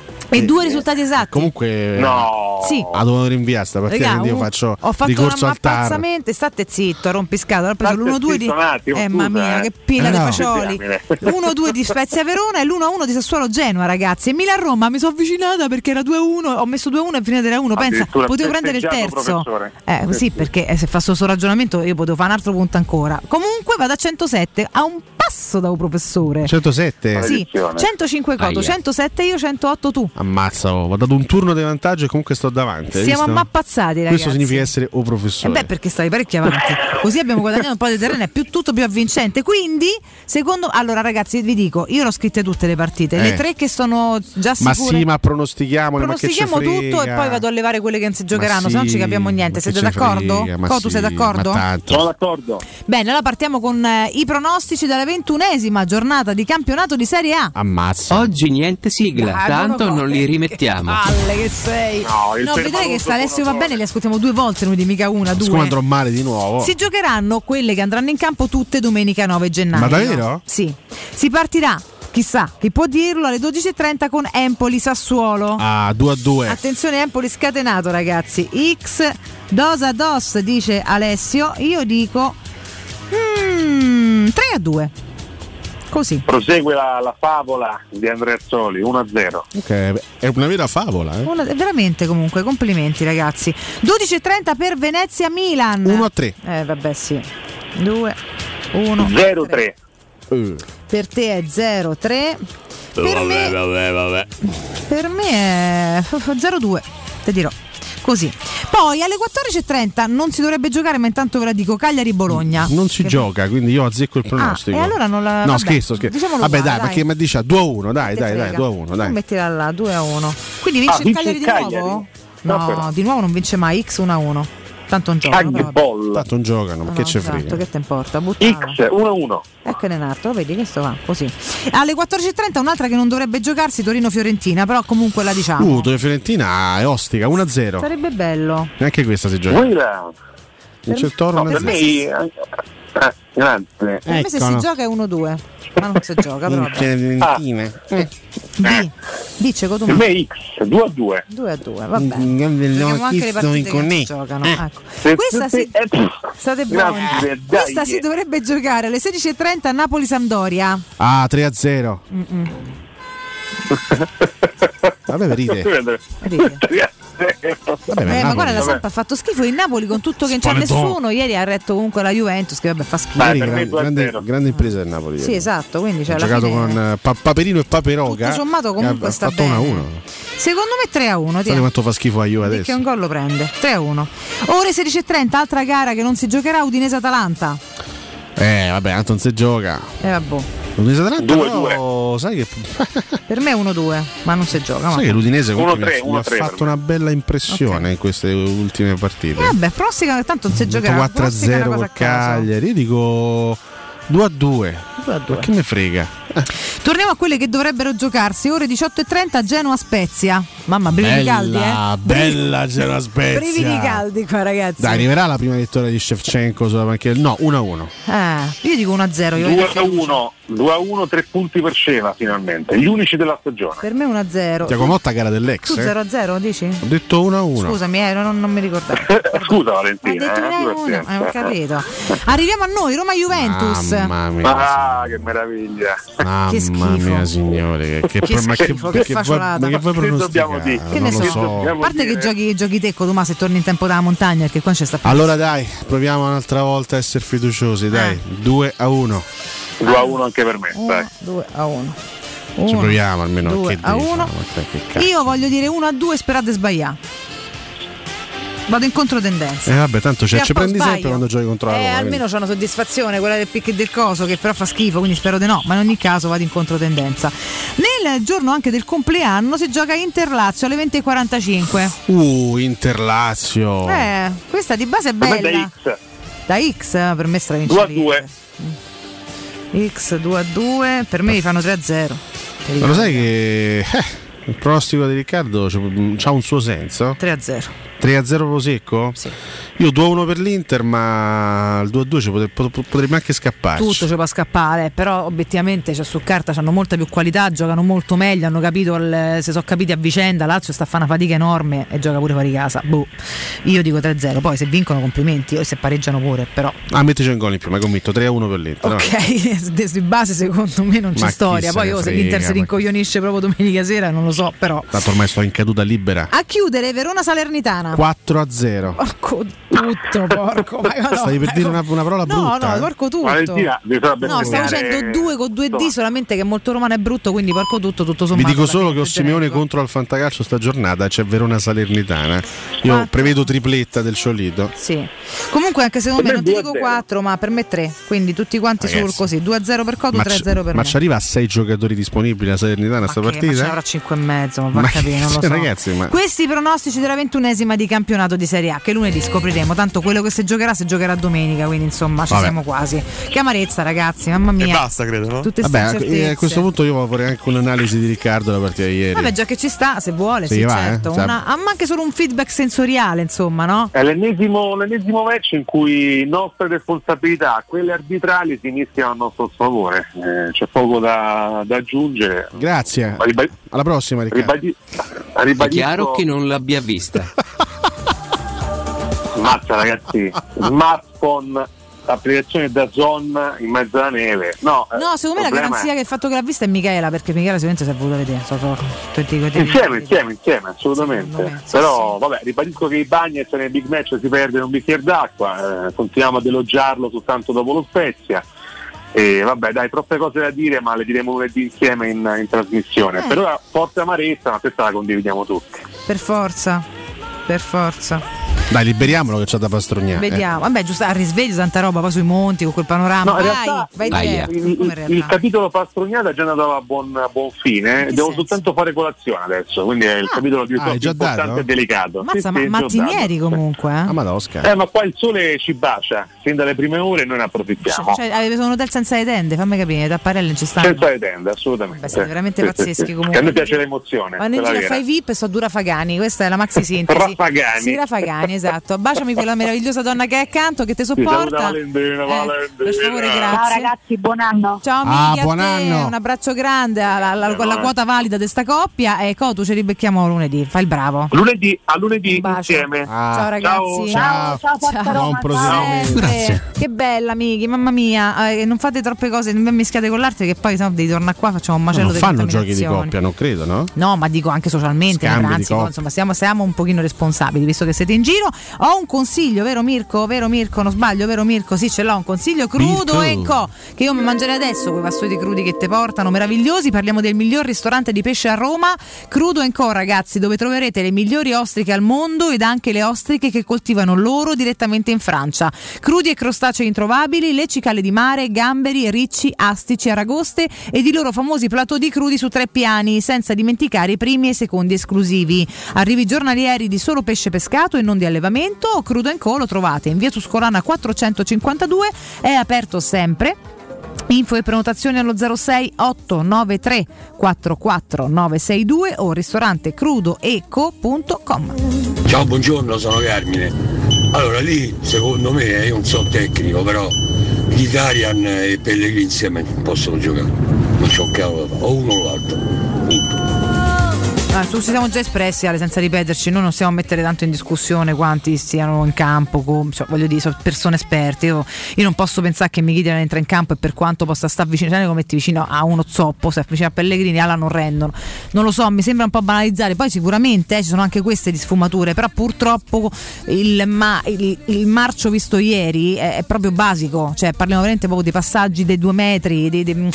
e 2 risultati esatti. Comunque sì. Devo rinviare sta partita, quindi io faccio ricorso al TAR. State zitto, rompiscatola. Ho preso l'1-2 di mamma mia, che pila di fagioli. 1-2 di Spezia Verona e l'1-1 di Sassuolo Genoa, ragazzi. E Milan Roma mi sono avvicinata perché era 2-1, ho messo 2-1 e finita era 1. Pensa, potevo prendere il terzo. Sì, perché se faccio questo ragionamento io potevo fare un altro punto ancora. Comunque vado a 107, a un passo da un professore. 107? Sì, 105 Coto, 107 io, 108 tu. Ammazza, ho dato un turno di vantaggio e comunque sto davanti. Siamo ammappazati, ragazzi. Questo significa essere professore. Perché stavi parecchio avanti. Così abbiamo guadagnato un po' di terreno, è tutto più avvincente. Quindi, allora ragazzi, vi dico, io l'ho scritte tutte le partite, le 3 che sono già sicure. Ma sì, ma pronostichiamo tutto e poi vado a levare quelle che non si giocheranno, se non ci capiamo niente. Siete d'accordo? Tu sei d'accordo? Sono d'accordo. Bene, allora partiamo con i pronostici della 21esima giornata di campionato di Serie A. Ammazza. Oggi niente sigla, tanto non li rimettiamo. Palle che sei. No, vedrai che sta Alessio va bene, li ascoltiamo 2 volte, noi di mica una, 2. Come andrò male di nuovo. Si giocheranno quelle che andranno in campo tutte domenica 9 gennaio. Ma davvero? Sì. Si partirà, chissà, chi può dirlo, alle 12:30 con Empoli Sassuolo. 2-2. Attenzione, Empoli scatenato, ragazzi. X dos dice Alessio, io dico 3-2. Così. Prosegue la favola di Andrea Arzoli, 1-0. Ok, è una vera favola. Veramente, comunque, complimenti ragazzi. 12:30 per Venezia Milan. 1-3. Vabbè, sì. 2-1 0-3. Per te è 0-3. Vabbè. Per me è 0-2. Te dirò. Così. Poi alle 14:30 non si dovrebbe giocare, ma intanto ve la dico, Cagliari-Bologna. Non si gioca, quindi io azzecco il pronostico. E allora non la. No, scherzo. Vabbè, dai, perché mi dice 2-1, dai, 2-1, dai. Mettila là, 2-1. Quindi vince il Cagliari di nuovo? No, di nuovo non vince mai, X 1-1. Tanto non giocano. Ma che ce frega? Che te importa? X 1-1. Ecco Nenarto, vedi, questo va così. Alle 14:30 un'altra che non dovrebbe giocarsi, Torino-Fiorentina, però comunque la diciamo. Torino-Fiorentina è ostica, 1-0. Sarebbe bello. Neanche questa si gioca. Per me Grazie. Per me se si gioca è 1-2, ma non si gioca proprio. Dice tu. Per me X 2-2. 2-2, vabbè. Giochiamo anche le partite che si giocano. Ecco. Questa sì, state buoni. Questa si dovrebbe giocare alle 16:30 a Napoli-Sampdoria. 3-0. Vabbè, ride. Vabbè, ma guarda, la Samp ha fatto schifo. Il Napoli con tutto che non c'è nessuno. Ieri ha retto comunque la Juventus, che vabbè fa schifo. Grande impresa del Napoli. Sì, esatto. Quindi ha giocato con Paperino e Paperoga. Tutto sommato comunque sta bene. 1-1. Secondo me 3-1. Sai quanto fa schifo la Juve adesso? Che un gol lo prende. 3-1. Ore 16:30, altra gara che non si giocherà, Udinese-Atalanta. Vabbè, tanto non si gioca. Vabbè. L'Udinese Atalanta però sai che per me è 1-2, ma non si gioca. Sai che l'Udinese mi ha fatto una bella impressione in queste ultime partite. Vabbè, prossima tanto non si giocherà. 4-0 col Cagliari. Io dico 2-2. Ma che me frega. Torniamo a quelle che dovrebbero giocarsi. Ore 18:30 Genoa-Spezia. Mamma, brividi caldi, bella Genoa-Spezia. Brividi caldi qua, ragazzi. Dai, arriverà la prima vittoria di Shevchenko sulla panchina? No, 1-1. Io dico 1-0. 2-1, 3 punti per Scena finalmente. Gli unici della stagione. Per me 1-0. Tiago Motta gara dell'ex. Tu 0-0 dici? Ho detto 1-1. Scusami, non mi ricordavo. Scusa Valentina. Ho capito. Arriviamo a noi, Roma-Juventus. Mamma mia. Che meraviglia. Mamma mia signore, che vuoi pronosticare? Che ne so. A parte che giochi te, Codumà, se torni in tempo dalla montagna, perché qua c'è sta. Allora dai, proviamo un'altra volta a essere fiduciosi, dai. 2-1. 2-1 anche per me, dai. 2-1. Ci proviamo almeno 2-1. Io voglio dire 1-2, sperate sbagliare. Vado in controtendenza. Vabbè, tanto ci prendi sbaglio. Sempre quando giochi contro la Roma. Almeno c'è una soddisfazione, quella del pick e del coso, che però fa schifo, quindi spero di no, ma in ogni caso vado in controtendenza. Nel giorno anche del compleanno si gioca Inter-Lazio alle 20:45. Inter-Lazio. Questa di base è bella. Da X per me stravince 2-2. X 2-2, per me li fanno 3-0. Ma lo sai che il pronostico di Riccardo c'ha un suo senso? 3-0. 3-0 proprio secco? Sì. Io 2-1 per l'Inter, ma il 2-2 potrebbe anche scapparci. Tutto ci può scappare, però obiettivamente su carta hanno molta più qualità, giocano molto meglio, hanno capito si sono capiti a vicenda. Lazio sta a fare una fatica enorme e gioca pure fuori casa. Io dico 3-0, poi se vincono complimenti, o se pareggiano pure, però. Metteci un gol in più, ma hai convinto 3-1 per l'Inter. Ok, di base secondo me non c'è storia. Poi se l'Inter si rincoglionisce proprio domenica sera non lo so, però. Tanto ormai sto in caduta libera. A chiudere Verona-Salernitana. 4-0. Porco tutto, porco. Stavi per dire una parola brutta? No, porco tutto. No, stavo facendo 2 con 2D, solamente che molto romano è brutto, quindi porco tutto sommato. Vi dico solo che ho Simeone contro al Fantacalcio sta giornata, c'è Verona-Salernitana. Io prevedo tripletta del Ciolito. Sì. Comunque anche secondo me non ti dico 4, ma per me 3. Quindi tutti quanti sul così, 2-0 per Codu, 3-0 per me. Ma ci arriva a 6 giocatori disponibili la Salernitana sta partita? Ma ce n'avrà 5,5, ma va a capire, non lo so. Ragazzi, questi pronostici della 21esima di campionato di Serie A, che lunedì scopriremo, tanto quello che si giocherà domenica, quindi insomma ci siamo quasi. Che amarezza, ragazzi, mamma mia. E basta, credo, no? Tutte a questo punto io vorrei anche un'analisi di Riccardo della partita di ieri. Vabbè, già che ci sta, se vuole, sì, certo. Ma anche solo un feedback sensoriale, insomma, no? È l'ennesimo match in cui nostre responsabilità, quelle arbitrali, si mischiano a nostro sfavore. C'è poco da aggiungere. Grazie. Alla prossima, Riccardo. È chiaro che non l'abbia vista. Mazza, ragazzi, smartphone, applicazione da Zone in mezzo alla neve. No, secondo me la garanzia che il fatto che l'ha vista è Michela, perché Michela sicuramente si è voluto vedere. Insieme, assolutamente. Però vabbè, ribadisco che i Bagnets nel big match si perdono un bicchiere d'acqua, continuiamo ad elogiarlo soltanto dopo lo Spezia. E vabbè, dai, troppe cose da dire, ma le diremo lunedì insieme in trasmissione. Per ora forte amarezza, ma questa la condividiamo tutti. Per forza. Dai, liberiamolo che c'ha da pastrugnare. Vediamo. Vabbè, giusto, a risveglio tanta roba, poi sui monti con quel panorama. No, in realtà, il capitolo pastrugnata è già andato a buon fine. Devo soltanto fare colazione adesso, quindi è il capitolo più importante e delicato. Mazza, ma mattinieri comunque, ma qua il sole ci bacia fin dalle prime ore e noi ne approfittiamo. Cioè, avete un hotel senza le tende, fammi capire, tapparelle ci stanno. Senza le tende, assolutamente. Siete veramente pazzeschi comunque. Che a noi piace l'emozione. Ma nel giro fai VIP e so dura Fagani, questa è la maxi sintesi. Rafagani. Sì, Rafagani, Esatto, baciami quella meravigliosa donna che è accanto, che ti sopporta. Valentina. Per favore, grazie. Ciao ragazzi, buon anno. Ciao Miki, buon a te, anno. un abbraccio grande alla quota valida di sta coppia e tu ci ribecchiamo lunedì, fai il bravo. A lunedì insieme. Ciao ragazzi. Ciao, Buon proseguimento. Grazie. Che bella Miki, mamma mia, non fate troppe cose, non mi mischiate con l'arte che poi devi tornare qua, facciamo un macello Non di fanno giochi di contaminazioni. coppia, non credo, no? No, ma dico anche socialmente, Scambi di anzi, coppia. insomma, siamo un pochino responsabili visto che siete in giro. Ho un consiglio, vero Mirko? Non sbaglio, vero Mirko? Sì, ce l'ho un consiglio Crudo Mirko. Co, che io mi mangerei adesso, quei vassoiti crudi che te portano, meravigliosi. Parliamo del miglior ristorante di pesce a Roma, Crudo Co, ragazzi, dove troverete le migliori ostriche al mondo ed anche le ostriche che coltivano loro direttamente in Francia. Crudi e crostacei introvabili, le cicale di mare, gamberi, ricci, astici, aragoste ed i loro famosi plateau di crudi su 3 piani, senza dimenticare i primi e secondi esclusivi. Arrivi giornalieri di solo pesce pescato e non di allevamento. Crudo Co lo trovate in via Tuscolana 452, è aperto sempre. Info e prenotazioni allo 06 893 44 962 o ristorante crudoeco.com. Ciao, buongiorno, sono Carmine. Allora lì secondo me, io non sono tecnico, però gli Italian e Pellegrini insieme non possono giocare, non c'ho un cavolo da fare, o uno o l'altro. Ci siamo già espressi, Ale, senza ripeterci, noi non stiamo a mettere tanto in discussione quanti stiano in campo, voglio dire, sono persone esperte. Io non posso pensare che Mkhitaryan entra in campo e per quanto possa stare vicino, cioè come metti vicino a uno zoppo, se vicino a Pellegrini, Ala non rendono. Non lo so, mi sembra un po' banalizzare. Poi sicuramente ci sono anche queste di sfumature, però purtroppo il marcio visto ieri è proprio basico, cioè parliamo veramente proprio dei passaggi dei 2 metri,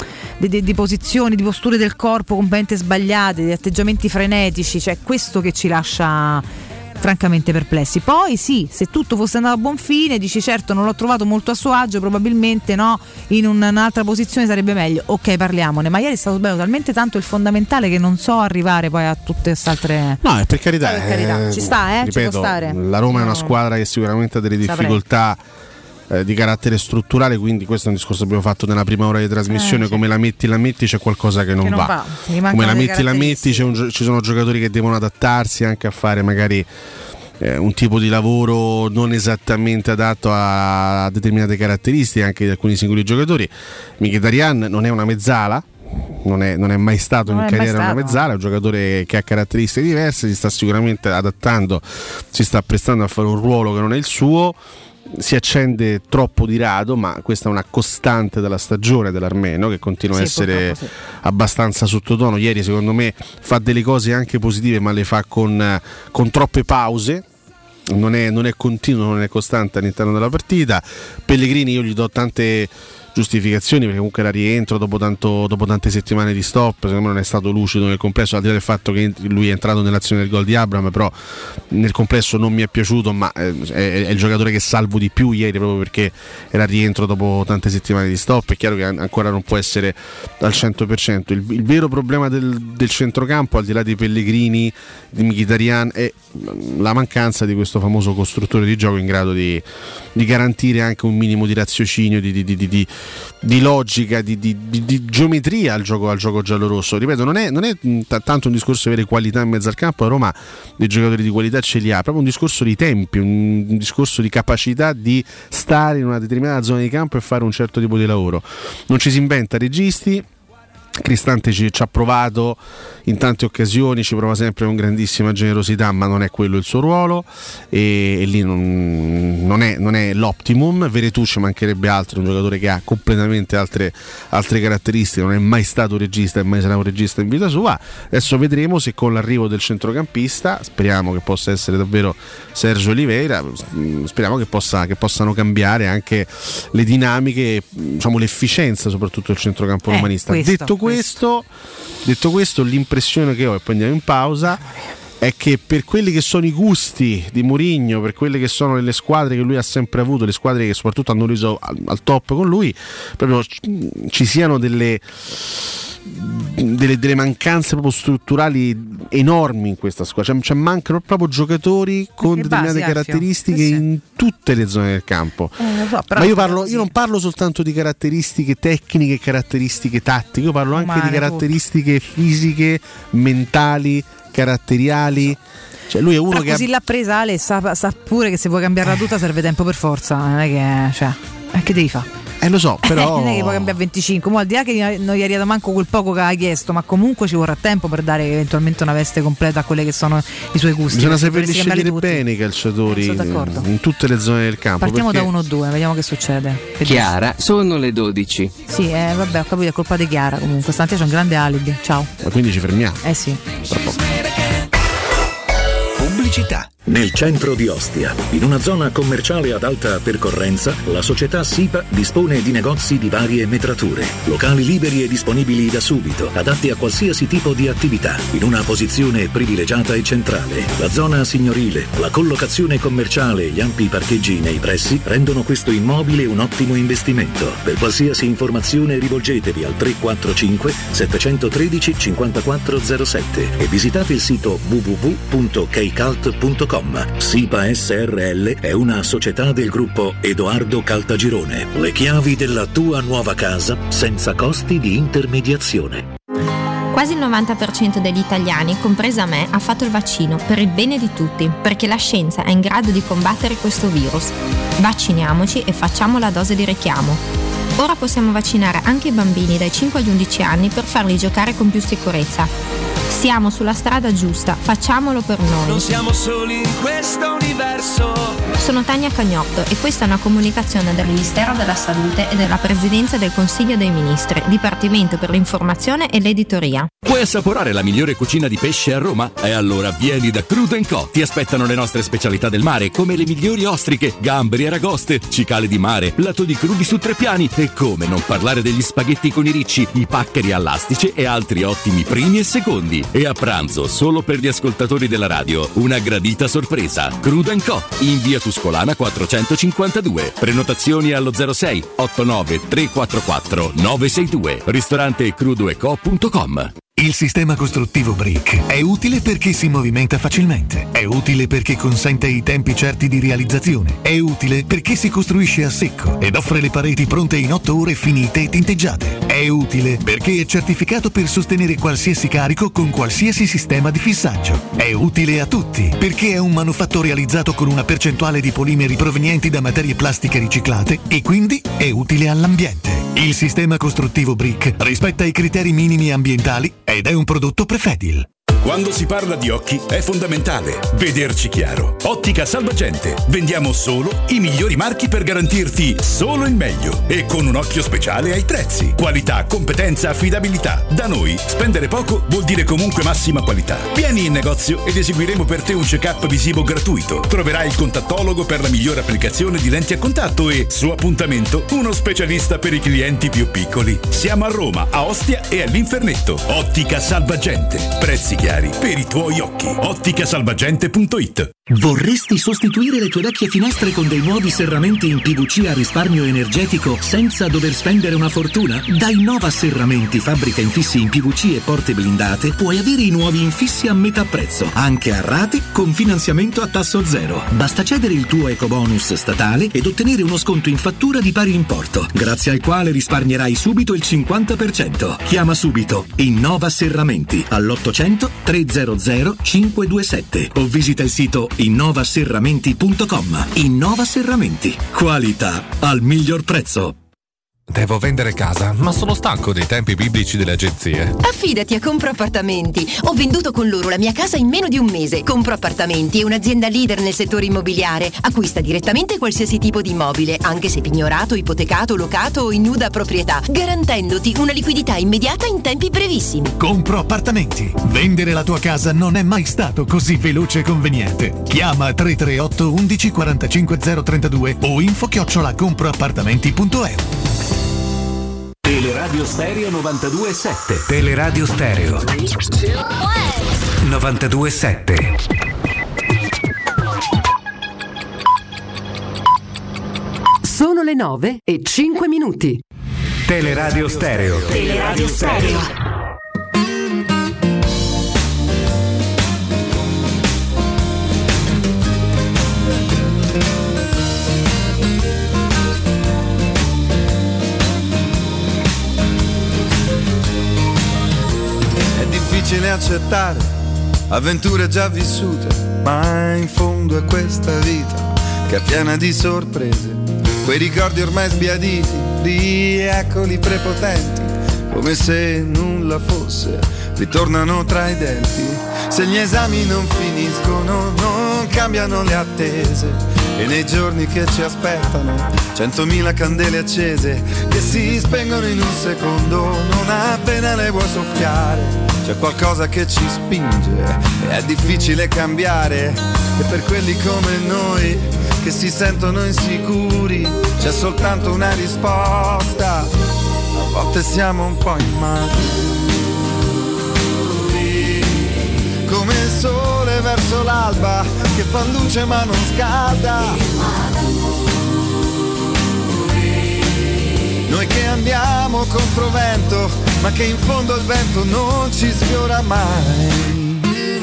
di posizioni, di posture del corpo completamente sbagliate, di atteggiamenti frenetici, cioè questo che ci lascia francamente perplessi. Poi sì, se tutto fosse andato a buon fine, dici certo non l'ho trovato molto a suo agio, probabilmente no, in un'altra posizione sarebbe meglio, ok, parliamone, ma ieri è stato bello talmente tanto il fondamentale che non so arrivare poi a tutte queste altre. No, per carità, ci sta, ripeto, ci può stare. La Roma è una squadra che sicuramente ha delle difficoltà di carattere strutturale, quindi questo è un discorso che abbiamo fatto nella prima ora di trasmissione. Sì. Come la metti c'è qualcosa che non va. Come la metti ci sono giocatori che devono adattarsi anche a fare magari un tipo di lavoro non esattamente adatto a determinate caratteristiche anche di alcuni singoli giocatori. Mkhitaryan non è una mezzala, non è mai stato in carriera una mezzala, è un giocatore che ha caratteristiche diverse, si sta sicuramente adattando, si sta prestando a fare un ruolo che non è il suo. Si accende troppo di rado, ma questa è una costante della stagione dell'armeno, che continua a essere abbastanza sottotono. Ieri secondo me fa delle cose anche positive, ma le fa con troppe pause. Non è continuo, non è costante all'interno della partita. Pellegrini io gli do tante giustificazioni, perché comunque era rientro dopo tante settimane di stop, secondo me non è stato lucido nel complesso, al di là del fatto che lui è entrato nell'azione del gol di Abraham, però nel complesso non mi è piaciuto, ma è il giocatore che salvo di più ieri, proprio perché era rientro dopo tante settimane di stop. È chiaro che ancora non può essere al 100%. Il vero problema del centrocampo, al di là di Pellegrini, di Mkhitaryan, è la mancanza di questo famoso costruttore di gioco in grado di garantire anche un minimo di raziocinio, di logica, di geometria al gioco giallorosso. Ripeto, non è tanto un discorso di avere qualità in mezzo al campo. A Roma dei giocatori di qualità ce li ha, proprio un discorso di tempi, un discorso di capacità di stare in una determinata zona di campo e fare un certo tipo di lavoro. Non ci si inventa registi. Cristante ci ha provato in tante occasioni, ci prova sempre con grandissima generosità, ma non è quello il suo ruolo, e lì non è l'optimum. Veretù ci mancherebbe altro, un giocatore che ha completamente altre caratteristiche, non è mai stato regista e mai sarà un regista in vita sua. Adesso vedremo se con l'arrivo del centrocampista, speriamo che possa essere davvero Sergio Oliveira, speriamo che possano cambiare anche le dinamiche, diciamo l'efficienza soprattutto del centrocampo romanista. Detto questo, l'impressione che ho, e poi andiamo in pausa, è che per quelli che sono i gusti di Mourinho, per quelle che sono le squadre che lui ha sempre avuto, le squadre che soprattutto hanno reso al top con lui, proprio ci siano delle mancanze proprio strutturali enormi in questa squadra, cioè mancano proprio giocatori con determinate caratteristiche in tutte le zone del campo. Ma io non parlo soltanto di caratteristiche tecniche e caratteristiche tattiche, io parlo anche di caratteristiche fisiche, mentali, caratteriali. Cioè lui è uno che così l'ha presa Ale, sa pure che se vuoi cambiare la tuta serve tempo per forza, non è che, cioè, che devi fare? Lo so, però non è che puoi cambiare 25, mo al di là che non gli è arrivato manco quel poco che ha chiesto, ma comunque ci vorrà tempo per dare eventualmente una veste completa a quelle che sono i suoi gusti. Bisogna saperli scegliere bene i calciatori in tutte le zone del campo. Partiamo da 1-2, vediamo che succede. Chiara, sono le 12. Sì, vabbè, ho capito, è colpa di Chiara comunque, stamattina c'è un grande alibi. Ciao. Ma quindi ci fermiamo? Sì. Pubblicità. Nel centro di Ostia, in una zona commerciale ad alta percorrenza, la società SIPA dispone di negozi di varie metrature, locali liberi e disponibili da subito, adatti a qualsiasi tipo di attività, in una posizione privilegiata e centrale. La zona signorile, la collocazione commerciale e gli ampi parcheggi nei pressi rendono questo immobile un ottimo investimento. Per qualsiasi informazione rivolgetevi al 345 713 5407 e visitate il sito www.keicalt.com. SIPA SRL è una società del gruppo Edoardo Caltagirone. Le chiavi della tua nuova casa senza costi di intermediazione. Quasi il 90% degli italiani, compresa me, ha fatto il vaccino per il bene di tutti, perché la scienza è in grado di combattere questo virus. Vacciniamoci e facciamo la dose di richiamo. Ora possiamo vaccinare anche i bambini dai 5 agli 11 anni per farli giocare con più sicurezza. Siamo sulla strada giusta, facciamolo per noi. Non siamo soli in questo universo. Sono Tania Cagnotto e questa è una comunicazione del Ministero della Salute e della Presidenza del Consiglio dei Ministri, Dipartimento per l'informazione e l'editoria. Vuoi assaporare la migliore cucina di pesce a Roma? E allora vieni da Crudo & Co. Ti aspettano le nostre specialità del mare, come le migliori ostriche, gamberi e aragoste, cicale di mare, piatto di crudi su 3 piani e come non parlare degli spaghetti con i ricci, i paccheri all'astice e altri ottimi primi e secondi. E a pranzo, solo per gli ascoltatori della radio, una gradita sorpresa. Crudo & Co. in via Tuscolana 452. Prenotazioni allo 06 89 344 962. Ristorante crudoeco.com. Il sistema costruttivo Brick è utile perché si movimenta facilmente, è utile perché consente i tempi certi di realizzazione, è utile perché si costruisce a secco ed offre le pareti pronte in 8 ore finite e tinteggiate, è utile perché è certificato per sostenere qualsiasi carico con qualsiasi sistema di fissaggio, è utile a tutti perché è un manufatto realizzato con una percentuale di polimeri provenienti da materie plastiche riciclate e quindi è utile all'ambiente. Il sistema costruttivo Brick rispetta i criteri minimi ambientali ed è un prodotto Prefedil. Quando si parla di occhi è fondamentale vederci chiaro. Ottica Salvagente. Vendiamo solo i migliori marchi per garantirti solo il meglio e con un occhio speciale ai prezzi. Qualità, competenza, affidabilità. Da noi spendere poco vuol dire comunque massima qualità. Vieni in negozio ed eseguiremo per te un check-up visivo gratuito. Troverai il contattologo per la migliore applicazione di lenti a contatto e, su appuntamento, uno specialista per i clienti più piccoli. Siamo a Roma, a Ostia e all'Infernetto. Ottica Salvagente. Prezzi chiari per i tuoi occhi. Otticasalvagente.it. Vorresti sostituire le tue vecchie finestre con dei nuovi serramenti in PVC a risparmio energetico senza dover spendere una fortuna? Da Innova Serramenti, fabbrica infissi in PVC e porte blindate, puoi avere i nuovi infissi a metà prezzo, anche a rate con finanziamento a tasso zero. Basta cedere il tuo ecobonus statale ed ottenere uno sconto in fattura di pari importo, grazie al quale risparmierai subito il 50%. Chiama subito Innova Serramenti all'800 300 527 o visita il sito innovaserramenti.com. Innova Serramenti. Qualità al miglior prezzo. Devo vendere casa, ma sono stanco dei tempi biblici delle agenzie. Affidati a Compro Appartamenti. Ho venduto con loro la mia casa in meno di un mese. Compro Appartamenti è un'azienda leader nel settore immobiliare. Acquista direttamente qualsiasi tipo di immobile, anche se pignorato, ipotecato, locato o in nuda proprietà, garantendoti una liquidità immediata in tempi brevissimi. Compro Appartamenti. Vendere la tua casa non è mai stato così veloce e conveniente. Chiama 338 11 45 032 o info@comproappartamenti.eu. Teleradio Stereo 92.7. Teleradio Stereo 92.7. Sono le 9:05. Teleradio Stereo. Teleradio Stereo. È difficile accettare avventure già vissute, ma in fondo è questa vita che è piena di sorprese, quei ricordi ormai sbiaditi, rieccoli prepotenti, come se nulla fosse, ritornano tra i denti. Se gli esami non finiscono, non cambiano le attese, e nei giorni che ci aspettano 100.000 candele accese che si spengono in un secondo, non appena le vuoi soffiare. C'è qualcosa che ci spinge e è difficile cambiare, e per quelli come noi che si sentono insicuri c'è soltanto una risposta: a volte siamo un po' immaturi, come il sole verso l'alba che fa luce ma non scalda. Noi che andiamo contro vento, ma che in fondo il vento non ci sfiora mai.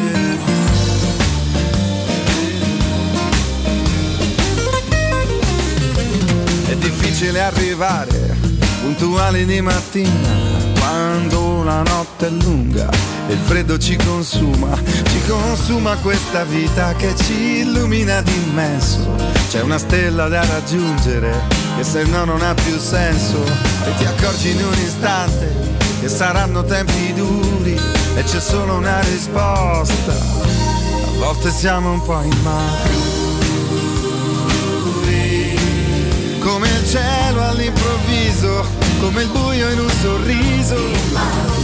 È difficile arrivare puntuali di mattina quando la notte è lunga e il freddo ci consuma questa vita che ci illumina d'immenso. C'è una stella da raggiungere che se no non ha più senso, e ti accorgi in un istante che saranno tempi duri e c'è solo una risposta: a volte siamo un po' immaturi, come il cielo all'improvviso, come il buio in un sorriso.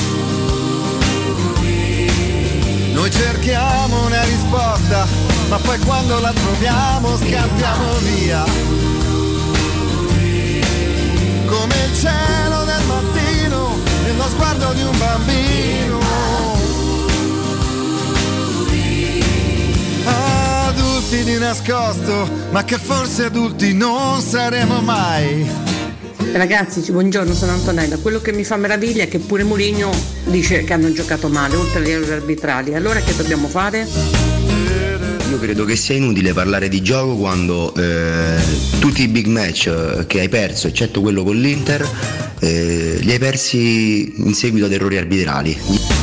Noi cerchiamo una risposta, ma poi quando la troviamo scappiamo via, come il cielo del mattino nello sguardo di un bambino. Adulti di nascosto, ma che forse adulti non saremo mai. Ragazzi, buongiorno, sono Antonella. Quello che mi fa meraviglia è che pure Mourinho dice che hanno giocato male, oltre agli errori arbitrali. Allora che dobbiamo fare? Io credo che sia inutile parlare di gioco quando tutti i big match che hai perso, eccetto quello con l'Inter, li hai persi in seguito ad errori arbitrali.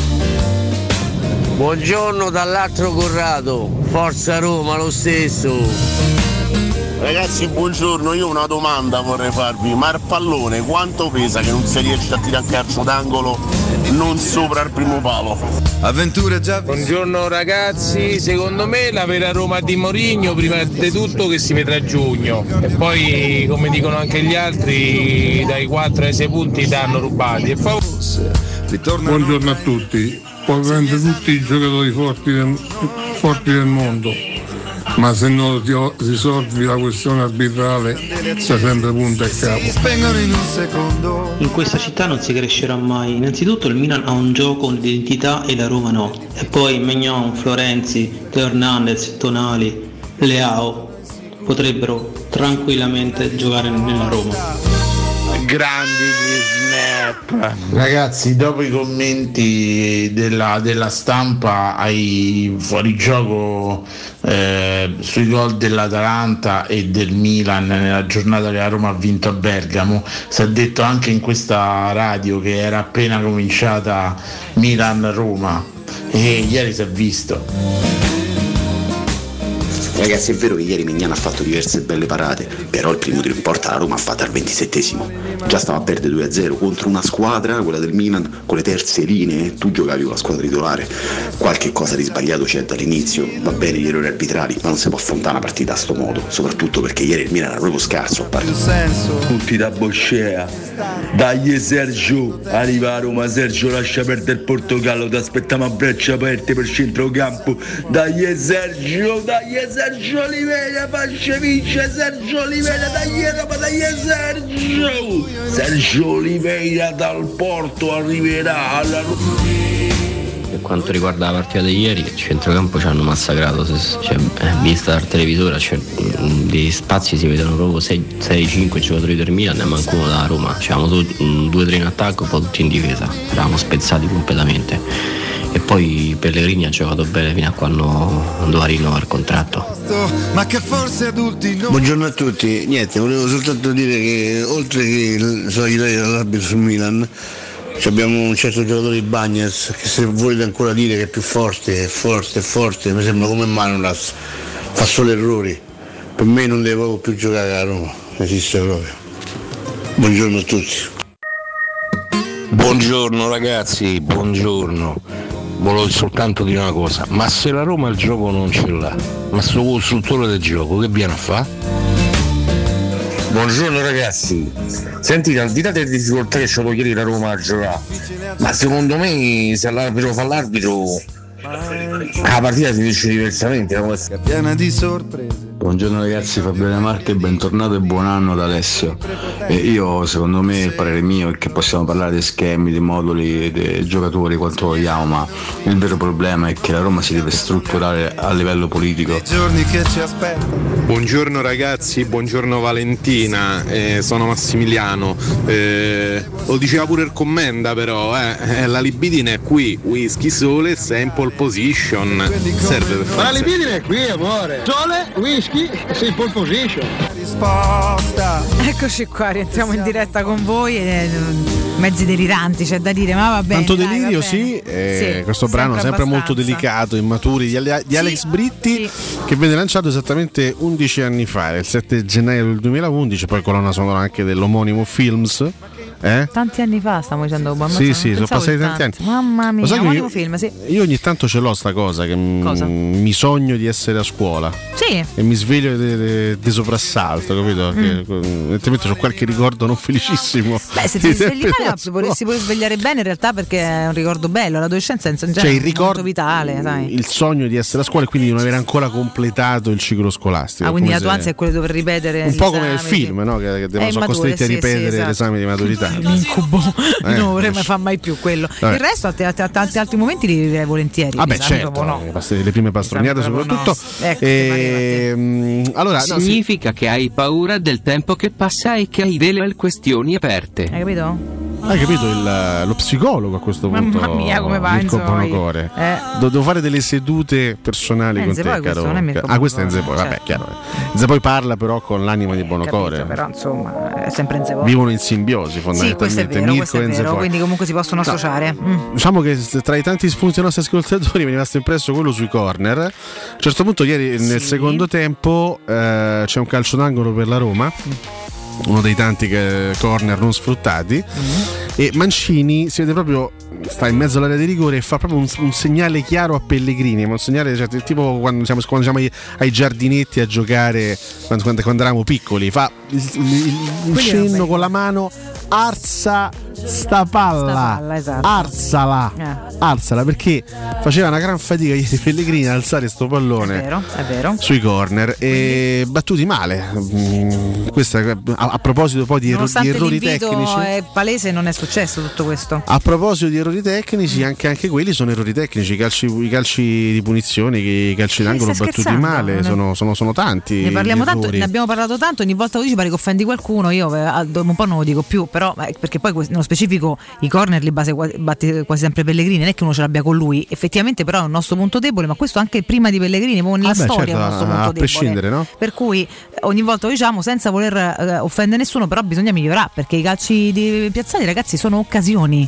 Buongiorno dall'altro Corrado, Forza Roma lo stesso. Ragazzi, buongiorno, io una domanda vorrei farvi: ma il pallone quanto pesa che non si riesce a tirare a calcio d'angolo non sopra il primo palo? Avventure già. Buongiorno ragazzi, secondo me la vera Roma di Mourinho prima di tutto che si vedrà a giugno, e poi come dicono anche gli altri dai 4 ai 6 punti danno rubati e poi... Buongiorno a tutti, puoi prendere tutti i giocatori forti del mondo, ma se non risolvi la questione arbitrale c'è sempre punto e capo. In questa città non si crescerà mai. Innanzitutto il Milan ha un gioco, un'identità e la Roma no. E poi Maignan, Florenzi, Teo Hernandez, Tonali, Leao potrebbero tranquillamente giocare nella Roma. Grandi gli snap. Ragazzi, dopo i commenti della stampa ai fuorigioco sui gol dell'Atalanta e del Milan nella giornata che la Roma ha vinto a Bergamo, si è detto anche in questa radio che era appena cominciata Milan-Roma e ieri si è visto. Ragazzi, è vero che ieri Maignan ha fatto diverse belle parate, però il primo tiro in porta la Roma ha fatto al 27esimo. Già stava a perdere 2-0 contro una squadra, quella del Milan, con le terze linee. Tu giocavi con la squadra titolare, qualche cosa di sbagliato c'è dall'inizio. Va bene gli errori arbitrali, ma non si può affrontare una partita a sto modo, soprattutto perché ieri il Milan era proprio scarso. Tutti da Boscea, dai Sergio, arriva a Roma, Sergio lascia perdere il Portogallo, ti aspettiamo a braccia aperte per centrocampo, dai Sergio Oliveira, faccia vince Sergio Oliveira, dai Roma, dai Sergio Oliveira dal Porto arriverà alla Per quanto riguarda la partita di ieri, il centrocampo ci hanno massacrato, vista dal televisore, dei spazi si vedono proprio 6-5 giocatori del Milan e manco uno dalla Roma. C'avevamo 2-3 in attacco e poi tutti in difesa, eravamo spezzati completamente. E poi Pellegrini ha giocato bene fino a quando non doveva rinnovare il contratto. Ma che forse adulti non... Buongiorno a tutti, niente, volevo soltanto dire che oltre che il solitario dell'arbitro sul Milan, Abbiamo un certo giocatore di Bagnes che, se volete ancora dire che è più forte, mi sembra come Manolas, fa solo errori. Per me non deve proprio più giocare a Roma, esiste proprio. Buongiorno a tutti. Buongiorno ragazzi, buongiorno. Volevo soltanto dire una cosa, ma se la Roma il gioco non ce l'ha, ma sto costruttore del gioco che viene a fare? Buongiorno ragazzi, sentite, al di là delle difficoltà che c'è ieri la Roma a giocare, ma secondo me se l'arbitro fa l'arbitro la partita si dice diversamente, è piena di sorprese. Buongiorno ragazzi, Fabio Marche, bentornato e buon anno ad Alessio. Io, secondo me, il parere mio è che possiamo parlare di schemi, di moduli, dei giocatori, quanto vogliamo, ma il vero problema è che la Roma si deve strutturare a livello politico. Giorni che ci aspettano. Buongiorno ragazzi, buongiorno Valentina, sono Massimiliano. Lo diceva pure il commenda, però la libidine è qui, whisky sole, sei in pole position. Serve per ma la libidine è qui, amore. Sole, whisky, sei in pole position. Eccoci qua, rientriamo in diretta con voi. Mezzi deliranti, c'è da dire, ma va bene. Tanto delirio, sì. Questo brano sempre molto delicato, immaturi, di Alex Britti, che venne lanciato esattamente 11 anni fa, il 7 gennaio del 2011, poi colonna sonora anche dell'omonimo Films. Tanti anni fa, stiamo dicendo. Sì, sono passati tanti anni. Mamma mia, omonimo film, sì. Io ogni tanto ce l'ho sta cosa che mi sogno di essere a scuola. Sì. E mi sveglio di soprassalto, capito? Evidentemente ho qualche ricordo non felicissimo. Beh, se ti svegli male, si può svegliare bene in realtà, perché è un ricordo bello. L'adolescenza in genere il ricordo molto vitale, sai. Il sogno di essere a scuola e quindi di non aver ancora completato il ciclo scolastico. Quindi la tua ansia è quella di dover ripetere un po' come nel film, no? Che sono costretti a ripetere l'esame di maturità. L'incubo, non vorrei mai fare mai più quello. Il resto, tanti altri momenti li vivrei volentieri. Vabbè, certo, no. Le prime pastroniate soprattutto. No. Allora, significa che hai paura del tempo che passa e che hai delle questioni aperte. Hai capito? Hai capito lo psicologo a questo punto? Mamma mia, come va? Mirko Bonocore. Devo fare delle sedute personali con te, caro. Questo è Enze Poi, vabbè, chiaro. Enze Poi parla però con l'anima di Bonocore. Però insomma, è sempre Enze Poi. Vivono in simbiosi fondamentalmente. Sì, questo è vero, quindi comunque si possono associare. Diciamo che tra i tanti spunti dei nostri ascoltatori mi è rimasto impresso quello sui corner. A un certo punto ieri nel secondo tempo c'è un calcio d'angolo per la Roma, uno dei tanti corner non sfruttati, e Mancini si vede proprio, sta in mezzo all'area di rigore e fa proprio un segnale chiaro a Pellegrini, ma un segnale, cioè, tipo quando siamo ai giardinetti a giocare quando eravamo piccoli, fa il cenno con la mano: arsa sta palla, esatto. Alzala, perché faceva una gran fatica ieri Pellegrini ad alzare sto pallone. È vero. Sui corner e battuti male. Questa, a proposito poi di errori tecnici, è palese, non è successo tutto questo. A proposito di errori tecnici, anche quelli sono errori tecnici. I calci di punizione, i calci d'angolo battuti male, sono tanti. Ne parliamo tanto, ne abbiamo parlato tanto. Ogni volta che dici pare che offendi qualcuno, io un po' non lo dico più, però perché poi nello specifico i corner li batte quasi sempre Pellegrini, non è che uno ce l'abbia con lui, effettivamente, però è un nostro punto debole, ma questo anche prima di Pellegrini, proprio nella storia, certo, è un nostro punto a prescindere, debole, no? Per cui ogni volta lo diciamo senza voler offendere nessuno, però bisogna migliorare, perché i calci piazzati, ragazzi, sono occasioni,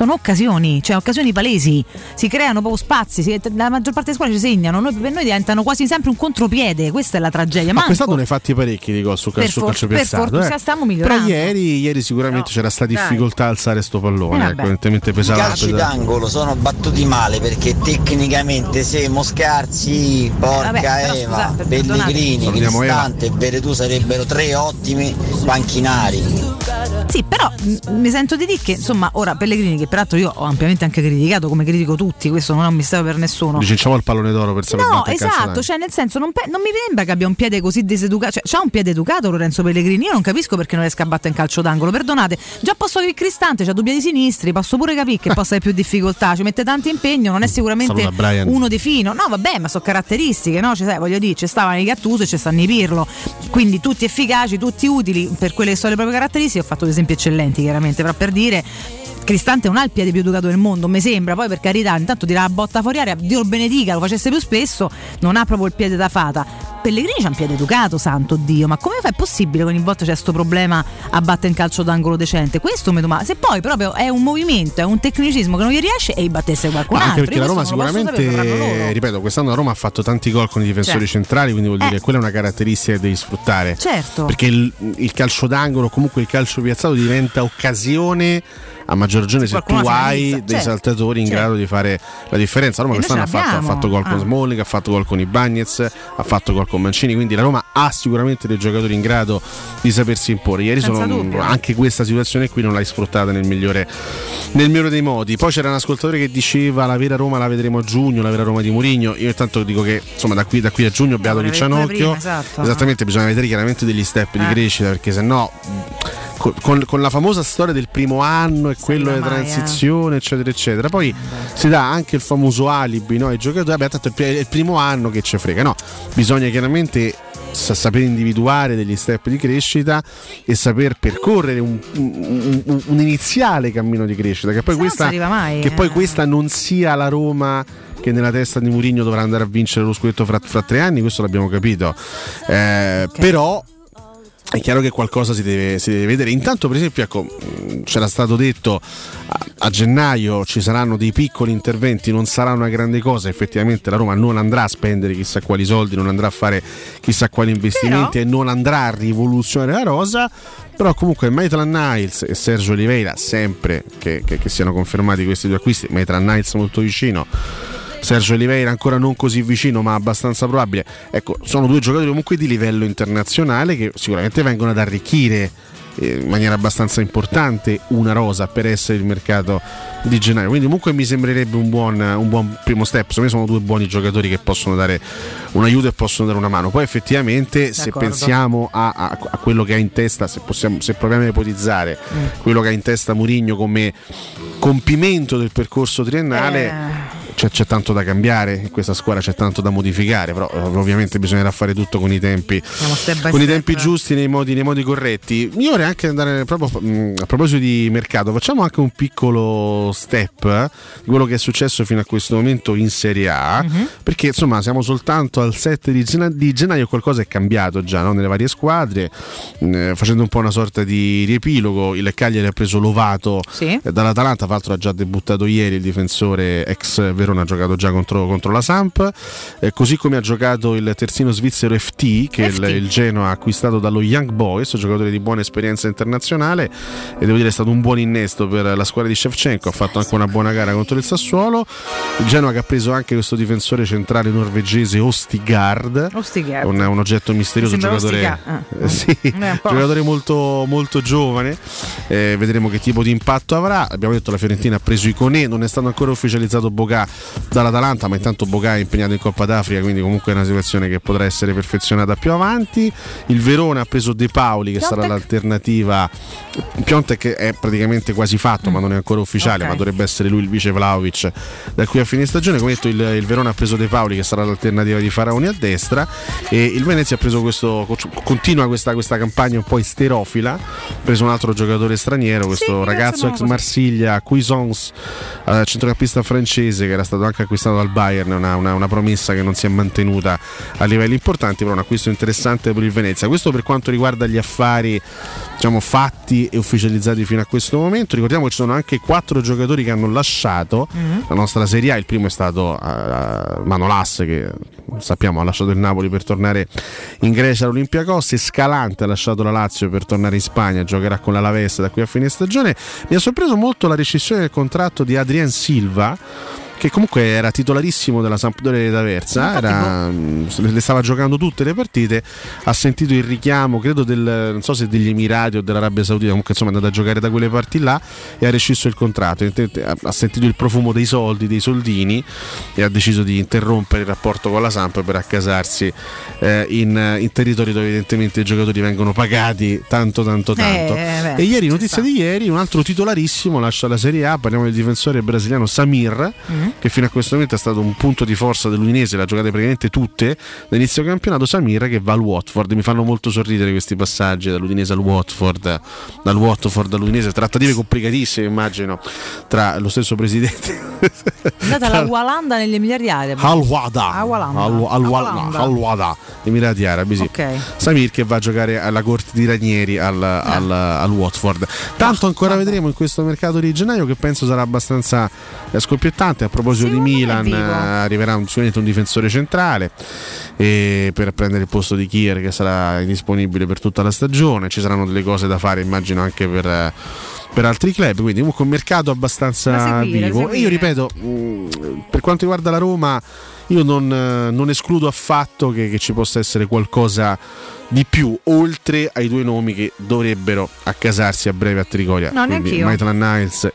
cioè occasioni palesi, si creano proprio spazi, la maggior parte delle squadre ci segnano, per noi diventano quasi sempre un contropiede, questa è la tragedia. Ma quest'anno ne hai fatti parecchi di gol sul calcio piazzato, per fortuna stiamo migliorando. Però ieri sicuramente c'era stata difficoltà a alzare sto pallone, evidentemente pesava. I calci d'angolo sono battuti male perché tecnicamente se Moscarzi, Eva, Pellegrini, Cristante e Veretù sarebbero tre ottimi panchinari. Sì, però mi sento di dire che insomma ora Pellegrini, che peraltro io ho ampiamente anche criticato, come critico tutti, questo non è un mistero per nessuno. Diciamo il pallone d'oro per sapere. No, esatto, cioè nel senso non mi sembra che abbia un piede così diseducato, cioè c'ha un piede educato Lorenzo Pellegrini, io non capisco perché non riesca a battere in calcio d'angolo, perdonate, già posso che il Cristante c'ha due piedi sinistri, posso pure capire che possa avere più difficoltà, ci mette tanto impegno, non è sicuramente uno di fino, no vabbè, ma sono caratteristiche, no? Cioè, voglio dire, ci stavano i Gattuso e ci stanno i Pirlo, quindi tutti efficaci, tutti utili per quelle che sono le proprie caratteristiche. Ho fatto due esempi eccellenti chiaramente, però per dire, Cristante non ha il piede più educato del mondo, mi sembra, poi per carità intanto dirà la botta fuori aria, Dio lo benedica, lo facesse più spesso, non ha proprio il piede da fata. Pellegrini c'ha un piede educato, santo Dio, ma come fa? È possibile che ogni volta c'è sto problema a battere in calcio d'angolo decente? Questo mi domanda. Se poi proprio è un movimento, è un tecnicismo che non gli riesce e battesse qualcun altro. Anche perché la Roma sicuramente, ripeto, quest'anno la Roma ha fatto tanti gol con i difensori centrali, quindi vuol dire che quella è una caratteristica che devi sfruttare. Certo. Perché il calcio d'angolo, comunque il calcio piazzato diventa occasione, a maggior ragione se tu hai dei saltatori in grado di fare la differenza. La Roma quest'anno ha fatto gol con Smalling, ha fatto gol con Ibañez, ha fatto gol con Mancini, quindi la Roma ha sicuramente dei giocatori in grado di sapersi imporre. Ieri anche questa situazione qui non l'hai sfruttata nel migliore dei modi. Poi c'era un ascoltatore che diceva la vera Roma la vedremo a giugno, la vera Roma di Mourinho. Io intanto dico che insomma da qui a giugno beato di Cianocchio, esattamente, bisogna vedere chiaramente degli step di crescita, perché sennò con la famosa storia del primo anno e quello di transizione eccetera eccetera, poi si dà anche il famoso alibi, no, ai giocatori, tanto è il primo anno che ci frega, no, bisogna chiaramente sapere individuare degli step di crescita e saper percorrere un iniziale cammino di crescita, che poi questa non sia la Roma che nella testa di Mourinho dovrà andare a vincere lo scudetto fra 3 anni, questo l'abbiamo capito, però è chiaro che qualcosa si deve vedere. Intanto, per esempio, ecco, c'era stato detto a gennaio ci saranno dei piccoli interventi, non sarà una grande cosa. Effettivamente la Roma non andrà a spendere chissà quali soldi, non andrà a fare chissà quali investimenti, e non andrà a rivoluzionare la rosa. Però comunque Maitland-Niles e Sergio Oliveira, sempre che siano confermati questi due acquisti, Maitland-Niles molto vicino, Sergio Oliveira ancora non così vicino ma abbastanza probabile, ecco, sono due giocatori comunque di livello internazionale che sicuramente vengono ad arricchire in maniera abbastanza importante una rosa per essere il mercato di gennaio, quindi comunque mi sembrerebbe un buon primo step. Secondo me sono due buoni giocatori che possono dare un aiuto e possono dare una mano. Poi effettivamente se pensiamo a quello che ha in testa, se proviamo a ipotizzare quello che ha in testa Mourinho come compimento del percorso triennale, c'è tanto da cambiare in questa squadra, c'è tanto da modificare, però ovviamente bisognerà fare tutto con i tempi giusti, nei modi corretti. Io vorrei anche andare proprio a proposito di mercato, facciamo anche un piccolo step di quello che è successo fino a questo momento in Serie A, perché insomma siamo soltanto al 7 di gennaio, qualcosa è cambiato già, no? Nelle varie squadre, facendo un po' una sorta di riepilogo. Il Cagliari ha preso Lovato dall'Atalanta, tra l'altro ha già debuttato ieri il difensore ex Verona, ha giocato già contro la Samp, così come ha giocato il terzino svizzero FT che il Genoa ha acquistato dallo Young Boys, giocatore di buona esperienza internazionale, e devo dire è stato un buon innesto per la squadra di Shevchenko, ha fatto anche una buona gara contro il Sassuolo. Il Genoa che ha preso anche questo difensore centrale norvegese Ostigard. Un oggetto misterioso, giocatore giocatore molto, molto giovane, vedremo che tipo di impatto avrà. Abbiamo detto la Fiorentina ha preso Iconé, non è stato ancora ufficializzato Bocà dall'Atalanta, ma intanto Bocà è impegnato in Coppa d'Africa, quindi comunque è una situazione che potrà essere perfezionata più avanti. Il Verona ha preso De Paoli, che sarà l'alternativa. Piontek è praticamente quasi fatto, ma non è ancora ufficiale, ma dovrebbe essere lui il vice Vlahovic da qui a fine stagione. Come detto, il Verona ha preso De Paoli, che sarà l'alternativa di Faraoni a destra, e il Venezia ha preso continua questa campagna un po' isterofila, ha preso un altro giocatore straniero, questo ragazzo ex Marsiglia, Cuisance, centrocampista francese, che era stato anche acquistato dal Bayern, una promessa che non si è mantenuta a livelli importanti, però un acquisto interessante per il Venezia. Questo per quanto riguarda gli affari, diciamo, fatti e ufficializzati fino a questo momento. Ricordiamo che ci sono anche 4 giocatori che hanno lasciato la nostra Serie A. Il primo è stato Manolas, che sappiamo ha lasciato il Napoli per tornare in Grecia all'Olympiakos, e Scalante ha lasciato la Lazio per tornare in Spagna, giocherà con l'Alaves da qui a fine stagione. Mi ha sorpreso molto la rescissione del contratto di Adrien Silva, che comunque era titolarissimo della Sampdoria d'Aversa, le stava giocando tutte le partite, ha sentito il richiamo, credo non so se degli Emirati o dell'Arabia Saudita, comunque insomma è andato a giocare da quelle parti là e ha rescisso il contratto, ha sentito il profumo dei soldi, dei soldini, e ha deciso di interrompere il rapporto con la Samp per accasarsi in territori dove evidentemente i giocatori vengono pagati tanto. E ieri, notizia di ieri, un altro titolarissimo lascia la Serie A, parliamo del difensore brasiliano Samir, che fino a questo momento è stato un punto di forza dell'Udinese, l'ha giocate praticamente tutte dall'inizio campionato. Samir che va al Watford, mi fanno molto sorridere questi passaggi dall'Udinese al Watford, dal Watford all'Udinese, trattative complicatissime immagino tra lo stesso presidente andata alla Walanda negli Emirati Arabi. Al-Wada Emirati Arabi, sì. Okay. Samir che va a giocare alla corte di Ranieri al Watford. Tanto ancora vedremo in questo mercato di gennaio, che penso sarà abbastanza scoppiettante. A proposito di Milan, arriverà sicuramente un difensore centrale per prendere il posto di Kier, che sarà indisponibile per tutta la stagione. Ci saranno delle cose da fare immagino anche per altri club, quindi comunque un mercato abbastanza vivo. E io ripeto, per quanto riguarda la Roma, io non escludo affatto che ci possa essere qualcosa di più oltre ai due nomi che dovrebbero accasarsi a breve a Trigoria, quindi Maitland-Niles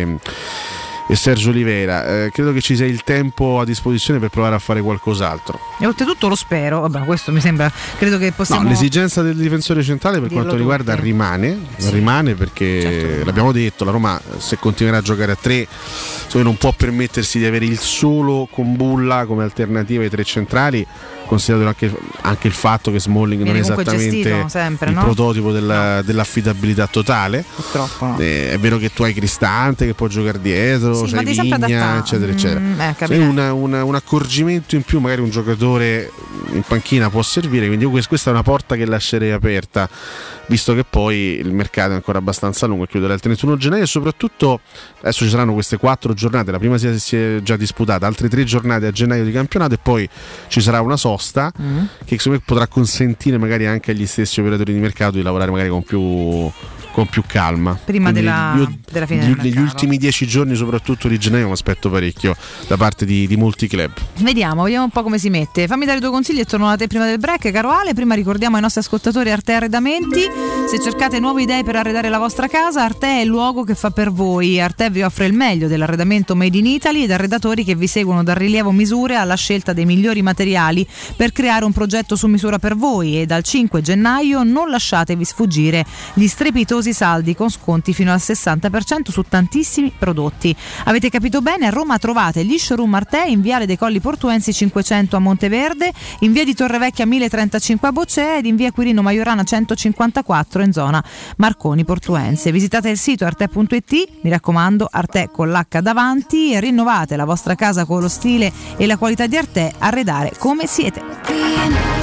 e Sergio Oliveira. Credo che ci sia il tempo a disposizione per provare a fare qualcos'altro, e oltretutto lo spero. Vabbè, questo mi sembra, credo che possiamo. L'esigenza del difensore centrale per quanto riguarda rimane perché certo, l'abbiamo detto, la Roma se continuerà a giocare a 3 non può permettersi di avere il solo Kumbulla come alternativa ai 3 centrali, considerato anche il fatto che Smalling non è esattamente sempre, il prototipo dell'affidabilità totale. Purtroppo no. È vero che tu hai Cristante che può giocare dietro, c'hai Vigna, eccetera eccetera. Un accorgimento in più, magari un giocatore in panchina può servire, quindi questa è una porta che lascerei aperta, visto che poi il mercato è ancora abbastanza lungo, chiuderà il 31 gennaio e soprattutto adesso ci saranno queste 4 giornate, la prima si è già disputata, altre 3 giornate a gennaio di campionato e poi ci sarà una sosta che secondo me potrà consentire magari anche agli stessi operatori di mercato di lavorare magari con più calma prima della fine del mercato. Negli ultimi 10 giorni soprattutto di gennaio mi aspetto parecchio da parte di molti club. Vediamo un po' come si mette. Fammi dare 2 consigli e torno da te prima del break, caro Ale. Prima ricordiamo ai nostri ascoltatori Arte Arredamenti: se cercate nuove idee per arredare la vostra casa, Arte è il luogo che fa per voi. Arte vi offre il meglio dell'arredamento made in Italy ed arredatori che vi seguono dal rilievo misure alla scelta dei migliori materiali per creare un progetto su misura per voi. E dal 5 gennaio non lasciatevi sfuggire gli strepitosi saldi con sconti fino al 60% su tantissimi prodotti. Avete capito bene, a Roma trovate gli showroom Arte in Viale dei Colli Portuensi 500 a Monteverde, in Via di Torrevecchia 1035 a Boccea ed in Via Quirino Maiorana 154 in zona Marconi Portuense. Visitate il sito arte.it, mi raccomando, Arte con l'H davanti, e rinnovate la vostra casa con lo stile e la qualità di Arte, arredare come siete.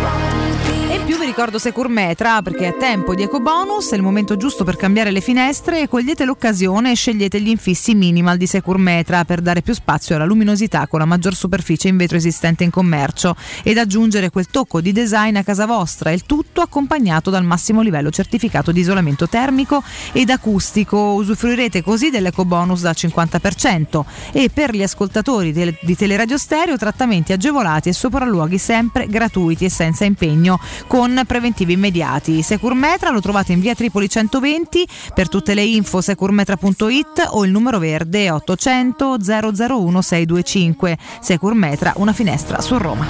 Vi ricordo Securmetra, perché è tempo di ecobonus, è il momento giusto per cambiare le finestre, e cogliete l'occasione e scegliete gli infissi minimal di Securmetra per dare più spazio alla luminosità con la maggior superficie in vetro esistente in commercio ed aggiungere quel tocco di design a casa vostra, il tutto accompagnato dal massimo livello certificato di isolamento termico ed acustico. Usufruirete così dell'ecobonus dal 50% e per gli ascoltatori di Teleradio Stereo trattamenti agevolati e sopralluoghi sempre gratuiti e senza impegno con preventivi immediati. Securmetra lo trovate in via Tripoli 120, per tutte le info securmetra.it o il numero verde 800 001 625. Securmetra, una finestra su Roma.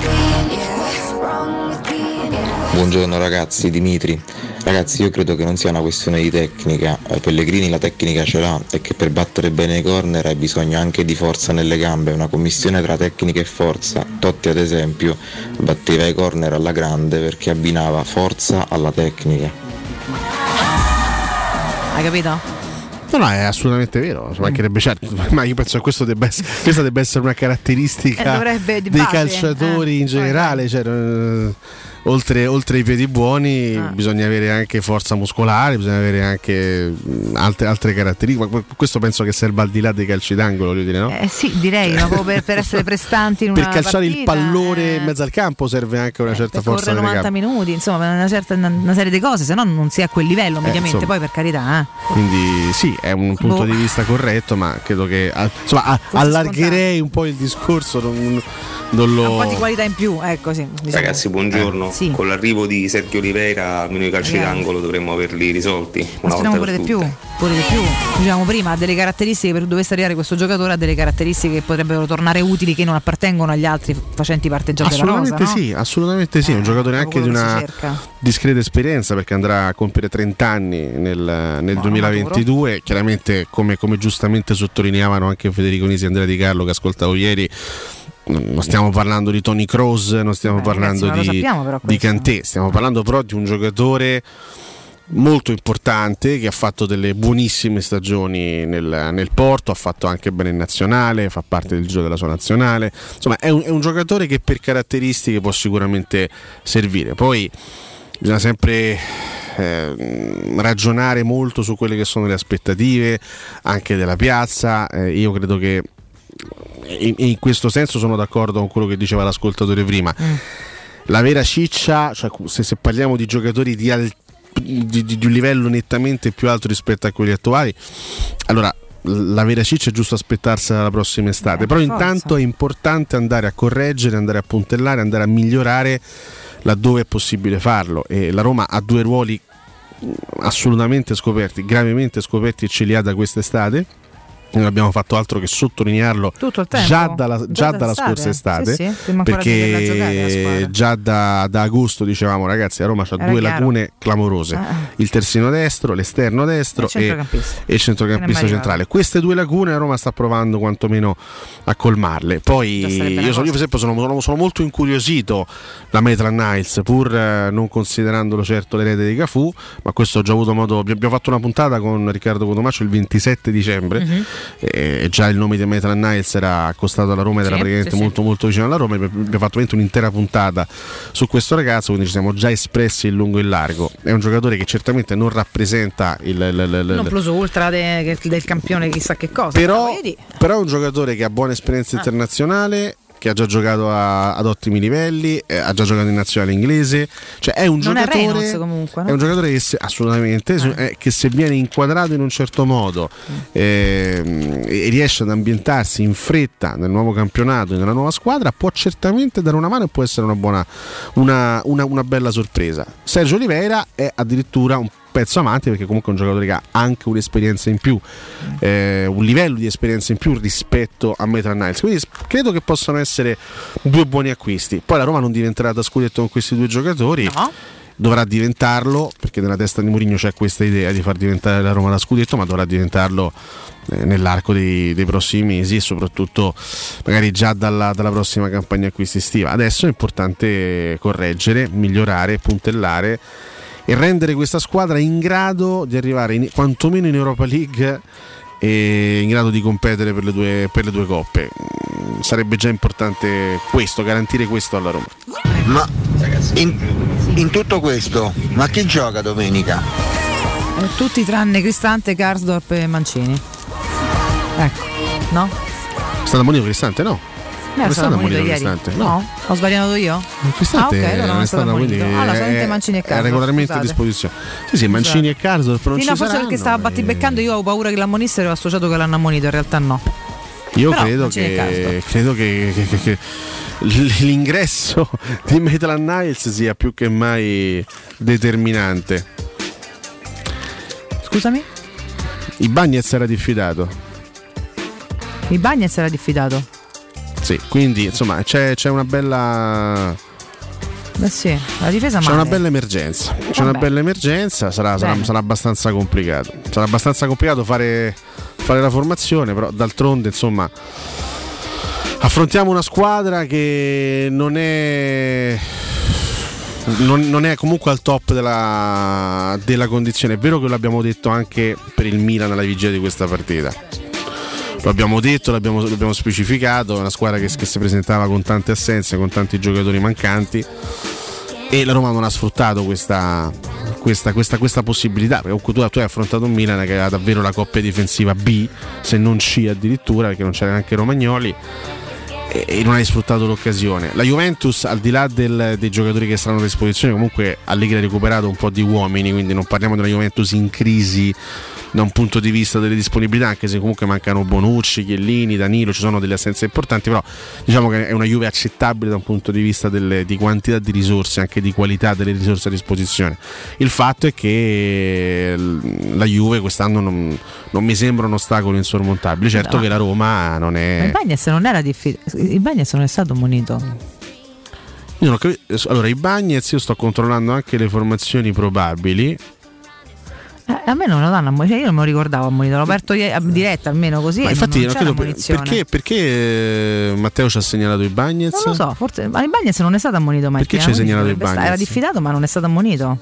Buongiorno ragazzi, Dimitri. Ragazzi, io credo che non sia una questione di tecnica. Pellegrini la tecnica ce l'ha, e che per battere bene i corner hai bisogno anche di forza nelle gambe, una commistione tra tecnica e forza. Totti ad esempio batteva i corner alla grande perché abbinava forza alla tecnica. Hai capito? No, è assolutamente vero, certo, ma io penso che questa debba essere una caratteristica dei calciatori in generale, oltre ai piedi buoni bisogna avere anche forza muscolare, bisogna avere anche altre caratteristiche, ma questo penso che serva al di là dei calci d'angolo, voglio dire, no? Sì, direi, ma proprio per essere prestanti in una per calciare partita, il pallone in mezzo al campo serve anche una certa forza nelle gambe. 90 minuti, insomma, una serie di cose, se no non si è a quel livello mediamente, insomma. Poi per carità. Quindi sì, è un punto di vista corretto, ma credo che allargherei un po' il discorso, un po' di qualità in più, ecco, sì, diciamo. Ragazzi, buongiorno. Sì. Con l'arrivo di Sergio Oliveira, almeno i calci d'angolo dovremmo averli risolti una volta pure per di più, diciamo prima, ha delle caratteristiche, per dovesse arrivare questo giocatore ha delle caratteristiche che potrebbero tornare utili, che non appartengono agli altri facenti parte già della rosa, no? Assolutamente sì, un giocatore anche di una discreta esperienza, perché andrà a compiere 30 anni nel 2022. Chiaramente, come giustamente sottolineavano anche Federico Nisi e Andrea Di Carlo, che ascoltavo ieri, non stiamo parlando di Toni Kroos, non stiamo parlando di Kanté, stiamo parlando però di un giocatore molto importante che ha fatto delle buonissime stagioni nel Porto, ha fatto anche bene in nazionale, fa parte del giro della sua nazionale, insomma è un giocatore che per caratteristiche può sicuramente servire. Poi bisogna sempre ragionare molto su quelle che sono le aspettative anche della piazza. Io credo che in questo senso sono d'accordo con quello che diceva l'ascoltatore prima. La vera ciccia, cioè se parliamo di giocatori di un livello nettamente più alto rispetto a quelli attuali, allora la vera ciccia è giusto aspettarsi la prossima estate, però intanto è importante andare a correggere, andare a puntellare, andare a migliorare laddove è possibile farlo, e la Roma ha due ruoli assolutamente scoperti, gravemente scoperti, e ce li ha da quest'estate. Non abbiamo fatto altro che sottolinearlo tutto il tempo, già dalla scorsa estate, sì, perché già da agosto dicevamo, ragazzi, a Roma c'ha due lacune clamorose, il terzino destro, l'esterno destro e il centrocampista centrale. Queste due lacune a Roma sta provando quantomeno a colmarle. Poi io per esempio sono molto incuriosito da Maitland-Niles, pur non considerandolo certo l'erede di Cafù, ma questo ho già avuto modo, abbiamo fatto una puntata con Riccardo Cotomaccio il 27 dicembre. Già il nome di Maitland-Niles era accostato alla Roma ed era praticamente molto molto vicino alla Roma. Abbiamo fatto veramente un'intera puntata su questo ragazzo, quindi ci siamo già espressi in lungo e in largo. È un giocatore che certamente non rappresenta non plus ultra del campione chissà che cosa, però è un giocatore che ha buona esperienza internazionale, che ha già giocato ad ottimi livelli, ha già giocato in nazionale inglese, cioè è un giocatore, è Reynolds comunque, no? È un giocatore che assolutamente che se viene inquadrato in un certo modo e riesce ad ambientarsi in fretta nel nuovo campionato, nella nuova squadra, può certamente dare una mano e può essere una bella sorpresa. Sergio Oliveira è addirittura un pezzo avanti, perché comunque è un giocatore che ha anche un'esperienza in più, un livello di esperienza in più rispetto a Maitland-Niles, quindi credo che possano essere due buoni acquisti. Poi la Roma non diventerà da scudetto con questi due giocatori, dovrà diventarlo, perché nella testa di Mourinho c'è questa idea di far diventare la Roma da scudetto, ma dovrà diventarlo nell'arco dei prossimi mesi, e soprattutto magari già dalla prossima campagna acquisti estiva. Adesso è importante correggere, migliorare, puntellare e rendere questa squadra in grado di arrivare quantomeno in Europa League e in grado di competere per le due coppe. Sarebbe già importante questo, garantire questo alla Roma. Ma in tutto questo, ma chi gioca domenica? Tutti tranne Cristante, Karsdorp e Mancini. Ecco, no? È stato ammonito Cristante, no? È stato ammonito ieri. No? Ho sbagliato io? Cristante ok, allora non è stato ammonito. Solamente Mancini e Karsdorp. È regolarmente a disposizione. Sì, Mancini e Karsdorp non ci forse saranno, perché stava battibeccando, io avevo paura che l'ammonissero e ho associato che l'hanno ammonito, in realtà no. Io credo che l'ingresso di Maitland-Niles sia più che mai determinante. Scusami? Ibañez era diffidato. Ibañez era diffidato? Sì, quindi insomma c'è una bella... Beh sì, la difesa c'è una bella emergenza. Una bella emergenza, sarà abbastanza complicato. Sarà abbastanza complicato fare la formazione, però d'altronde insomma affrontiamo una squadra che non è comunque al top della condizione. È vero che l'abbiamo detto anche per il Milan alla vigilia di questa partita. Lo abbiamo detto, l'abbiamo specificato, è una squadra che si presentava con tante assenze, con tanti giocatori mancanti, e la Roma non ha sfruttato questa possibilità, perché tu hai affrontato un Milan che aveva davvero la coppia difensiva B, se non C addirittura, perché non c'era neanche Romagnoli, e non hai sfruttato l'occasione. La Juventus, al di là dei giocatori che saranno a disposizione, comunque Allegri ha recuperato un po' di uomini, quindi non parliamo di una Juventus in crisi da un punto di vista delle disponibilità, anche se comunque mancano Bonucci, Chiellini, Danilo, ci sono delle assenze importanti, però diciamo che è una Juve accettabile da un punto di vista di quantità di risorse, anche di qualità delle risorse a disposizione. Il fatto è che la Juve quest'anno non mi sembra un ostacolo insormontabile. Certo, no, che la Roma non è... Ma il Bagnez non era il Bagnez non è stato ammonito. Io non ho capito. Allora, i Bagnez, io sto controllando anche le formazioni probabili. A me non lo danno ammonito, io non me lo ricordavo ammonito, l'ho aperto diretta almeno così. Ma infatti non credo perché Matteo ci ha segnalato i Bagnez? Non lo so, forse, ma il Bagnez non è stato ammonito mai. Perché ci hai segnalato i Bagnez? Era diffidato ma non è stato ammonito.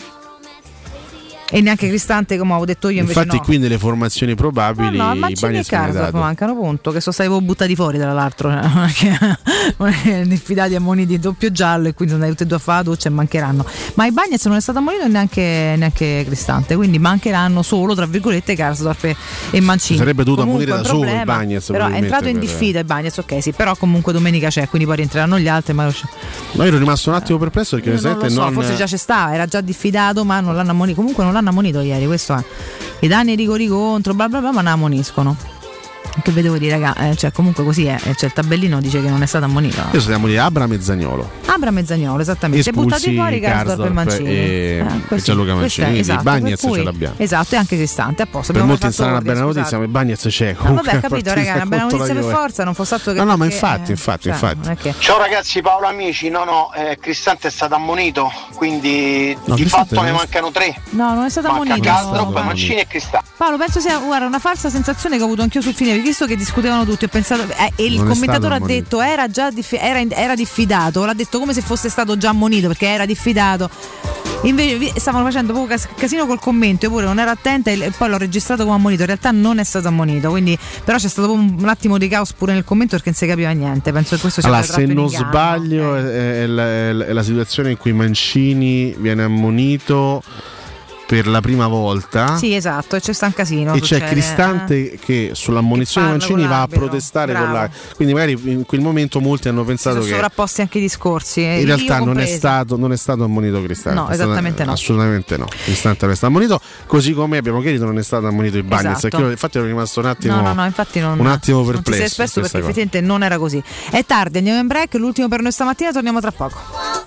E neanche Cristante, come ho detto io, invece. Infatti, no. qui nelle formazioni probabili no, i Bagnez mancano, punto. Che sono stati buttati fuori, tra l'altro. Diffidati ammoniti doppio giallo, e quindi sono andati tutti e due a fare la doccia e mancheranno. Ma i Bagnez non è stato ammonito e neanche Cristante, quindi mancheranno solo, tra virgolette, Karsdorp e Mancini. Sarebbe dovuto ammonire da solo il Bagnez. Però è entrato in diffida il Bagnez, ok, sì, però comunque domenica c'è, quindi poi rientreranno gli altri. Ma io ero rimasto un attimo perplesso perché forse già c'è stava, era già diffidato, ma non l'hanno ammonito. Comunque non l'hanno ammonito ieri, questo è. I danni e i rigori contro, bla bla bla, ma non ammoniscono. Che vedevo dire, raga, cioè comunque così è, cioè il tabellino dice che non è stato ammonito. Io stiamo di Abraham e Zagnolo. Abraham e Zagnolo, esattamente. Buttati fuori Karsdorp e Mancini. E Gianluca Mancini. Esatto, i Bagnez ce l'abbiamo. Esatto, e anche Cristante, apposta. Per molti sarà una bella notizia, ma il Bagnez c'è. Vabbè, capito, raga, una bella notizia per forza, non fosse stato che. No, ma infatti. Ciao ragazzi, Paolo amici, Cristante è stato ammonito, quindi di fatto ne mancano 3. No, non è stato ammonito. Karsdorp, Mancini e Cristante. Paolo, penso sia una falsa sensazione che ho avuto anch'io sul fine, visto che discutevano tutti, ho pensato e il commentatore ha detto era diffidato, l'ha detto come se fosse stato già ammonito perché era diffidato. Invece stavano facendo poco casino col commento, io pure non ero attenta e poi l'ho registrato come ammonito, in realtà non è stato ammonito, quindi però c'è stato un attimo di caos pure nel commento perché non si capiva niente. Penso che questo sia allora, se non sbaglio è la situazione in cui Mancini viene ammonito per la prima volta. Sì, esatto, e c'è sta un casino. E c'è Cristante che sull'ammonizione di Mancini va a protestare con la. Quindi magari in quel momento molti hanno pensato che. Sono sovrapposti anche i discorsi. In realtà non è stato ammonito Cristante. No, esattamente no. Assolutamente no. Cristante non è stato ammonito, così come abbiamo chiarito non è stato ammonito il Bagnez. Esatto. Infatti ero rimasto un attimo. No, infatti non. Un attimo perplesso. Non ti sei espresso perché effettivamente non era così. È tardi, andiamo in break, l'ultimo per noi stamattina, torniamo tra poco.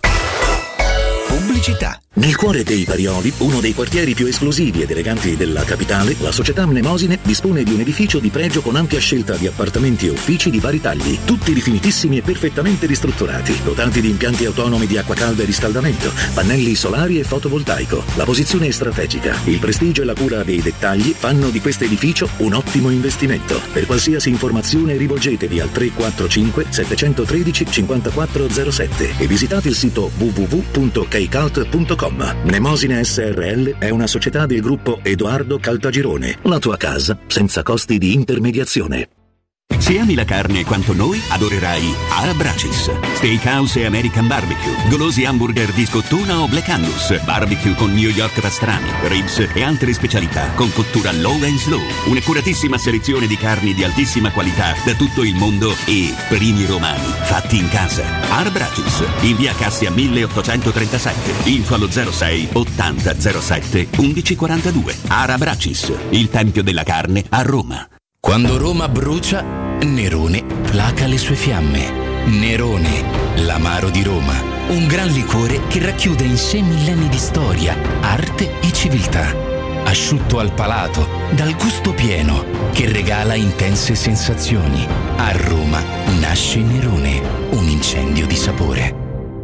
Pubblicità. Nel cuore dei Parioli, uno dei quartieri più esclusivi ed eleganti della capitale, la società Mnemosine dispone di un edificio di pregio con ampia scelta di appartamenti e uffici di vari tagli, tutti rifinitissimi e perfettamente ristrutturati, dotati di impianti autonomi di acqua calda e riscaldamento, pannelli solari e fotovoltaico. La posizione è strategica, il prestigio e la cura dei dettagli fanno di questo edificio un ottimo investimento. Per qualsiasi informazione rivolgetevi al 345 713 5407 e visitate il sito www.kcult.com. Mnemosine SRL è una società del gruppo Edoardo Caltagirone. La tua casa senza costi di intermediazione. Se ami la carne quanto noi, adorerai Arabracis. Steakhouse e American Barbecue, golosi hamburger di scottuna o Black Angus, barbecue con New York pastrami, ribs e altre specialità con cottura low and slow. Un'accuratissima selezione di carni di altissima qualità da tutto il mondo e primi romani fatti in casa. Arabracis, in via Cassia 1837, info allo 06 80 07 1142. Arabracis, il tempio della carne a Roma. Quando Roma brucia, Nerone placa le sue fiamme. Nerone, l'amaro di Roma. Un gran liquore che racchiude in sé millenni di storia, arte e civiltà. Asciutto al palato, dal gusto pieno, che regala intense sensazioni. A Roma nasce Nerone, un incendio di sapore.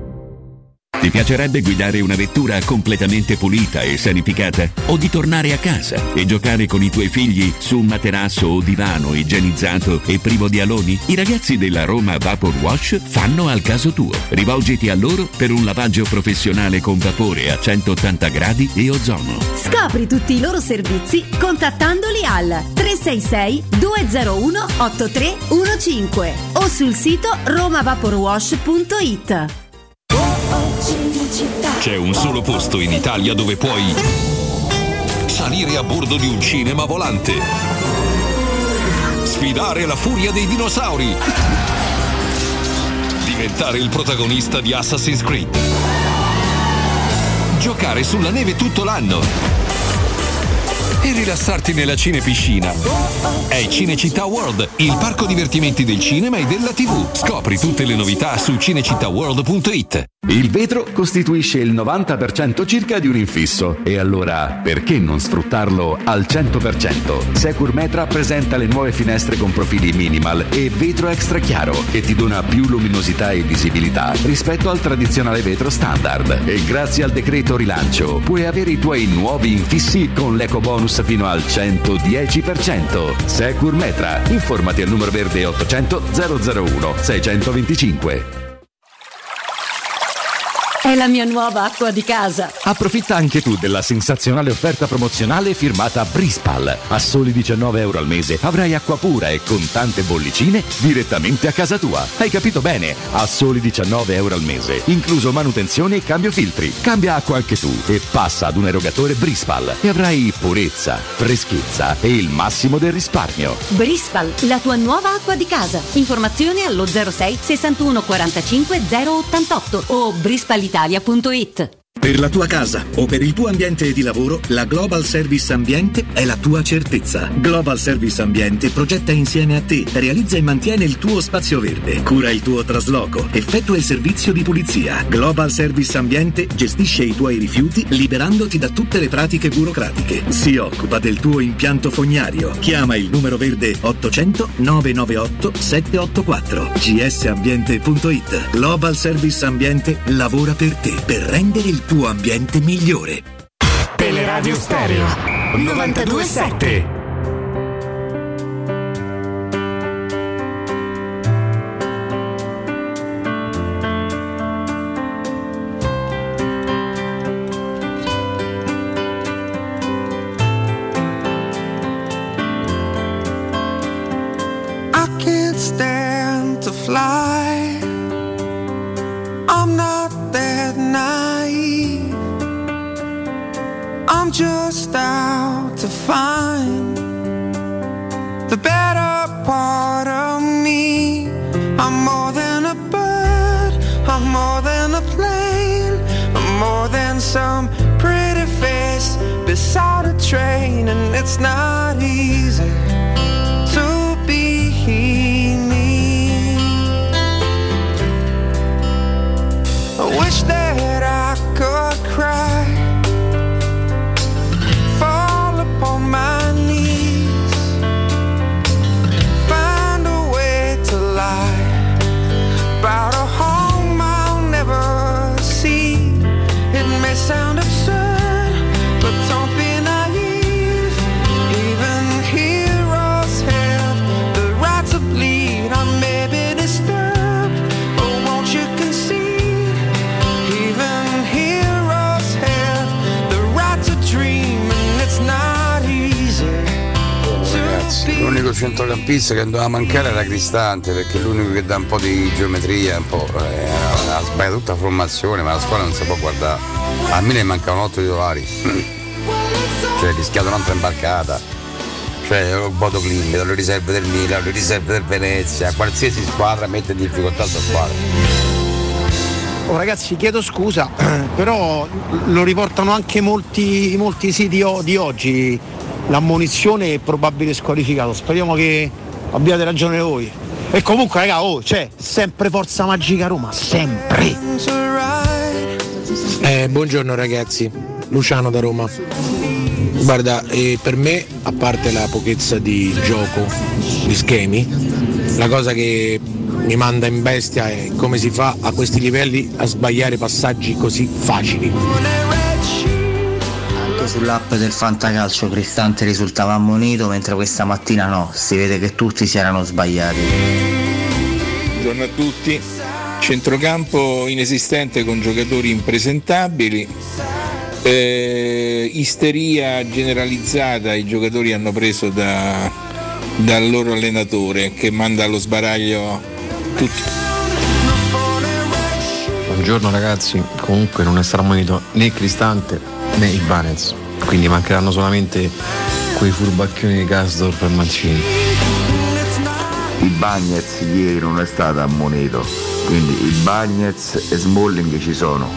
Ti piacerebbe guidare una vettura completamente pulita e sanificata? O di tornare a casa e giocare con i tuoi figli su un materasso o divano igienizzato e privo di aloni? I ragazzi della Roma Vapor Wash fanno al caso tuo. Rivolgiti a loro per un lavaggio professionale con vapore a 180 gradi e ozono. Scopri tutti i loro servizi contattandoli al 366 201 8315 o sul sito romavaporwash.it. C'è un solo posto in Italia dove puoi salire a bordo di un cinema volante, sfidare la furia dei dinosauri Diventare il protagonista di Assassin's Creed. Giocare sulla neve tutto l'anno. E rilassarti nella cinepiscina. È Cinecittà World, il parco divertimenti del cinema e della TV. Scopri tutte le novità su cinecittàworld.it. Il vetro costituisce il 90% circa di un infisso. E allora, perché non sfruttarlo al 100%? Securmetra presenta le nuove finestre con profili minimal e vetro extra chiaro, che ti dona più luminosità e visibilità rispetto al tradizionale vetro standard. E grazie al decreto rilancio puoi avere i tuoi nuovi infissi con l'ecobonus fino al 110%. Securmetra. Informati al numero verde 800 001 625. È la mia nuova acqua di casa. Approfitta anche tu della sensazionale offerta promozionale firmata Brispal. A soli €19 al mese avrai acqua pura e con tante bollicine direttamente a casa tua. Hai capito bene? A soli €19 al mese, incluso manutenzione e cambio filtri. Cambia acqua anche tu e passa ad un erogatore Brispal e avrai purezza, freschezza e il massimo del risparmio. Brispal, la tua nuova acqua di casa. Informazioni allo 06 61 45 088 o brispalitalia.it. Per la tua casa o per il tuo ambiente di lavoro, la Global Service Ambiente è la tua certezza. Global Service Ambiente progetta insieme a te, realizza e mantiene il tuo spazio verde, cura il tuo trasloco, effettua il servizio di pulizia. Global Service Ambiente gestisce i tuoi rifiuti liberandoti da tutte le pratiche burocratiche. Si occupa del tuo impianto fognario. Chiama il numero verde 800 998 784. gsambiente.it. Global Service Ambiente lavora per te, per rendere il tuo ambiente migliore. Teleradio Stereo 92.7. I can't stand to fly. I'm not that naive. I'm just out to find the better part of me. I'm more than a bird, I'm more than a plane, I'm more than some pretty face beside a train. And it's not easy to be me. I wish that I could cry, fall upon my knees, find a way to lie about a home I'll never see. It may sound absurd, but don't be naive. Even heroes have the right to bleed. I may be disturbed, but won't you concede? Even heroes have the right to dream, and it's not easy. Ragazzi, l'unico centrocampista che doveva mancare era Cristante, perché è l'unico che dà un po' di geometria, un po'. Ha sbagliato tutta la formazione, ma la squadra non si può guardare. A me ne mancano 8 titolari. Cioè, rischiato un'altra imbarcata. Cioè, Bodo Klimt, le riserve del Milan, le riserve del Venezia, qualsiasi squadra mette in difficoltà la sua squadra. Oh, ragazzi, chiedo scusa, però lo riportano anche molti siti di oggi. L'ammonizione è probabile squalificato. Speriamo che abbiate ragione voi. E comunque, raga, c'è sempre forza magica Roma, sempre. Buongiorno ragazzi, Luciano da Roma. Guarda, per me, a parte la pochezza di gioco, di schemi, la cosa che mi manda in bestia è come si fa a questi livelli a sbagliare passaggi così facili. Anche sull'app del Fantacalcio Cristante risultava ammonito, mentre questa mattina no, si vede che tutti si erano sbagliati. Buongiorno a tutti. Centrocampo inesistente con giocatori impresentabili, isteria generalizzata i giocatori hanno preso dal loro allenatore, che manda allo sbaraglio tutti. Buongiorno ragazzi, comunque non è stato ammonito né Cristante né Ibanez, quindi mancheranno solamente quei furbacchioni di Gasdorp e Mancini. Ibanez ieri non è stato ammonito, quindi i Bagnez e Smalling ci sono.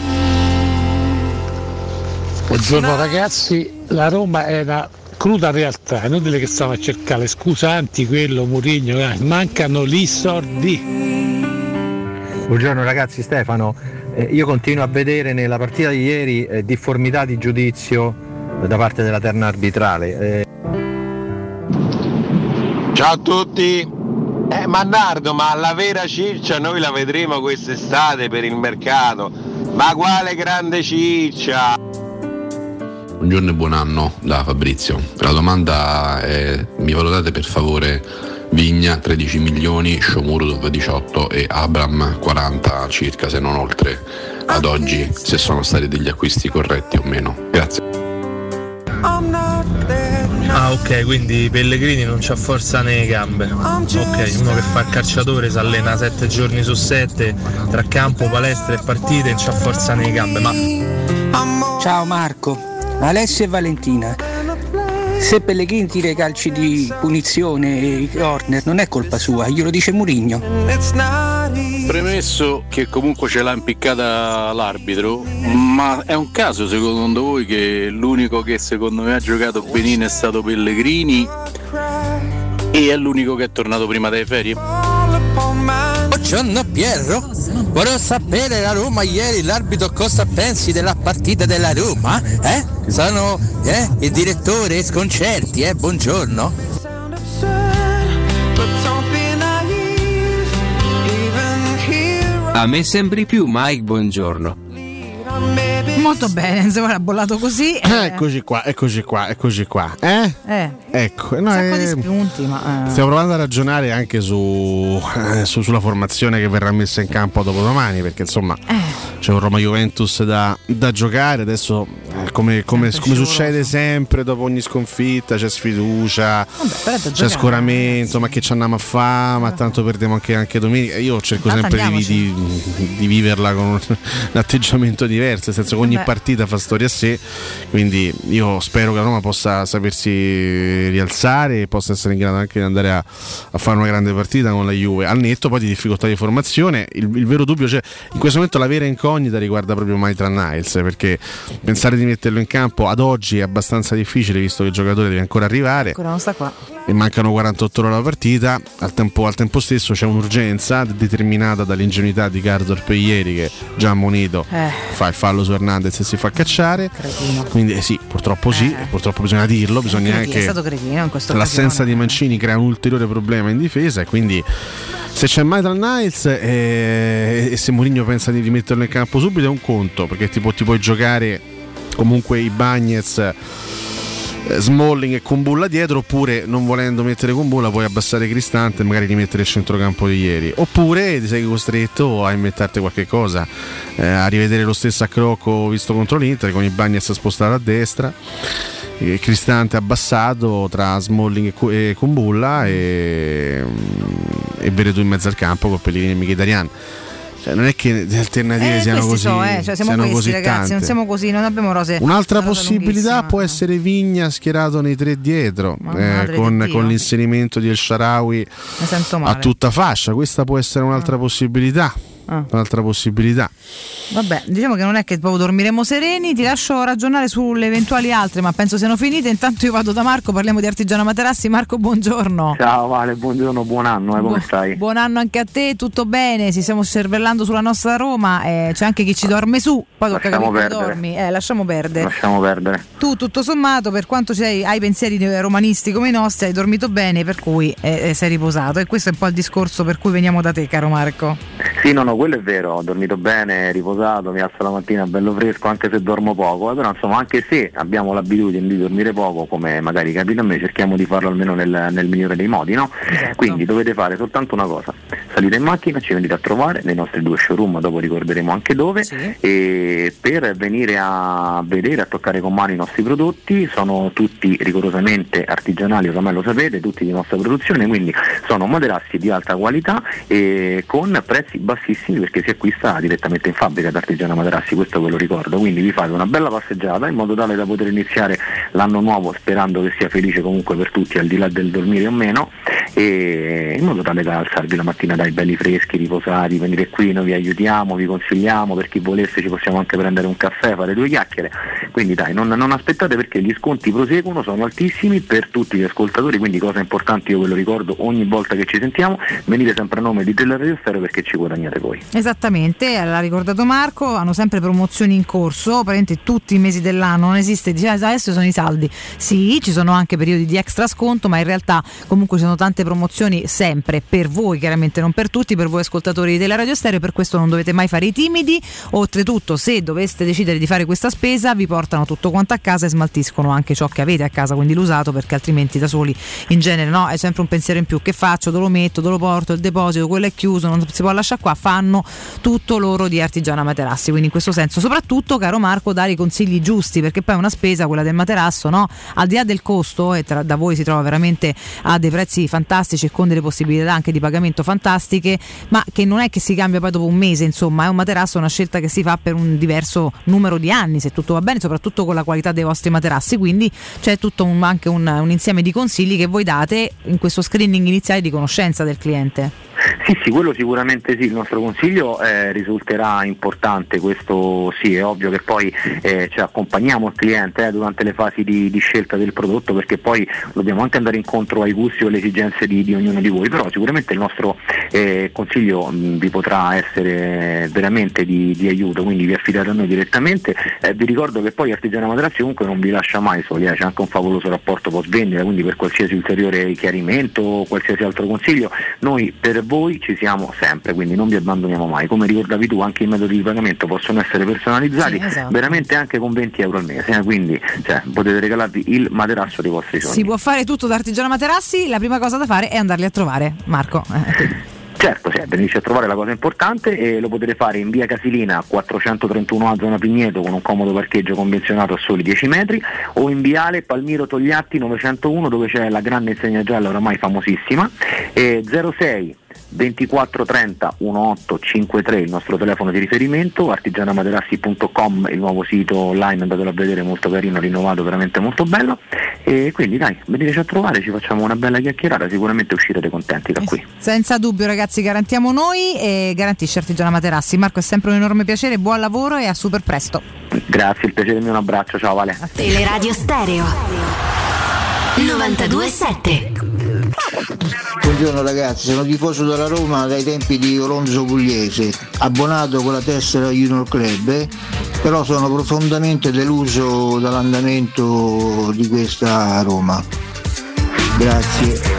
Buongiorno ragazzi, la Roma è una cruda realtà, è inutile che stiamo a cercare le scusanti, quello, Mourinho, mancano gli soldi. Buongiorno ragazzi, Stefano, io continuo a vedere nella partita di ieri difformità di giudizio da parte della terna arbitrale. Ciao a tutti. Mannardo, ma la vera ciccia noi la vedremo quest'estate per il mercato. Ma quale grande ciccia! Buongiorno e buon anno da Fabrizio. La domanda è: mi valutate per favore Vigna 13 milioni, Shomurodov 18 e Abram 40 circa, se non oltre, ad oggi, se sono stati degli acquisti corretti o meno? Grazie. Ah, ok, quindi Pellegrini non c'ha forza nelle gambe. Ok, uno che fa il calciatore, si allena 7 giorni su 7 tra campo, palestra e partite, non c'ha forza nelle gambe. Ma ciao Marco, Alessio e Valentina. Se Pellegrini tira i calci di punizione e i corner non è colpa sua, glielo dice Mourinho. Premesso che comunque ce l'ha impiccata l'arbitro, ma è un caso secondo voi che l'unico che secondo me ha giocato benino è stato Pellegrini e è l'unico che è tornato prima delle ferie? Buongiorno Piero, volevo sapere la Roma ieri, l'arbitro cosa pensi della partita della Roma? Sono il direttore sconcerti, buongiorno. A me sembri più Mike Buongiorno. Molto bene, se ora bollato così. Eccoci qua. Ecco, un sacco di spunti, ma stiamo provando a ragionare anche sulla formazione che verrà messa in campo dopodomani, perché insomma c'è un Roma-Juventus da giocare adesso, come succede sempre dopo ogni sconfitta, c'è sfiducia, c'è scoramento, ma che ci andiamo a fare, ma tanto perdiamo anche domenica. Io cerco sempre di viverla con un atteggiamento diverso, nel senso che ogni partita fa storia a sé, quindi io spero che la Roma possa sapersi rialzare e possa essere in grado anche di andare a fare una grande partita con la Juve, al netto poi di difficoltà di formazione. Il vero dubbio, cioè in questo momento la vera incognita riguarda proprio Maitland-Niles, perché pensare di metterlo in campo ad oggi è abbastanza difficile, visto che il giocatore deve ancora arrivare, ancora non sta qua e mancano 48 ore alla partita. Al tempo stesso c'è un'urgenza determinata dall'ingenuità di Karsdorp ieri, che già ammonito fa il fallo su Hernandez e si fa cacciare. Cretino. Quindi sì, purtroppo sì, purtroppo bisogna dirlo, bisogna anche, è stato cretino in questo l'assenza di Mancini crea un ulteriore problema in difesa, e quindi se c'è Maitland-Niles e se Mourinho pensa di rimetterlo in campo subito è un conto, perché ti puoi giocare comunque i Bagnez, Smalling e Kumbulla dietro, oppure non volendo mettere Kumbulla puoi abbassare Cristante e magari rimettere il centrocampo di ieri, oppure ti sei costretto a inventarti qualche cosa, a rivedere lo stesso accrocco visto contro l'Inter, con i Bagnez spostato a destra, Cristante abbassato tra Smalling e Kumbulla e Veretù in mezzo al campo con Pellegrini e Mkhitaryan. Cioè, non è che le alternative siano così, cioè, siamo questi così ragazzi, tante. Non siamo così, non abbiamo rose. Un'altra possibilità può essere Vigna schierato nei tre dietro, con l'inserimento di El Shaarawy a tutta fascia. Questa può essere un'altra possibilità. Un'altra possibilità. Vabbè, diciamo che non è che proprio dormiremo sereni. Ti lascio ragionare sulle eventuali altre, ma penso siano finite. Intanto io vado da Marco, parliamo di Artigiano Materassi. Marco, buongiorno. Ciao Vale, buongiorno, buon anno, come stai? Buon anno anche a te, tutto bene? Ci stiamo cervellando sulla nostra Roma, c'è anche chi ci dorme su, poi tocca capire che dormi. Lasciamo perdere. Tu tutto sommato, per quanto hai pensieri romanisti come i nostri, hai dormito bene, per cui sei riposato, e questo è un po' il discorso per cui veniamo da te, caro Marco. Sì, no, quello è vero, ho dormito bene, riposato, mi alzo la mattina bello fresco, anche se dormo poco, però insomma, anche se abbiamo l'abitudine di dormire poco, come magari capita a me, cerchiamo di farlo almeno nel migliore dei modi, no? Esatto. Quindi dovete fare soltanto una cosa: salite in macchina, ci venite a trovare nei nostri 2 showroom, dopo ricorderemo anche dove, e per venire a vedere, a toccare con mano i nostri prodotti. Sono tutti rigorosamente artigianali, ormai lo sapete, tutti di nostra produzione, quindi sono materassi di alta qualità e con prezzi bassissimi, perché si acquista direttamente in fabbrica da Artigiano Materassi, questo ve lo ricordo. Quindi vi fate una bella passeggiata in modo tale da poter iniziare l'anno nuovo sperando che sia felice comunque per tutti, al di là del dormire o meno, e in modo tale da alzarvi la mattina dai belli freschi, riposati, venire qui, noi vi aiutiamo, vi consigliamo, per chi volesse ci possiamo anche prendere un caffè, fare 2 chiacchiere, quindi dai, non aspettate, perché gli sconti proseguono, sono altissimi per tutti gli ascoltatori, quindi cosa importante, io ve lo ricordo ogni volta che ci sentiamo, venite sempre a nome di Teleradio Stereo perché ci guadagnate voi. Esattamente, l'ha ricordato Marco, hanno sempre promozioni in corso, praticamente tutti i mesi dell'anno, non esiste, dice adesso sono i saldi, sì, ci sono anche periodi di extra sconto, ma in realtà comunque ci sono tante promozioni sempre per voi, chiaramente non per tutti, per voi ascoltatori della Radio Stereo, per questo non dovete mai fare i timidi. Oltretutto, se doveste decidere di fare questa spesa, vi portano tutto quanto a casa e smaltiscono anche ciò che avete a casa, quindi l'usato, perché altrimenti da soli in genere no, è sempre un pensiero in più, che faccio, dove lo metto, dove lo porto, il deposito, quello è chiuso, non si può lasciare qua, fanno tutto loro di Artigiana Materassi, quindi in questo senso soprattutto, caro Marco, dare i consigli giusti, perché poi è una spesa, quella del materasso, no? Al di là del costo, e da voi si trova veramente a dei prezzi fantastici e con delle possibilità anche di pagamento fantastiche, ma che non è che si cambia poi dopo un mese, insomma è un materasso, una scelta che si fa per un diverso numero di anni, se tutto va bene, soprattutto con la qualità dei vostri materassi, quindi c'è tutto anche un insieme di consigli che voi date in questo screening iniziale di conoscenza del cliente. Sì, quello sicuramente sì, il nostro consiglio risulterà importante, questo sì, è ovvio che poi accompagniamo il cliente durante le fasi di scelta del prodotto, perché poi dobbiamo anche andare incontro ai gusti o alle esigenze di ognuno di voi, però sicuramente il nostro consiglio vi potrà essere veramente di aiuto, quindi vi affidate a noi direttamente. Vi ricordo che poi Artigiana Materassi comunque non vi lascia mai soli, c'è anche un favoloso rapporto post vendita, quindi per qualsiasi ulteriore chiarimento o qualsiasi altro consiglio noi per voi ci siamo sempre, quindi non vi abbandoniamo mai. Come ricordavi tu, anche i metodi di pagamento possono essere personalizzati, sì, esatto, veramente anche con 20 euro al mese, quindi potete regalarvi il materasso dei vostri sogni. Si può fare tutto da Artigiana Materassi, la prima cosa da fare è andarli a trovare, Marco. Certo, venirci a trovare la cosa importante, e lo potete fare in via Casilina 431A zona Pigneto, con un comodo parcheggio convenzionato a soli 10 metri, o in viale Palmiro Togliatti 901, dove c'è la grande insegna gialla oramai famosissima, 06 24 30 1853 il nostro telefono di riferimento, artigianamaterassi.com il nuovo sito online, andatelo a vedere, molto carino, rinnovato, veramente molto bello, e quindi dai, veniteci a trovare, ci facciamo una bella chiacchierata, sicuramente uscirete contenti da qui. Senza dubbio ragazzi, garantiamo noi e garantisce Artigiana Materassi. Marco, è sempre un enorme piacere, buon lavoro e a super presto. Grazie, il piacere è mio, un abbraccio, ciao Vale. Teleradio Stereo 92.7. Buongiorno ragazzi, sono tifoso della Roma dai tempi di Alonso Pugliese, abbonato con la tessera Junior Club, però sono profondamente deluso dall'andamento di questa Roma. Grazie.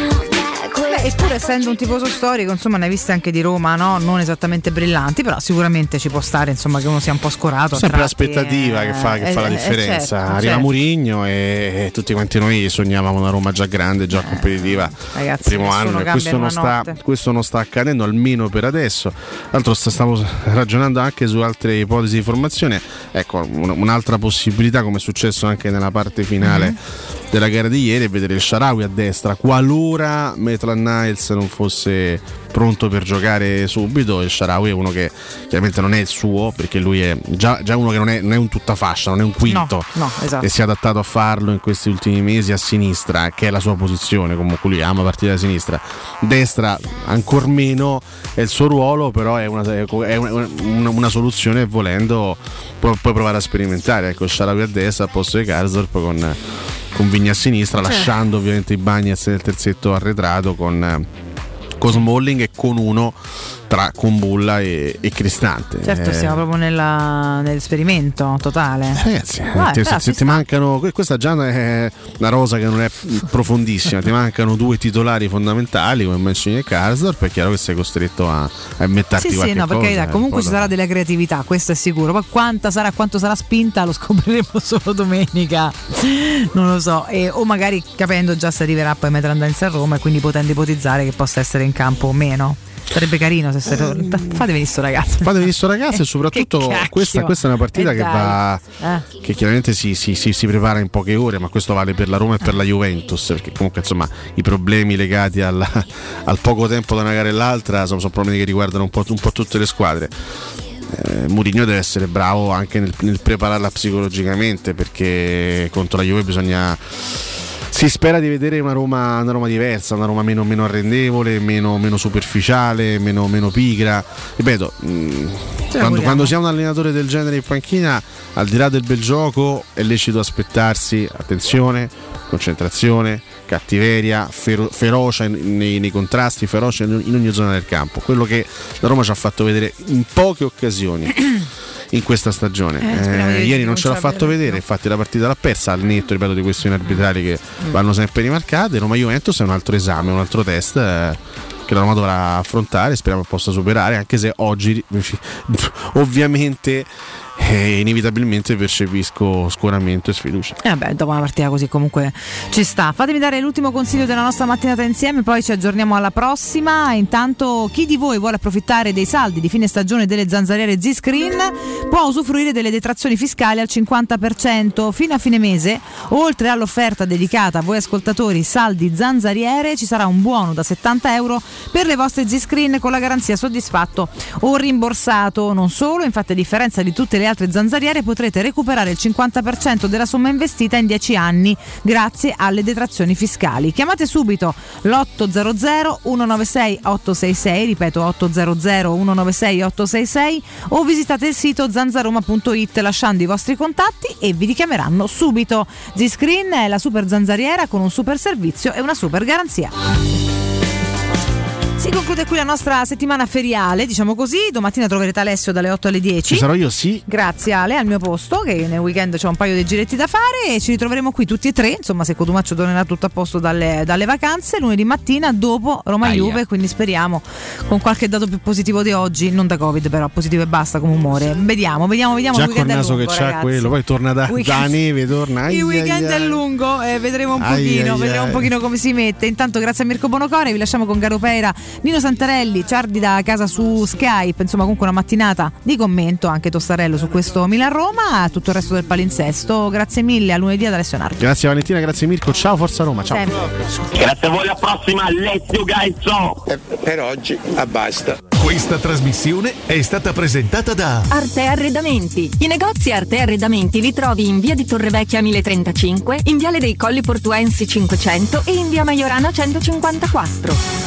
Eppure essendo un tifoso storico, insomma, ne hai viste anche di Roma, no? Non esattamente brillanti, però sicuramente ci può stare, insomma, che uno sia un po' scorato. Sempre l'aspettativa che fa la differenza. Certo, arriva Mourinho e tutti quanti noi sognavamo una Roma già grande, già competitiva. Ragazzi, primo anno, e questo non sta accadendo, almeno per adesso. Tra l'altro stavo ragionando anche su altre ipotesi di formazione. Ecco, un'altra possibilità, come è successo anche nella parte finale della gara di ieri, è vedere il Shaarawy a destra, qualora Maitland-Niles non fosse pronto per giocare subito. Il Shaarawy è uno che chiaramente non è il suo, perché lui è già uno che non è un tutta fascia, non è un quinto, no, esatto, e si è adattato a farlo in questi ultimi mesi a sinistra, che è la sua posizione, comunque lui ama partire da sinistra. Destra ancor meno è il suo ruolo, però è una soluzione, volendo puoi provare a sperimentare. Ecco, il Shaarawy a destra al posto di Karsdorp con Vigna a sinistra, lasciando ovviamente i Bagnez nel terzetto arretrato con Smalling e con uno tra Kumbulla e Cristante. Certo, siamo proprio nell'esperimento totale. Ragazzi, se ti mancano, questa già è una rosa che non è profondissima, ti mancano due titolari fondamentali come Mancini e Karsdorp, è chiaro che sei costretto a metterti qualche cosa. Perché comunque ci sarà della creatività, questo è sicuro. Poi quanto sarà spinta lo scopriremo solo domenica, non lo so, o magari capendo già se arriverà poi Maitland-Niles a Roma, e quindi potendo ipotizzare che possa essere in campo o meno. Sarebbe carino se fate venire sto ragazzo. E soprattutto questa è una partita che chiaramente si prepara in poche ore, ma questo vale per la Roma e per la Juventus, perché comunque insomma i problemi legati al poco tempo da una gara e l'altra sono problemi che riguardano un po' tutte le squadre. Mourinho deve essere bravo anche nel prepararla psicologicamente, perché contro la Juve bisogna Si spera di vedere una Roma diversa, una Roma meno arrendevole, meno superficiale, meno pigra. Ripeto, quando si ha un allenatore del genere in panchina, al di là del bel gioco, è lecito aspettarsi attenzione, concentrazione, cattiveria, ferocia nei contrasti, ferocia in ogni zona del campo. Quello che la Roma ci ha fatto vedere in poche occasioni in questa stagione. Ieri non ce l'ha fatto vedere, infatti la partita l'ha persa, al netto, ripeto, di questioni arbitrali che vanno sempre rimarcate. Roma-Juventus è un altro esame, un altro test che la Roma dovrà affrontare, speriamo possa superare, anche se oggi ovviamente inevitabilmente percepisco scoramento e sfiducia. Dopo una partita così comunque ci sta. Fatemi dare l'ultimo consiglio della nostra mattinata insieme, poi ci aggiorniamo alla prossima. Intanto, chi di voi vuole approfittare dei saldi di fine stagione delle zanzariere Z-Screen può usufruire delle detrazioni fiscali al 50% fino a fine mese. Oltre all'offerta dedicata a voi ascoltatori saldi zanzariere, ci sarà un buono da €70 per le vostre Z-Screen con la garanzia soddisfatto o rimborsato. Non solo, infatti, a differenza di tutte le altre zanzariere, potrete recuperare il 50% della somma investita in 10 anni grazie alle detrazioni fiscali. Chiamate subito l'800 196 866, ripeto 800 196 866, o visitate il sito zanzaroma.it lasciando i vostri contatti e vi richiameranno subito. Z-Screen è la super zanzariera con un super servizio e una super garanzia. Si conclude qui la nostra settimana feriale, diciamo così. Domattina troverete Alessio dalle 8 alle 10. Ci sarò io, sì. Grazie Ale, al mio posto, che nel weekend c'è un paio di giretti da fare, e ci ritroveremo qui tutti e tre, insomma, se Cotumaccio tornerà tutto a posto dalle vacanze, lunedì mattina dopo Roma-Juve, quindi speriamo con qualche dato più positivo di oggi, non da Covid però, positivo e basta come umore. Vediamo. Già col naso che c'ha quello, poi torna da neve, torna. Il weekend è lungo e vedremo un pochino come si mette. Intanto grazie a Mirko Bonocore, vi lasciamo con Garo Peira, Nino Santarelli, Ciardi da casa su Skype, insomma comunque una mattinata di commento, anche Tostarello su questo Milan-Roma, tutto il resto del palinsesto. Grazie mille, a lunedì ad Alessio Nardi. Grazie Valentina, grazie Mirko, ciao, forza Roma, ciao. Grazie a voi, alla prossima, Alessio Gaizzo. Per oggi basta. Questa trasmissione è stata presentata da Arte Arredamenti. I negozi Arte Arredamenti li trovi in via di Torrevecchia 1035, in viale dei Colli Portuensi 500 e in via Maiorana 154.